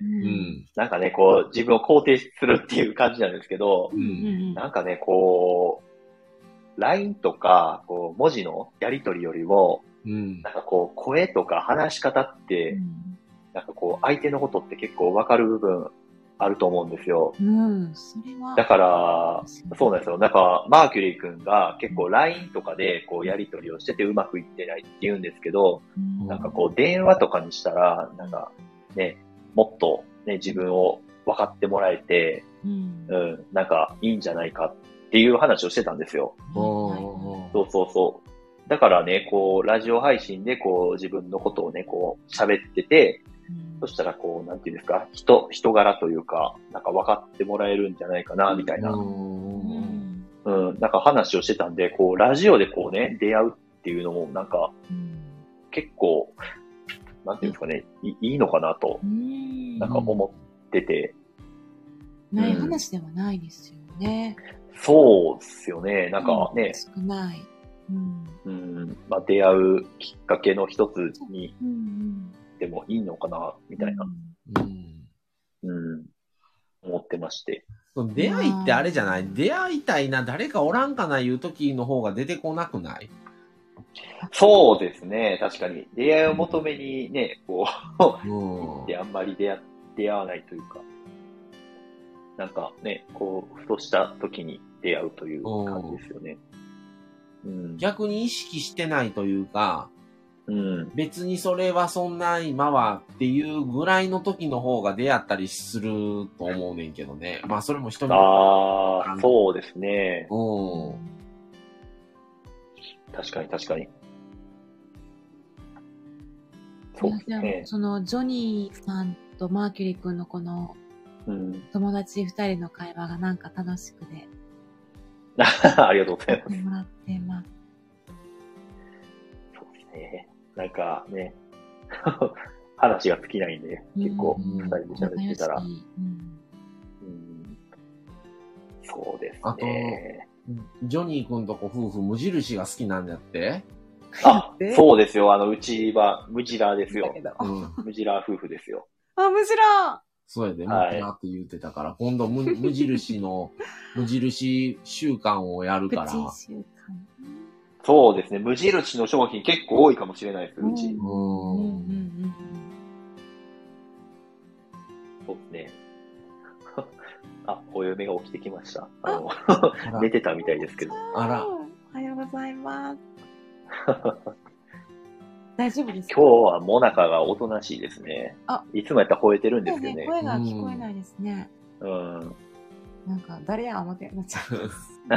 う。 うんん。 なんかね、こう、自分を肯定するっていう感じなんですけど、 うんうんなんかね、こう、ライン とか、こう、文字のやり取りよりも、 うん。 なんかこう、声とか話し方って、なんかこう、相手のことって結構わかる部分あると思うんですよ。 うん。うん、それは。 だから、そうなんですよ。なんか、マーキュリー君が結構 ライン とかでこう、やり取りをしててうまくいってないって言うんですけど、 うんなんかこう、電話とかにしたら、なんか、ね、もっとね、自分を分かってもらえて、 うんうん、なんか、いいんじゃないかっていう話をしてたんですよ。そうそうそう。だからね、こう、ラジオ配信でこう、自分のことをね、こう、喋ってて、そしたらこう、なんていうんですか、人、人柄というか、なんか分かってもらえるんじゃないかな、みたいな、 うんうん、なんか話をしてたんで、こう、ラジオでこうね、出会うっていうのも、なんか、結構、なんていうんですかね、いいいのかなと、 うんなんか思ってて。 ない話ではないですよね。 そうですよね、なんかね、 少ない。うんうん、まあ出会うきっかけの一つにうんでもいいのかな、みたいな、 うん。 うん、思ってまして。 出会いってあれじゃない？出会いたいな、誰かおらんかないう時の方が出てこなくない？ そうですね、確かに。出会いを求めにね、こう、 うんであんまり出会、出会わないというか、なんかね、こう、ふとした時に出会うという感じですよね。うん、 逆に意識してないというか、 うん、 別にそれはそんな今はっていうぐらいの時の方が出会ったりすると思うねんけどね。まあそれも人に。 ああ、そうですね。 うん。 確かに確かに。そうですね。 そのジョニーさんとマーキュリー君のこの友達二人の会話がなんか楽しくて。 ありがとうございます。 もらってます。 そうですね。なんかね、話が尽きないんで、結構二人で喋ってたら、うんうん。そうですね。 あと、ジョニー君とこ夫婦無印が好きなんだって？ あ、そうですよ。あの、うちは、ムジラーですよ。 うん、 ムジラー夫婦ですよ。 あ、ムジラーそうやで、ムジラーって言ってたから、今度無、無印の、無印週間をやるから。 そうですね。無印の商品結構多いかもしれないです、うち。うん。そうですね。あ、お嫁が起きてきました。あの、寝てたみたいですけど。 あら。 おはようございます。大丈夫ですか？ 今日はモナカがおとなしいですね。あ、いつもやったら吠えてるんですけどね。 声が聞こえないですね。 うん。 なんか、誰や思ってなっちゃう。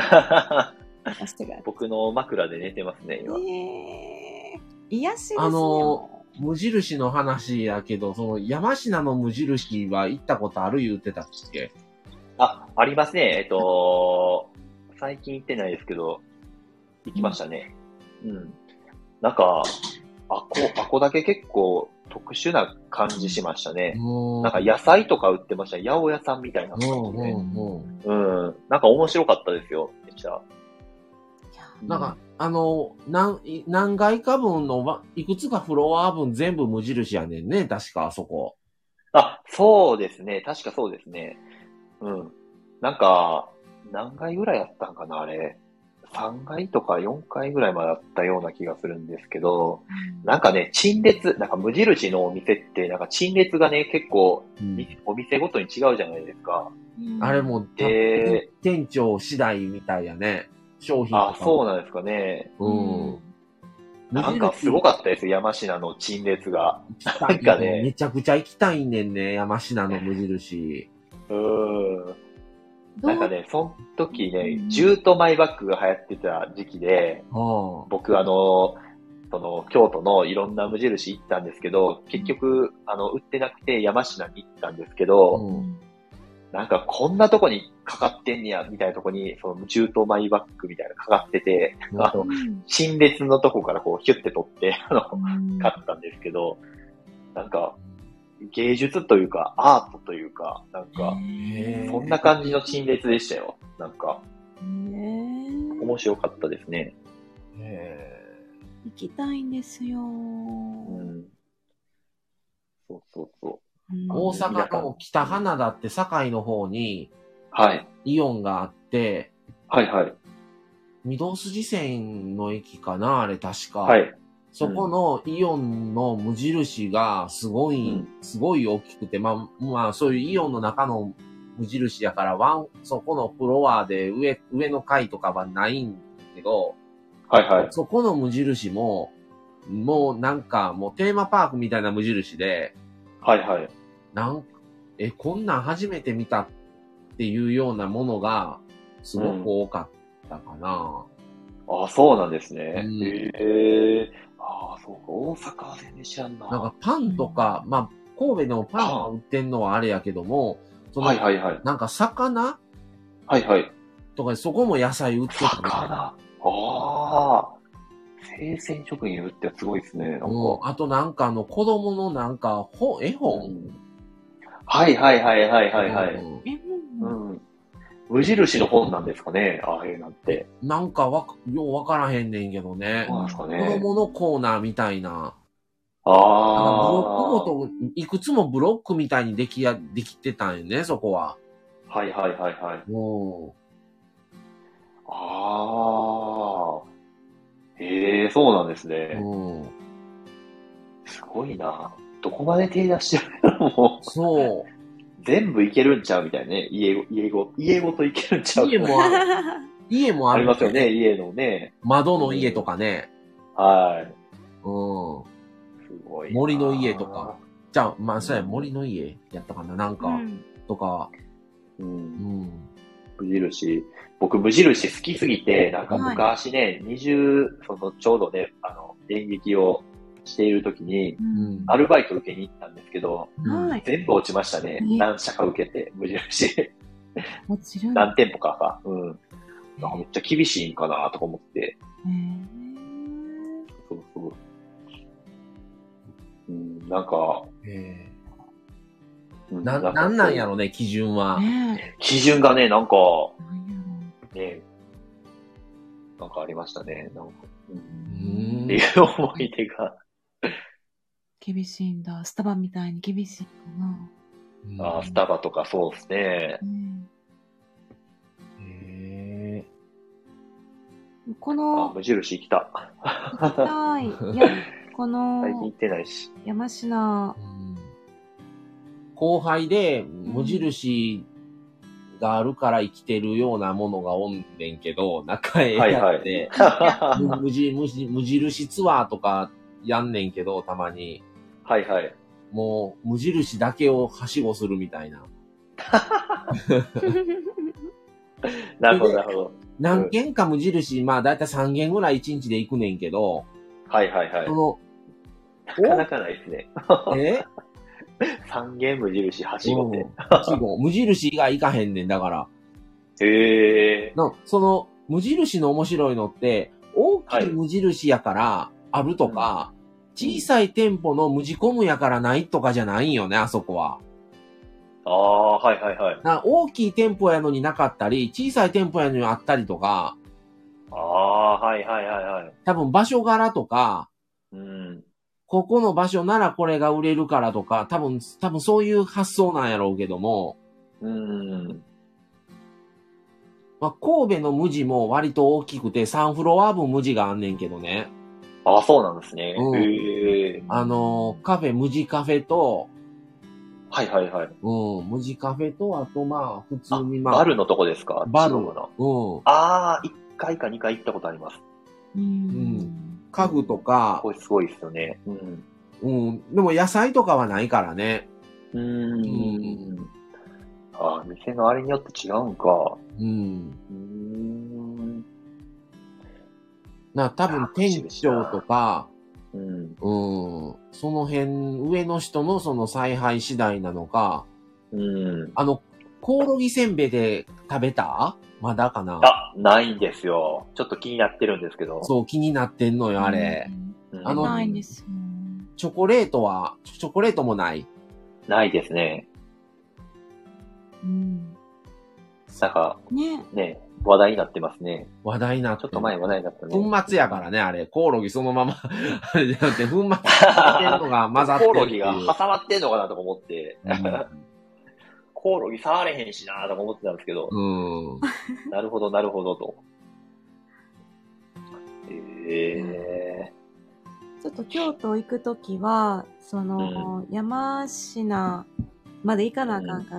僕の枕で寝てますね、今。 えー、癒しですよ。 あの、無印の話やけど、その山科の無印は行ったことある言ってたっけ？ あ、ありますね。えっと、最近行ってないですけど、行きましたね。うん。うん、なんか、あこ、あこだけ結構特殊な感じしましたね。なんか野菜とか売ってました。八百屋さんみたいな感じで。うん。なんか面白かったですよ、めっちゃ。 なんか、あの、何、何階か分の、いくつかフロア分全部無印やねんね、確かあそこ。 あ、そうですね。確かそうですね。うん。なんか、何階ぐらいやったんかな、あれ。さんがいとかよんかいぐらいまであったような気がするんですけど、うん、なんかね、陳列、なんか無印のお店って、なんか陳列がね、結構、うん、お店ごとに違うじゃないですか。 うん、あれも、えー、店長次第みたいやね。商品とか。 あ、そうなんですかね。 うん。 なんかすごかったですよ、山科の陳列が。なんかね。 めちゃくちゃ行きたいねんね、山科の無印。 うーん。なんかね、その時ね、ジュートマイバッグが流行ってた時期で、うん、僕あの、その、京都のいろんな無印行ったんですけど、結局、あの、売ってなくて山科に行ったんですけど、うん、 なんかこんなとこにかかってんねや、みたいなとこに、その中東マイバッグみたいなのかかってて、あの、陳列のとこからこうヒュッて取って、あの、買ったんですけど、なんか、芸術というか、アートというか、なんか、そんな感じの陳列でしたよ。なんか、面白かったですね。 へー、行きたいんですよ。うん、 そうそうそう。 大阪の北花田って堺の方に、 はい。 イオンがあって、 はいはい。 御堂筋線の駅かな、あれ確か。 はい。 そこのイオンの無印がすごい、うん、すごい大きくて、まあ、まあ、そういうイオンの中の無印やから、ワン、そこのフロアで上、上の階とかはないんだけど、 はいはい。 そこの無印も、もうなんか、もうテーマパークみたいな無印で、 はいはい。 なんか、え、こんなん初めて見たっていうようなものが、すごく多かったかな。 うん、ああ、そうなんですね。うん、へえ。ああ、そうか。大阪は全然知らんな。 なんかパンとか、まあ、神戸でもパンが売ってんのはあれやけども、その、 はいはいはい。 なんか魚はいはい。 とか、そこも野菜売ってた。 魚ああ。生鮮食品売ってすごいですね。なんか、 うん。あとなんかあの、子供のなんか、ほ、絵本、うん、 はいはいはいはいはいはい。うん。うん、無印の本なんですかね、ああいうなんて。 なんかわ、ようわからへんねんけどね。 そうなんですかね。 子供のコーナーみたいな。 ああ。 なんかブロックごと、いくつもブロックみたいにできや、できてたんよね、そこは。 はいはいはいはい。 うん。 ああ。へえ、そうなんですね。 うん。 すごいな。どこまで手出してるのもう。 そう。 全部いけるんちゃうみたいなね。家ご、家ご、家ごといけるんちゃう家もある。家もある、 ね。ありますよね、家のね。 窓の家とかね。 うん、はい。 うん。 すごい。 森の家とか。じゃあ、まあ、そうや、森の家やったかな、なんか、うん、とか。 うん。うん。無印。僕、無印好きすぎて、なんか昔ね、はい、にじゅう、その、ちょうどね、あの、演劇をしているときに、うん、アルバイト受けに行ったんですけど、はい、全部落ちましたね。何社か受けて、無印。 もちろん。 何店舗かか。うん。なんかめっちゃ厳しいんかなとか思って。そうそう。うん、なんか、 へな、なんなんやろね、基準は。 基準がね、なんか、ね、なんかありましたね。なんか、うん、っていう思い出が。 厳しいんだ。スタバみたいに厳しいかな。ああ、スタバとかそうですね。うん、 へー。この、 あ、無印行きた。 行きたい。いや、この、 最近行ってないし。 山科。 後輩で無印があるから生きてるようなものがおんねんけど、仲ええやって、はいはい、無, 無, 無印ツアーとかやんねんけど、たまに。 はいはい。 もう無印だけをはしごするみたいな。 なるほど、なるほど。 何軒か無印、まあだいたいさんけんぐらいいちにちで行くねんけど、 はいはいはい。 そのなかなかないですね。 え三軒無印はしごで。 はしご。無印以外行かへんねんだから。 へえ。 の、その、無印の面白いのって、大きい無印やからあるとか、はい、小さい店舗の無地コムやからないとかじゃないんよね、あそこは。 ああ、はいはいはい。 な大きい店舗やのになかったり、小さい店舗やのにあったりとか。 ああ、はいはいはいはい。 多分場所柄とか、 うん。 ここの場所ならこれが売れるからとか、多分、多分そういう発想なんやろうけども。 うん。 まあ、神戸の無地も割と大きくて、さんフロア分無地があんねんけどね。 ああ、そうなんですね。 うん、 へえ。 あの、カフェ、無地カフェと、 はいはいはい。 うん、無地カフェと、あとまあ、普通にまあ。 バルのとこですか？ バル。 うん。ああ、いっかいかにかい行ったことあります。 うん。うん家具とか。 これすごいですよね。うん。 うん。でも野菜とかはないからね。 うーん。うん、ああ、店のあれによって違うんか。 うん。うーん。な、多分店長とか、 うん。 うん。その辺、上の人のその采配次第なのか。 うん。 あの、 コオロギせんべいで食べた？まだかな？ あ、ないんですよ。ちょっと気になってるんですけど。 そう、気になってんのよ、あれ。 うん、 あの、 ないんですよ。 チョコレートは、チョコレートもない？ ないですね。 うん。 なんか、 ね。 ね、話題になってますね。 話題になって。 ちょっと前話題になったね。 粉末やからね、あれ。コオロギそのまま、あれじゃなくて、粉末ってんのが混ざってる。 コオロギが挟まってんのかなとか思って。うん、コオロギ触れへんしなーとか思ってたんですけど。 うん。 なるほど、なるほどと。えー、ちょっと京都行くときは、その、うん、山科まで行かなあかんから。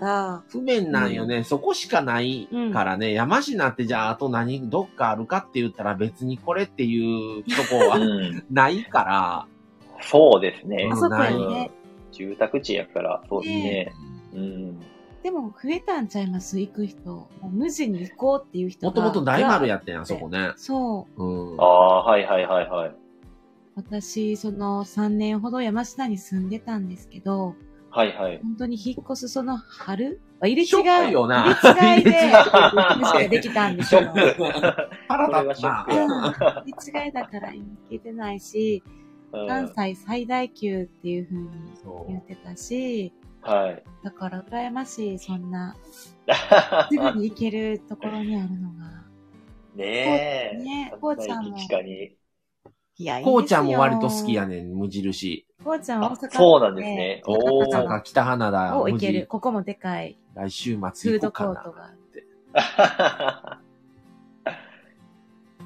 不便なんよね、うん。そこしかないからね。うん、山科ってじゃああと何、どっかあるかって言ったら別にこれっていうとこはないから。 うん、そうですね。 あそこやね。 住宅地やから、そうですね。うん。 でも増えたんちゃいます？行く人。もう無地に行こうっていう人が。 もともと大丸やってんや、そこね。 そう。 うん、ああ、はいはいはいはい。 私、そのさんねんほど山科に住んでたんですけど、 はいはい。 本当に引っ越すその春入れ違い。 よな。 入れ違いで、無地ができたんですよ。 腹立つな。 入れ違いだから行けてないし、関西最大級っていう風に言ってたし、 はい。 だから羨ましい、そんな、すぐに行けるところにあるのが。 ねえ。 ねえ、こうちゃんも。 確かに。 いや、いいですよ。 こうちゃんも割と好きやねん、無印。 こうちゃんは大阪、ね。 そうなんですね。 おー。大阪、北花田。 を行ける。ここもでかい。 来週末行こうかな。 フードコートがあって。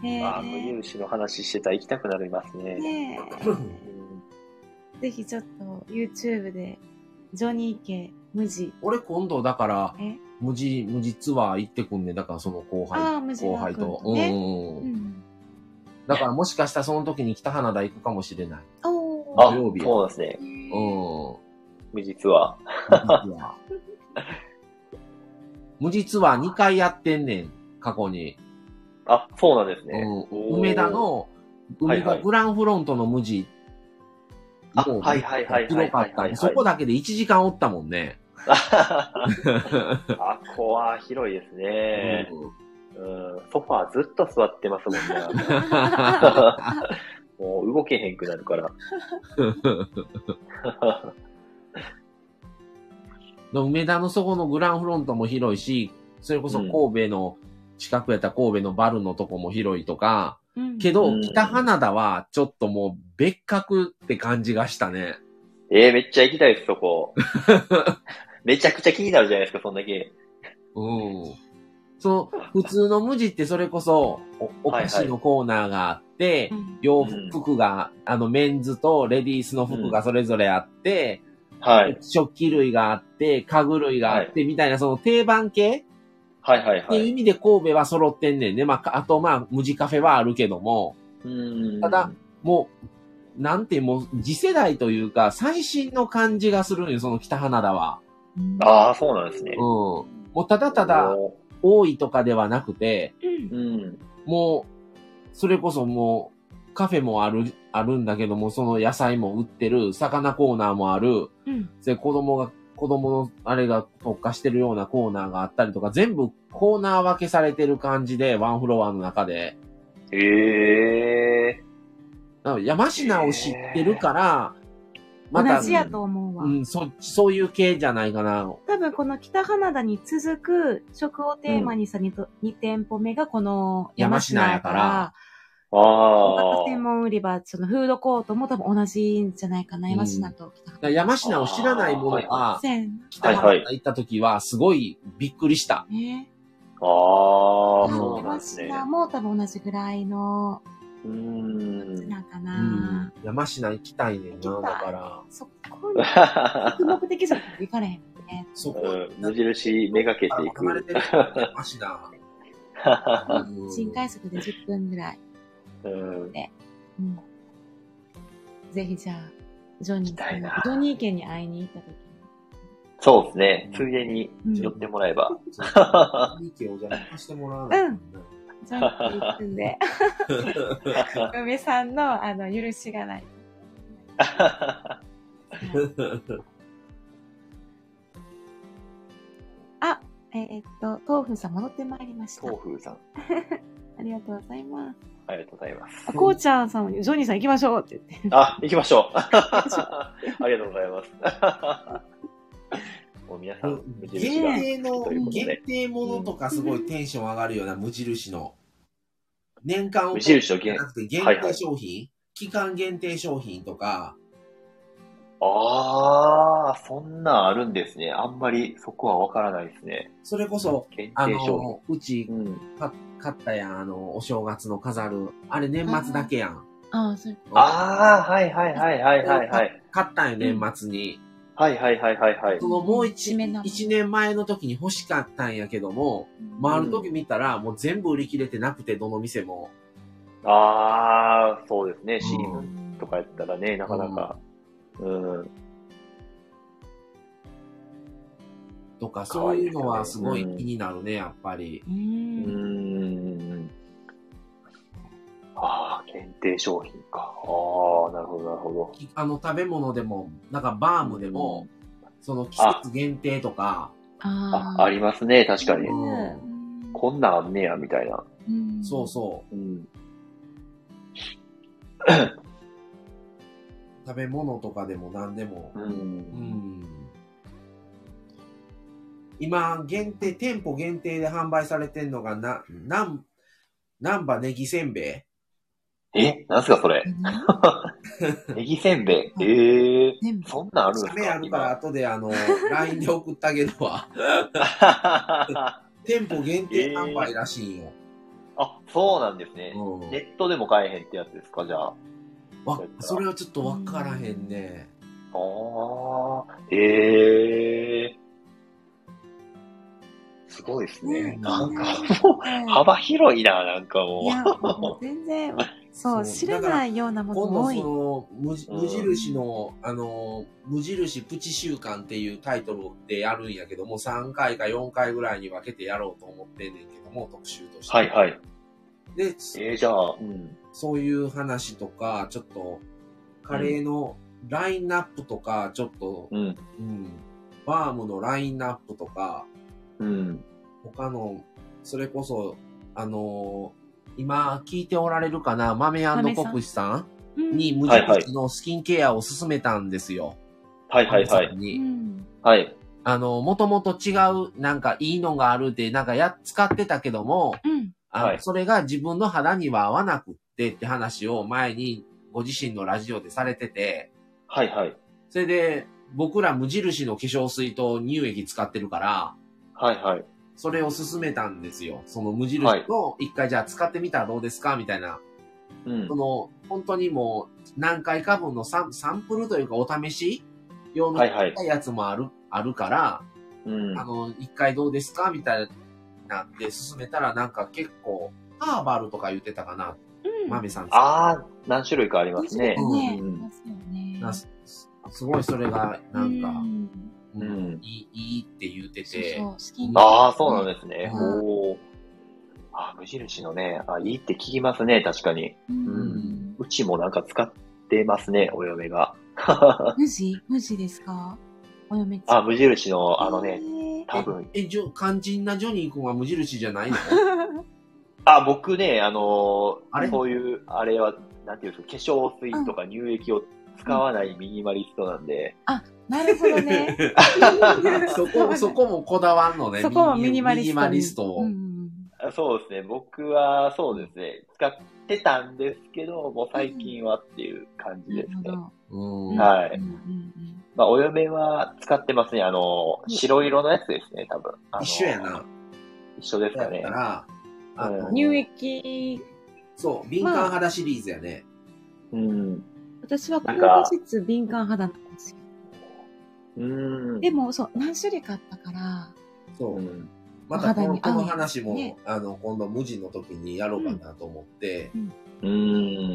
へあ、無印の話してたら行きたくなりますね。 ねえ。ぜひちょっと YouTube で、ジョニー家無地。 俺今度だから、無地、無地ツアー行ってくんね。だからその後輩、 あ後輩と。 とね、 うん。だからもしかしたらその時に北花田行くかもしれない。 おー。あ、そうですね。 うん。 無地ツアー。 無地ツアーにかいやってんねん、過去に。 あ、そうなんですね。 うん。梅田の、梅田グランフロントの無地。 あ、はいはいはい。 広かった。そこだけでいちじかんおったもんね。 あ、ここは広いですね。うん、ソファーずっと座ってますもんね。もう動けへんくなるから。 梅田のそこのグランフロントも広いし、それこそ神戸の、近くやった神戸のバルのとこも広いとか、うん、けど、北花田はちょっともう別格って感じがしたね。 ええー、めっちゃ行きたいです、そこ。めちゃくちゃ気になるじゃないですか、そんだけ。 うん。その、普通の無地ってそれこそお、お菓子のコーナーがあって、はいはい、洋服が、うん、あの、メンズとレディースの服がそれぞれあって、 うん、はい。 食器類があって、家具類があって、はい、みたいなその定番系はいはいはい。 っていう意味で神戸は揃ってんねんね。まあ、あとまあ、無地カフェはあるけども、 うんただ、もう、なんてもう、次世代というか、最新の感じがするのよ、その北花田は。 ああ、そうなんですね。 うん。もうただただ、多いとかではなくて、 うん、 もう、それこそもう、カフェもある、あるんだけども、その野菜も売ってる、魚コーナーもある、 うん、 で子供が、子供のあれが特化してるようなコーナーがあったりとか、全部コーナー分けされてる感じで、ワンフロアの中で。 へえー。山科を知ってるから、 また、同じやと思うわ。 うん、そ、そういう系じゃないかな。 多分この北花田に続く食をテーマにさ、うん、に店舗目がこの山科やから、 ああ。 専門売り場、そのフードコートも多分同じんじゃないかな、山科と北花田。 うん、山科を知らないものが、北花田行った時はすごいびっくりした。 ね、 ああ、そうなんですね。 山科も多分同じぐらいの、 うーん。 なんかな、 うん、山科行きたいねんな、だから。 そこに、行く目的じゃ行かれへんね。 そこ、うん、無印めがけていく。 山科。 新快速でじゅっぷんぐらい。 うん。 で、うん。ぜひじゃあ、ジョニー、ジョニー家に会いに行った時に。 そうですね。ついでに寄ってもらえば。 ジョニー家をじゃあ行かしてもらわないと。 うん。ジョニー家行くんで。嫁さんの、あの、許しがない。あ、 えー、っと、豆腐さん戻ってまいりました。 豆腐さん。 ありがとうございます。 ありがとうございます。 あ、こうちゃんさん、ジョニーさん行きましょうって言って。 あ、行きましょう。ありがとうございます。もう皆さん、無印が限定の、 ということで限定ものとかすごいテンション上がるような無印の。年間を無印のじゃなくて限定商品、はいはい、期間限定商品とか。 ああ、そんなんあるんですね。あんまりそこはわからないですね。 それこそ、 限定あ商品の、うち、うん、買ったやん、あの、お正月の飾る。あれ年末だけやん。 ああ、そう。 ああ、はいはいはいはいはいはい。 買ったんよ、年末に。 はいはいはいはいはい。 そのもう一、一年前の時に欲しかったんやけども、回る時見たらもう全部売り切れてなくて、どの店も。 ああ、そうですね。シーズンとかやったらね、なかなか。うん。 とか、そういうのはすごい気になるね、やっぱり。 うん。ああ、限定商品か。ああ、なるほど、なるほど。 あの、食べ物でも、なんかバームでも、その季節限定とか。 あ、ありますね、確かに。うん、こんなんあんねや、みたいな。 うん、そうそう。うん食べ物とかでも何でも。うんうん、今、限定、店舗限定で販売されてんのが、な、なん、なんばネギせんべいえなんすかそれネギせんべいええー、そんなんあるんですか写メあるから後であの、ライン で送ってあげるわ。店舗限定販売らしいよ。 あ、そうなんですね、うん。ネットでも買えへんってやつですかじゃあ。 わ、それはちょっとわからへんね。 ああ、ええー。すごいですね。なんか、もう、幅広いな、なんかもう。 いや、もう全然、そう、知らないようなものも多い。 今度その、無、無印の、うん、あの、無印プチ週間っていうタイトルでやるんやけども、さんかいかよんかいぐらいに分けてやろうと思ってんねんけども、特集として。 はいはい。 で、 えー、じゃあ、うん、 そういう話とか、ちょっと、カレーのラインナップとか、ちょっと、うん、うん、バームのラインナップとか、 うん、 他の、それこそ、あのー、今聞いておられるかな、豆&国士さんに無印のスキンケアを勧めたんですよ。 はいはいはい。 にはい。 あの、もともと違う、なんかいいのがあるって、なんかや、使ってたけども、うん、あの、はい、それが自分の肌には合わなくってって話を前にご自身のラジオでされてて、 はいはい。 それで、僕ら無印の化粧水と乳液使ってるから、 はいはい。 それを勧めたんですよ。その無印の一回じゃあ使ってみたらどうですかみたいな。うん。その、本当にもう何回か分のサン、サンプルというかお試し用のやつもある、はいはい、あるから、うん。あの、一回どうですかみたいなんで勧めたらなんか結構、ハーバルとか言ってたかな。うん。マミさん。 ああ、何種類かありますね。 うん。ね、 うん、す, すごいそれがなんか、うんうん、いい、いいって言ってて。 そうそうああ、そうなんですね。うん、おー。あ、無印のね、あ、いいって聞きますね、確かに。うん。うん、うちもなんか使ってますね、お嫁が。 無地無地ですかお嫁あ、無印の、あのね、多分。 え、じょ、肝心なジョニー君は無印じゃないのあ、僕ね、あのー、あれそういう、あれは、なんていうんですか、化粧水とか乳液を使わないミニマリストなんで。 うん、あ、なるほどね。 そこ、そこもこだわんのね。 そこもミニマリスト。 ミニマリストを、うん、 そうですね。僕はそうですね。使ってたんですけど、もう最近はっていう感じですね。うん、はい。うんうんうん、まあ、お嫁は使ってますね。あの、白色のやつですね、多分。 一緒やな。 一緒ですかね。 だからあの、乳液。 そう、敏感肌シリーズやね。 まあ、うん。 私は高保湿敏感肌なんですよ。 うん。 でも、そう、何種類かあったから。 そう。うん、またこの、この話も、ね、あの、今度無地の時にやろうかなと思って。 うん。うん。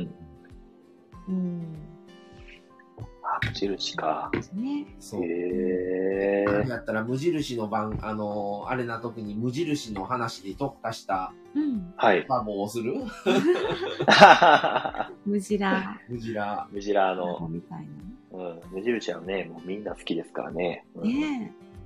うんあ、無印か。 ね。 そう。 へー。 だったら無印の番、あのー、あれな時に無印の話に特化した、 うん。 はい。 番号をする無印。 無印。 無印の。 みたいな。 うん。無印はね、もうみんな好きですからね。 うん、ねえ。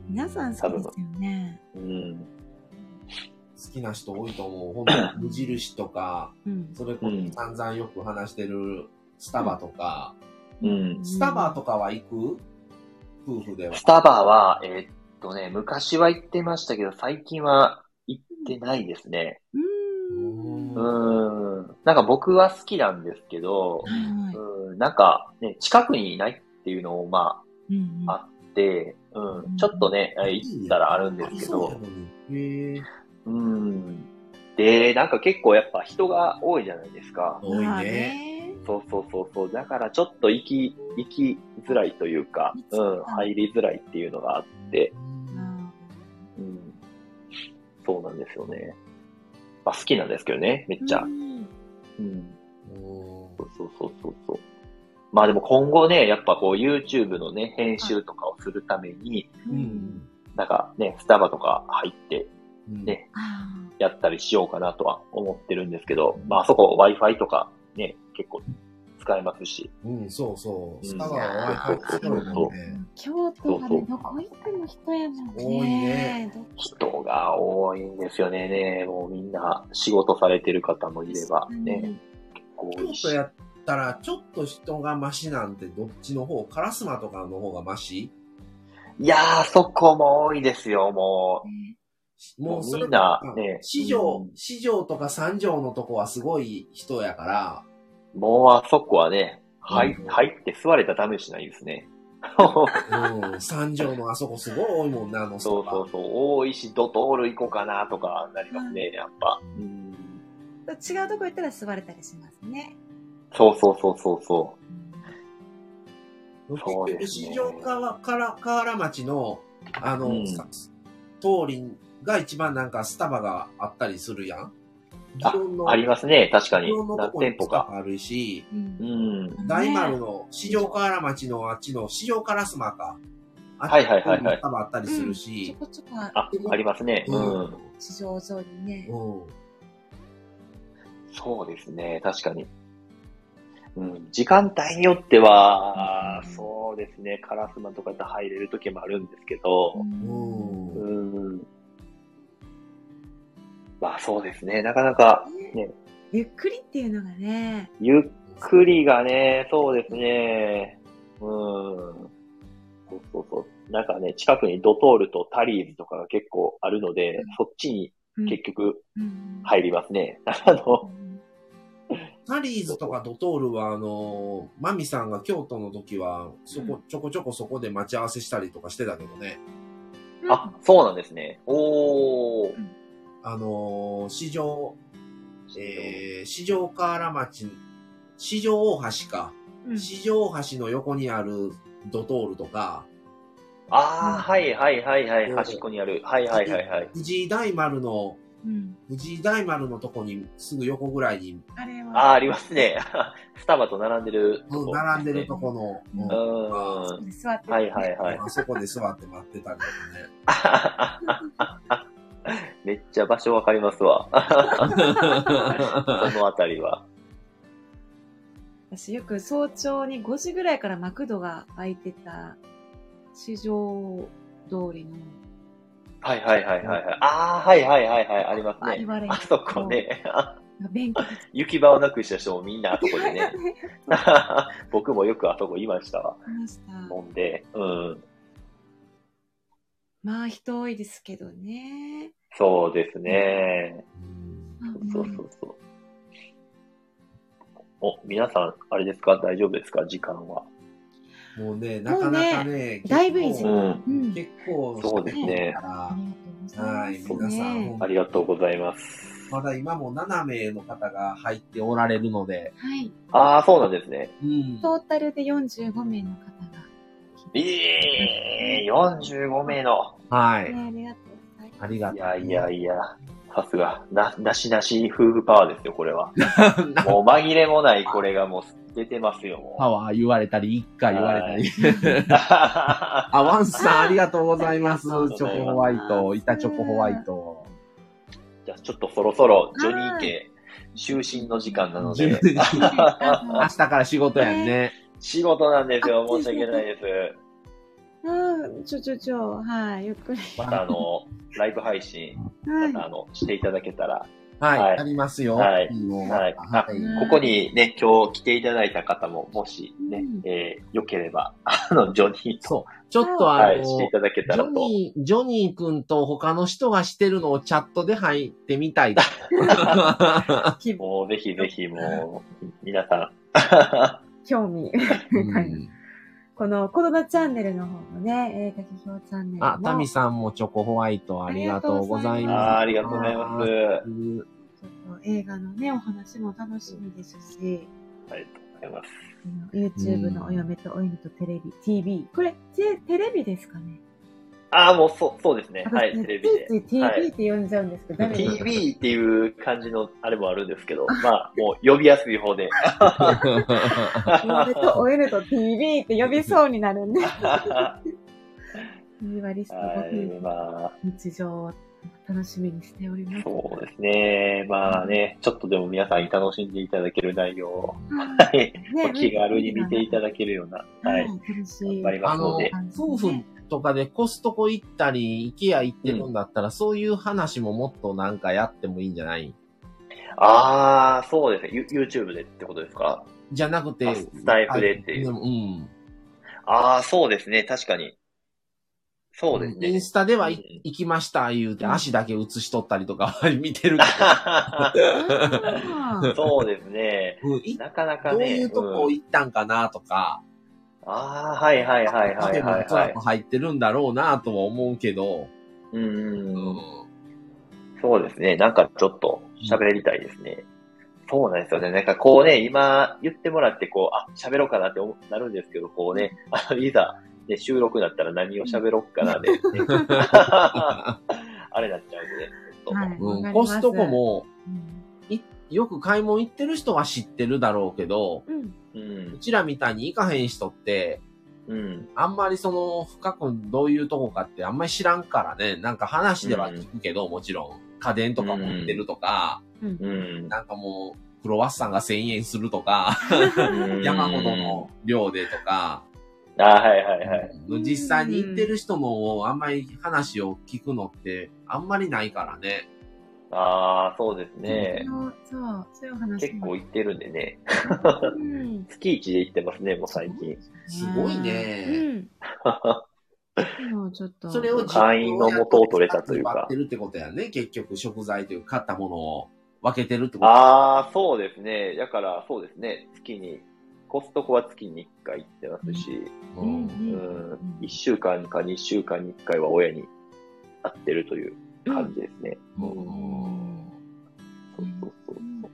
皆さん好きですよね。 うん。 好きな人多いと思う。ほんと無印とか、うん、それこそ散々よく話してるスタバとか。うん。スタバとかは行く？夫婦では。 スタバは、えー、っとね、昔は行ってましたけど、最近は行ってないですね。うん。うん。なんか僕は好きなんですけど、うん、なんかね、近くにいないっていうのもまあ、うんうん、あって、うん、ちょっとね、行ったらあるんですけど、うん。で、なんか結構やっぱ人が多いじゃないですか。 多いね。 そうそうそうそう。だからちょっと行き、行きづらいというか、うん、入りづらいっていうのがあって、うん、そうなんですよね。まあ好きなんですけどね、めっちゃ。うん。うん、そうそうそうそうそう。まあでも今後ね、やっぱこう YouTube のね、編集とかをするために、うん、なんかね、スタバとか入ってね、うん、やったりしようかなとは思ってるんですけど、まああそこ Wi-Fi とかね、結構使えますし。 うん、そうそう。スタバは Wi-Fi 使えるもんね。 京都はね、どこ行っても人やもんね。 多いね。 人が多いんですよね。ね、もうみんな仕事されてる方もいればね、結構多いし。 京都やったらちょっと人がマシなんてどっちの方？烏丸とかの方がマシ？ いやー、そこも多いですよ、もう。 もうそれみんな、ね。市場、市場とか三条のとこはすごい人やから。 もうあそこはね、入、うん、入って座れたためしないですね。 うん、三条のあそこすごい多いもんな、あのそうそうそう。多いし、ドトール行こうかなとかなりますね、やっぱ。うん、 違うとこ行ったら座れたりしますね。 そうそうそうそうそう。 うん、そうですね。市場から河原町の、あの、うん、通りが一番なんかスタバがあったりするやん。 あ、ありますね。確かに。何店舗か。 あるし、うん。大丸の市場河原町のあっちの市場烏丸か。 はいはいはいはい。 スタバあったりするし。 うん、ちょこちょこあ、ありますね。うん。 市場沿いにね。うん。 そうですね。確かに。うん。時間帯によっては、うん、そうですね。烏丸とかで入れる時もあるんですけど、うん。うんまあそうですね。なかなかね。 ゆっくりっていうのがね。 ゆっくりがね、そうですね。うん。そうそうそう。なんかね、近くにドトールとタリーズとかが結構あるので、うん、そっちに結局入りますね。うん、あの、 タリーズとかドトールは、あの、マミさんが京都の時は、そこ、ちょこちょこそこで待ち合わせしたりとかしてたけどね。 うん、あ、そうなんですね。おー。うんあのー、市場、えー、市場河原町、市場大橋か。うん、市場大橋の横にあるドトールとか。 ああ、うん、はいはいはいはい。端っこにある。はいはいはいはい。 藤井大丸の、うん、藤井大丸のとこにすぐ横ぐらいに。 あれは。 ああ、ありますね。スタバと並んでるとこ、ね。うん、並んでるとこの。 うん。うんはいはいはい。 あそこで座って待ってたけどね。 めっちゃ場所わかりますわ。そのあたりは。 私よく早朝にごじぐらいからマクドが開いてた市場通りの。 はいはいはいはい。ああ、はいはいはいはい。ありますね。あ, あそこね。行き場をなくした人もみんなあそこでね。僕もよくあそこいましたわ。いました。飲んで。うん。 まあ人多いですけどね。 そうですね。うん、そうそうそう。お、皆さん、あれですか大丈夫ですか時間は。 もうね、なかなかね、 だいぶいい時間。 結構、 そうですね。 はい、皆さん。 ありがとうございます。 まだ今もななめいの方が入っておられるので。 はい。 ああ、そうなんですね。 うん。トータルでよんじゅうごめいの方が。 ええー、よんじゅうごめいの。 はい。 ありがとうございます。 ありがとう。 いやいやいや、さすが、な、なしなし夫婦パワーですよ、これは。もう紛れもないこれがもう出てますよ、もう。 パワー言われたり、一回言われたり。あ、ワンさんありがとうございます。チョコホワイト、板チョコホワイト。 じゃあちょっとそろそろ、ジョニー家、就寝の時間なので。 明日から仕事やんね。 仕事なんですよ、申し訳ないです。 うん、ちょちょちょ、はい、ゆっくり。 またあの、ライブ配信、またあの、していただけたら。 はい、 はい、 ありますよ。 はい。はい。あ、ここにね、今日来ていただいた方も、もしね、うん、えー、よければ、あの、ジョニーと。 そう。ちょっとあの、はい、 していただけたらと。 ジョニー、ジョニー君と他の人がしてるのをチャットで入ってみたい。 もうぜひぜひもう、皆さん。 興味。うんこのコロナチャンネルの方のね、映画批評チャンネルも。 あ、タミさんもチョコホワイトありがとうございます。 あありがとうございます。ちょっと映画のね、お話も楽しみですし。 ありがとうございます。 YouTube のお嫁とお犬とテレビ、ティーブイ。これ、テレビですかね？ ああ、もうそう、そうですね。はい、テレビで。 ティーブイ って呼んじゃうんですけど、 ティーブイ っていう感じのあれもあるんですけど、まあ、もう呼びやすい方で。 お嫁とお犬と ティーブイ って呼びそうになるんで。に割りしてごまあ、日常を楽しみにしております。 そうですね。まあね、ちょっとでも皆さんに楽しんでいただける内容を、はい、気軽に見ていただけるような、はい、楽しい。 頑張りますので。 夫婦とかでコストコ行ったり、イケア行ってるんだったら、うん、そういう話ももっとなんかやってもいいんじゃない？ ああ、そうですね。YouTube でってことですか？ じゃなくて、 スタイフでっていう。 うん。 ああ、そうですね。確かに。そうですね。 インスタでは、うん、行きました言うて、足だけ映しとったりとか見てるけど。そうですね、うん。なかなかね。 どういうとこ行ったんかなとか。 うん、ああ、はいはいはいはいはい、はい。 おそらく入ってるんだろうなとは思うけど。 うん、うん。そうですね。なんかちょっと喋りたいですね。うん、そうなんですよね。なんかこうね、今言ってもらってこう、あ、喋ろうかなってなるんですけど、こうね、あの、いざ、で、収録だったら何を喋ろっかなで、ね、あれなっちゃうんでね。 はいうん、コストコも、うん、よく買い物行ってる人は知ってるだろうけど、うん、うちらみたいに行かへん人って、うん、あんまりその深くどういうとこかってあんまり知らんからね、なんか話では聞くけど、うん、もちろん家電とか持ってるとか、うん、なんかもうクロワッサンがせんえんするとか、山ほどの量でとか、 あはいはいはい。 実際に行ってる人のあんまり話を聞くのってあんまりないからね。 ああ、そうですね。 そう、そういう話。 結構行ってるんでね。うん、月一で行ってますね、もう最近。 すごいね。 うん、ちょっとそれを会員の元を取れたというか。 割ってるってことやね。結局食材というか買ったものを分けてるってこと。 ああ、そうですね。だからそうですね。月に。コストコは月にいっかい行ってますし、うんうん、いっしゅうかんかにしゅうかんにいっかいは親に会ってるという感じですね。うん、そうそうそうそう。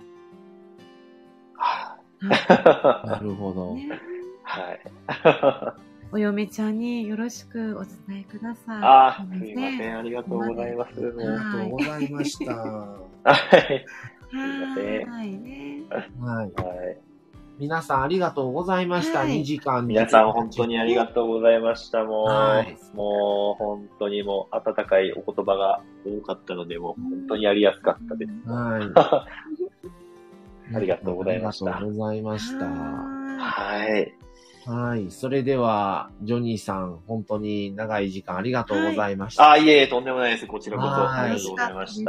はあ、なるほど。 ね、 はい。 お嫁ちゃんによろしくお伝えください。 ああ、すいません。ありがとうございます。ありがとうございました。はい。すいません。 はいね。 はい。 はい皆さんありがとうございました。はい、にじかん。 皆さん本当にありがとうございました。もう、はい、もう本当にもう温かいお言葉が多かったので、もう本当にやりやすかったです。 はい。 ありがとうございました。 ありがとうございました。 はい。 はい。それでは、ジョニーさん、本当に長い時間ありがとうございました。 はい、あ、いえいえ、とんでもないです。こちらこそ。ありがとうございました。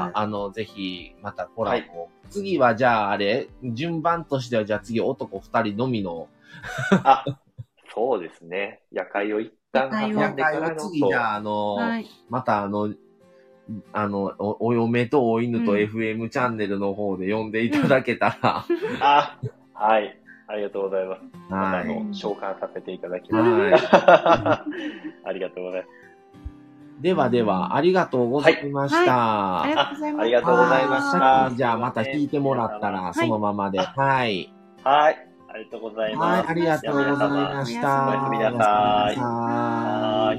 あの、ぜひ、またコラボ、はい、次はじゃああれ、順番としてはじゃあ次男二人のみの。 あ、そうですね。夜会を一旦挟んでからの。 次じゃああの、はい、またあの、あのお、お嫁とお犬と エフエム チャンネルの方で呼んでいただけたら。 うん、あ、はい。ありがとうございます。またあの、召喚させていただきます。はい、ありがとうございます。 ではでは、ありがとうございました。 はいはい、ありがとうございました。 ありがとうございました。 じゃあまた聞いてもらったら、そのままで。はい。 はい。ありがとうございます。 はい、ありがとうございました。 おやすみなさい。はい。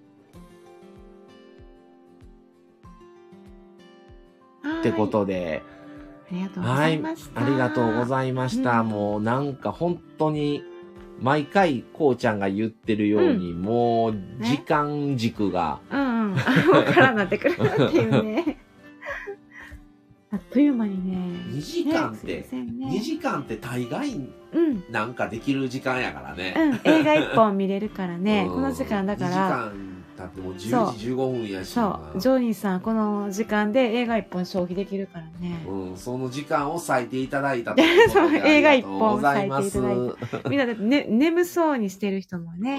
ってことで、 ありがとうございました。 はい、ありがとうございました。うん、もうなんか本当に、毎回、こうちゃんが言ってるように、うん、もう、時間軸が、 ね、うんうん。わからなってくるっていうね。 あっという間にね。 にじかんって、 ね、 にじかんって大概なんかできる時間やからね。 うん、うん、映画一本見れるからね。この時間だから。にじかん経ってもうじゅうじじゅうごふんやし。 そう。ジョニーさん、この時間で映画一本消費できるからね。 うん、その時間を割いていただいたということで映画一本割いていただいて。みんなで、ね、眠そうにしてる人もね。 うん。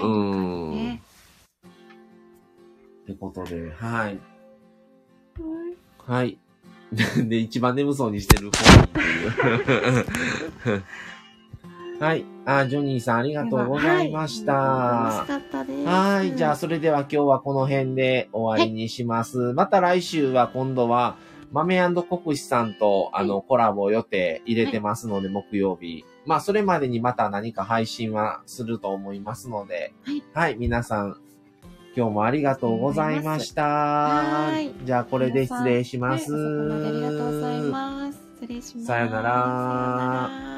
ね、ってことで、はい。はい。で、一番眠そうにしてる方っていう。はい。あ、ジョニーさんありがとうございました。 はい、楽しかったです。 はい。じゃあ、それでは今日はこの辺で終わりにします。はい、また来週は今度は、豆&国士さんと、あの、はい、コラボ予定入れてますので、はい、木曜日。まあ、それまでにまた何か配信はすると思いますので、はい。はい。皆さん、今日もありがとうございました。はい。じゃあ、これで失礼します。 はい、ありがとうございます。失礼します。 さよなら。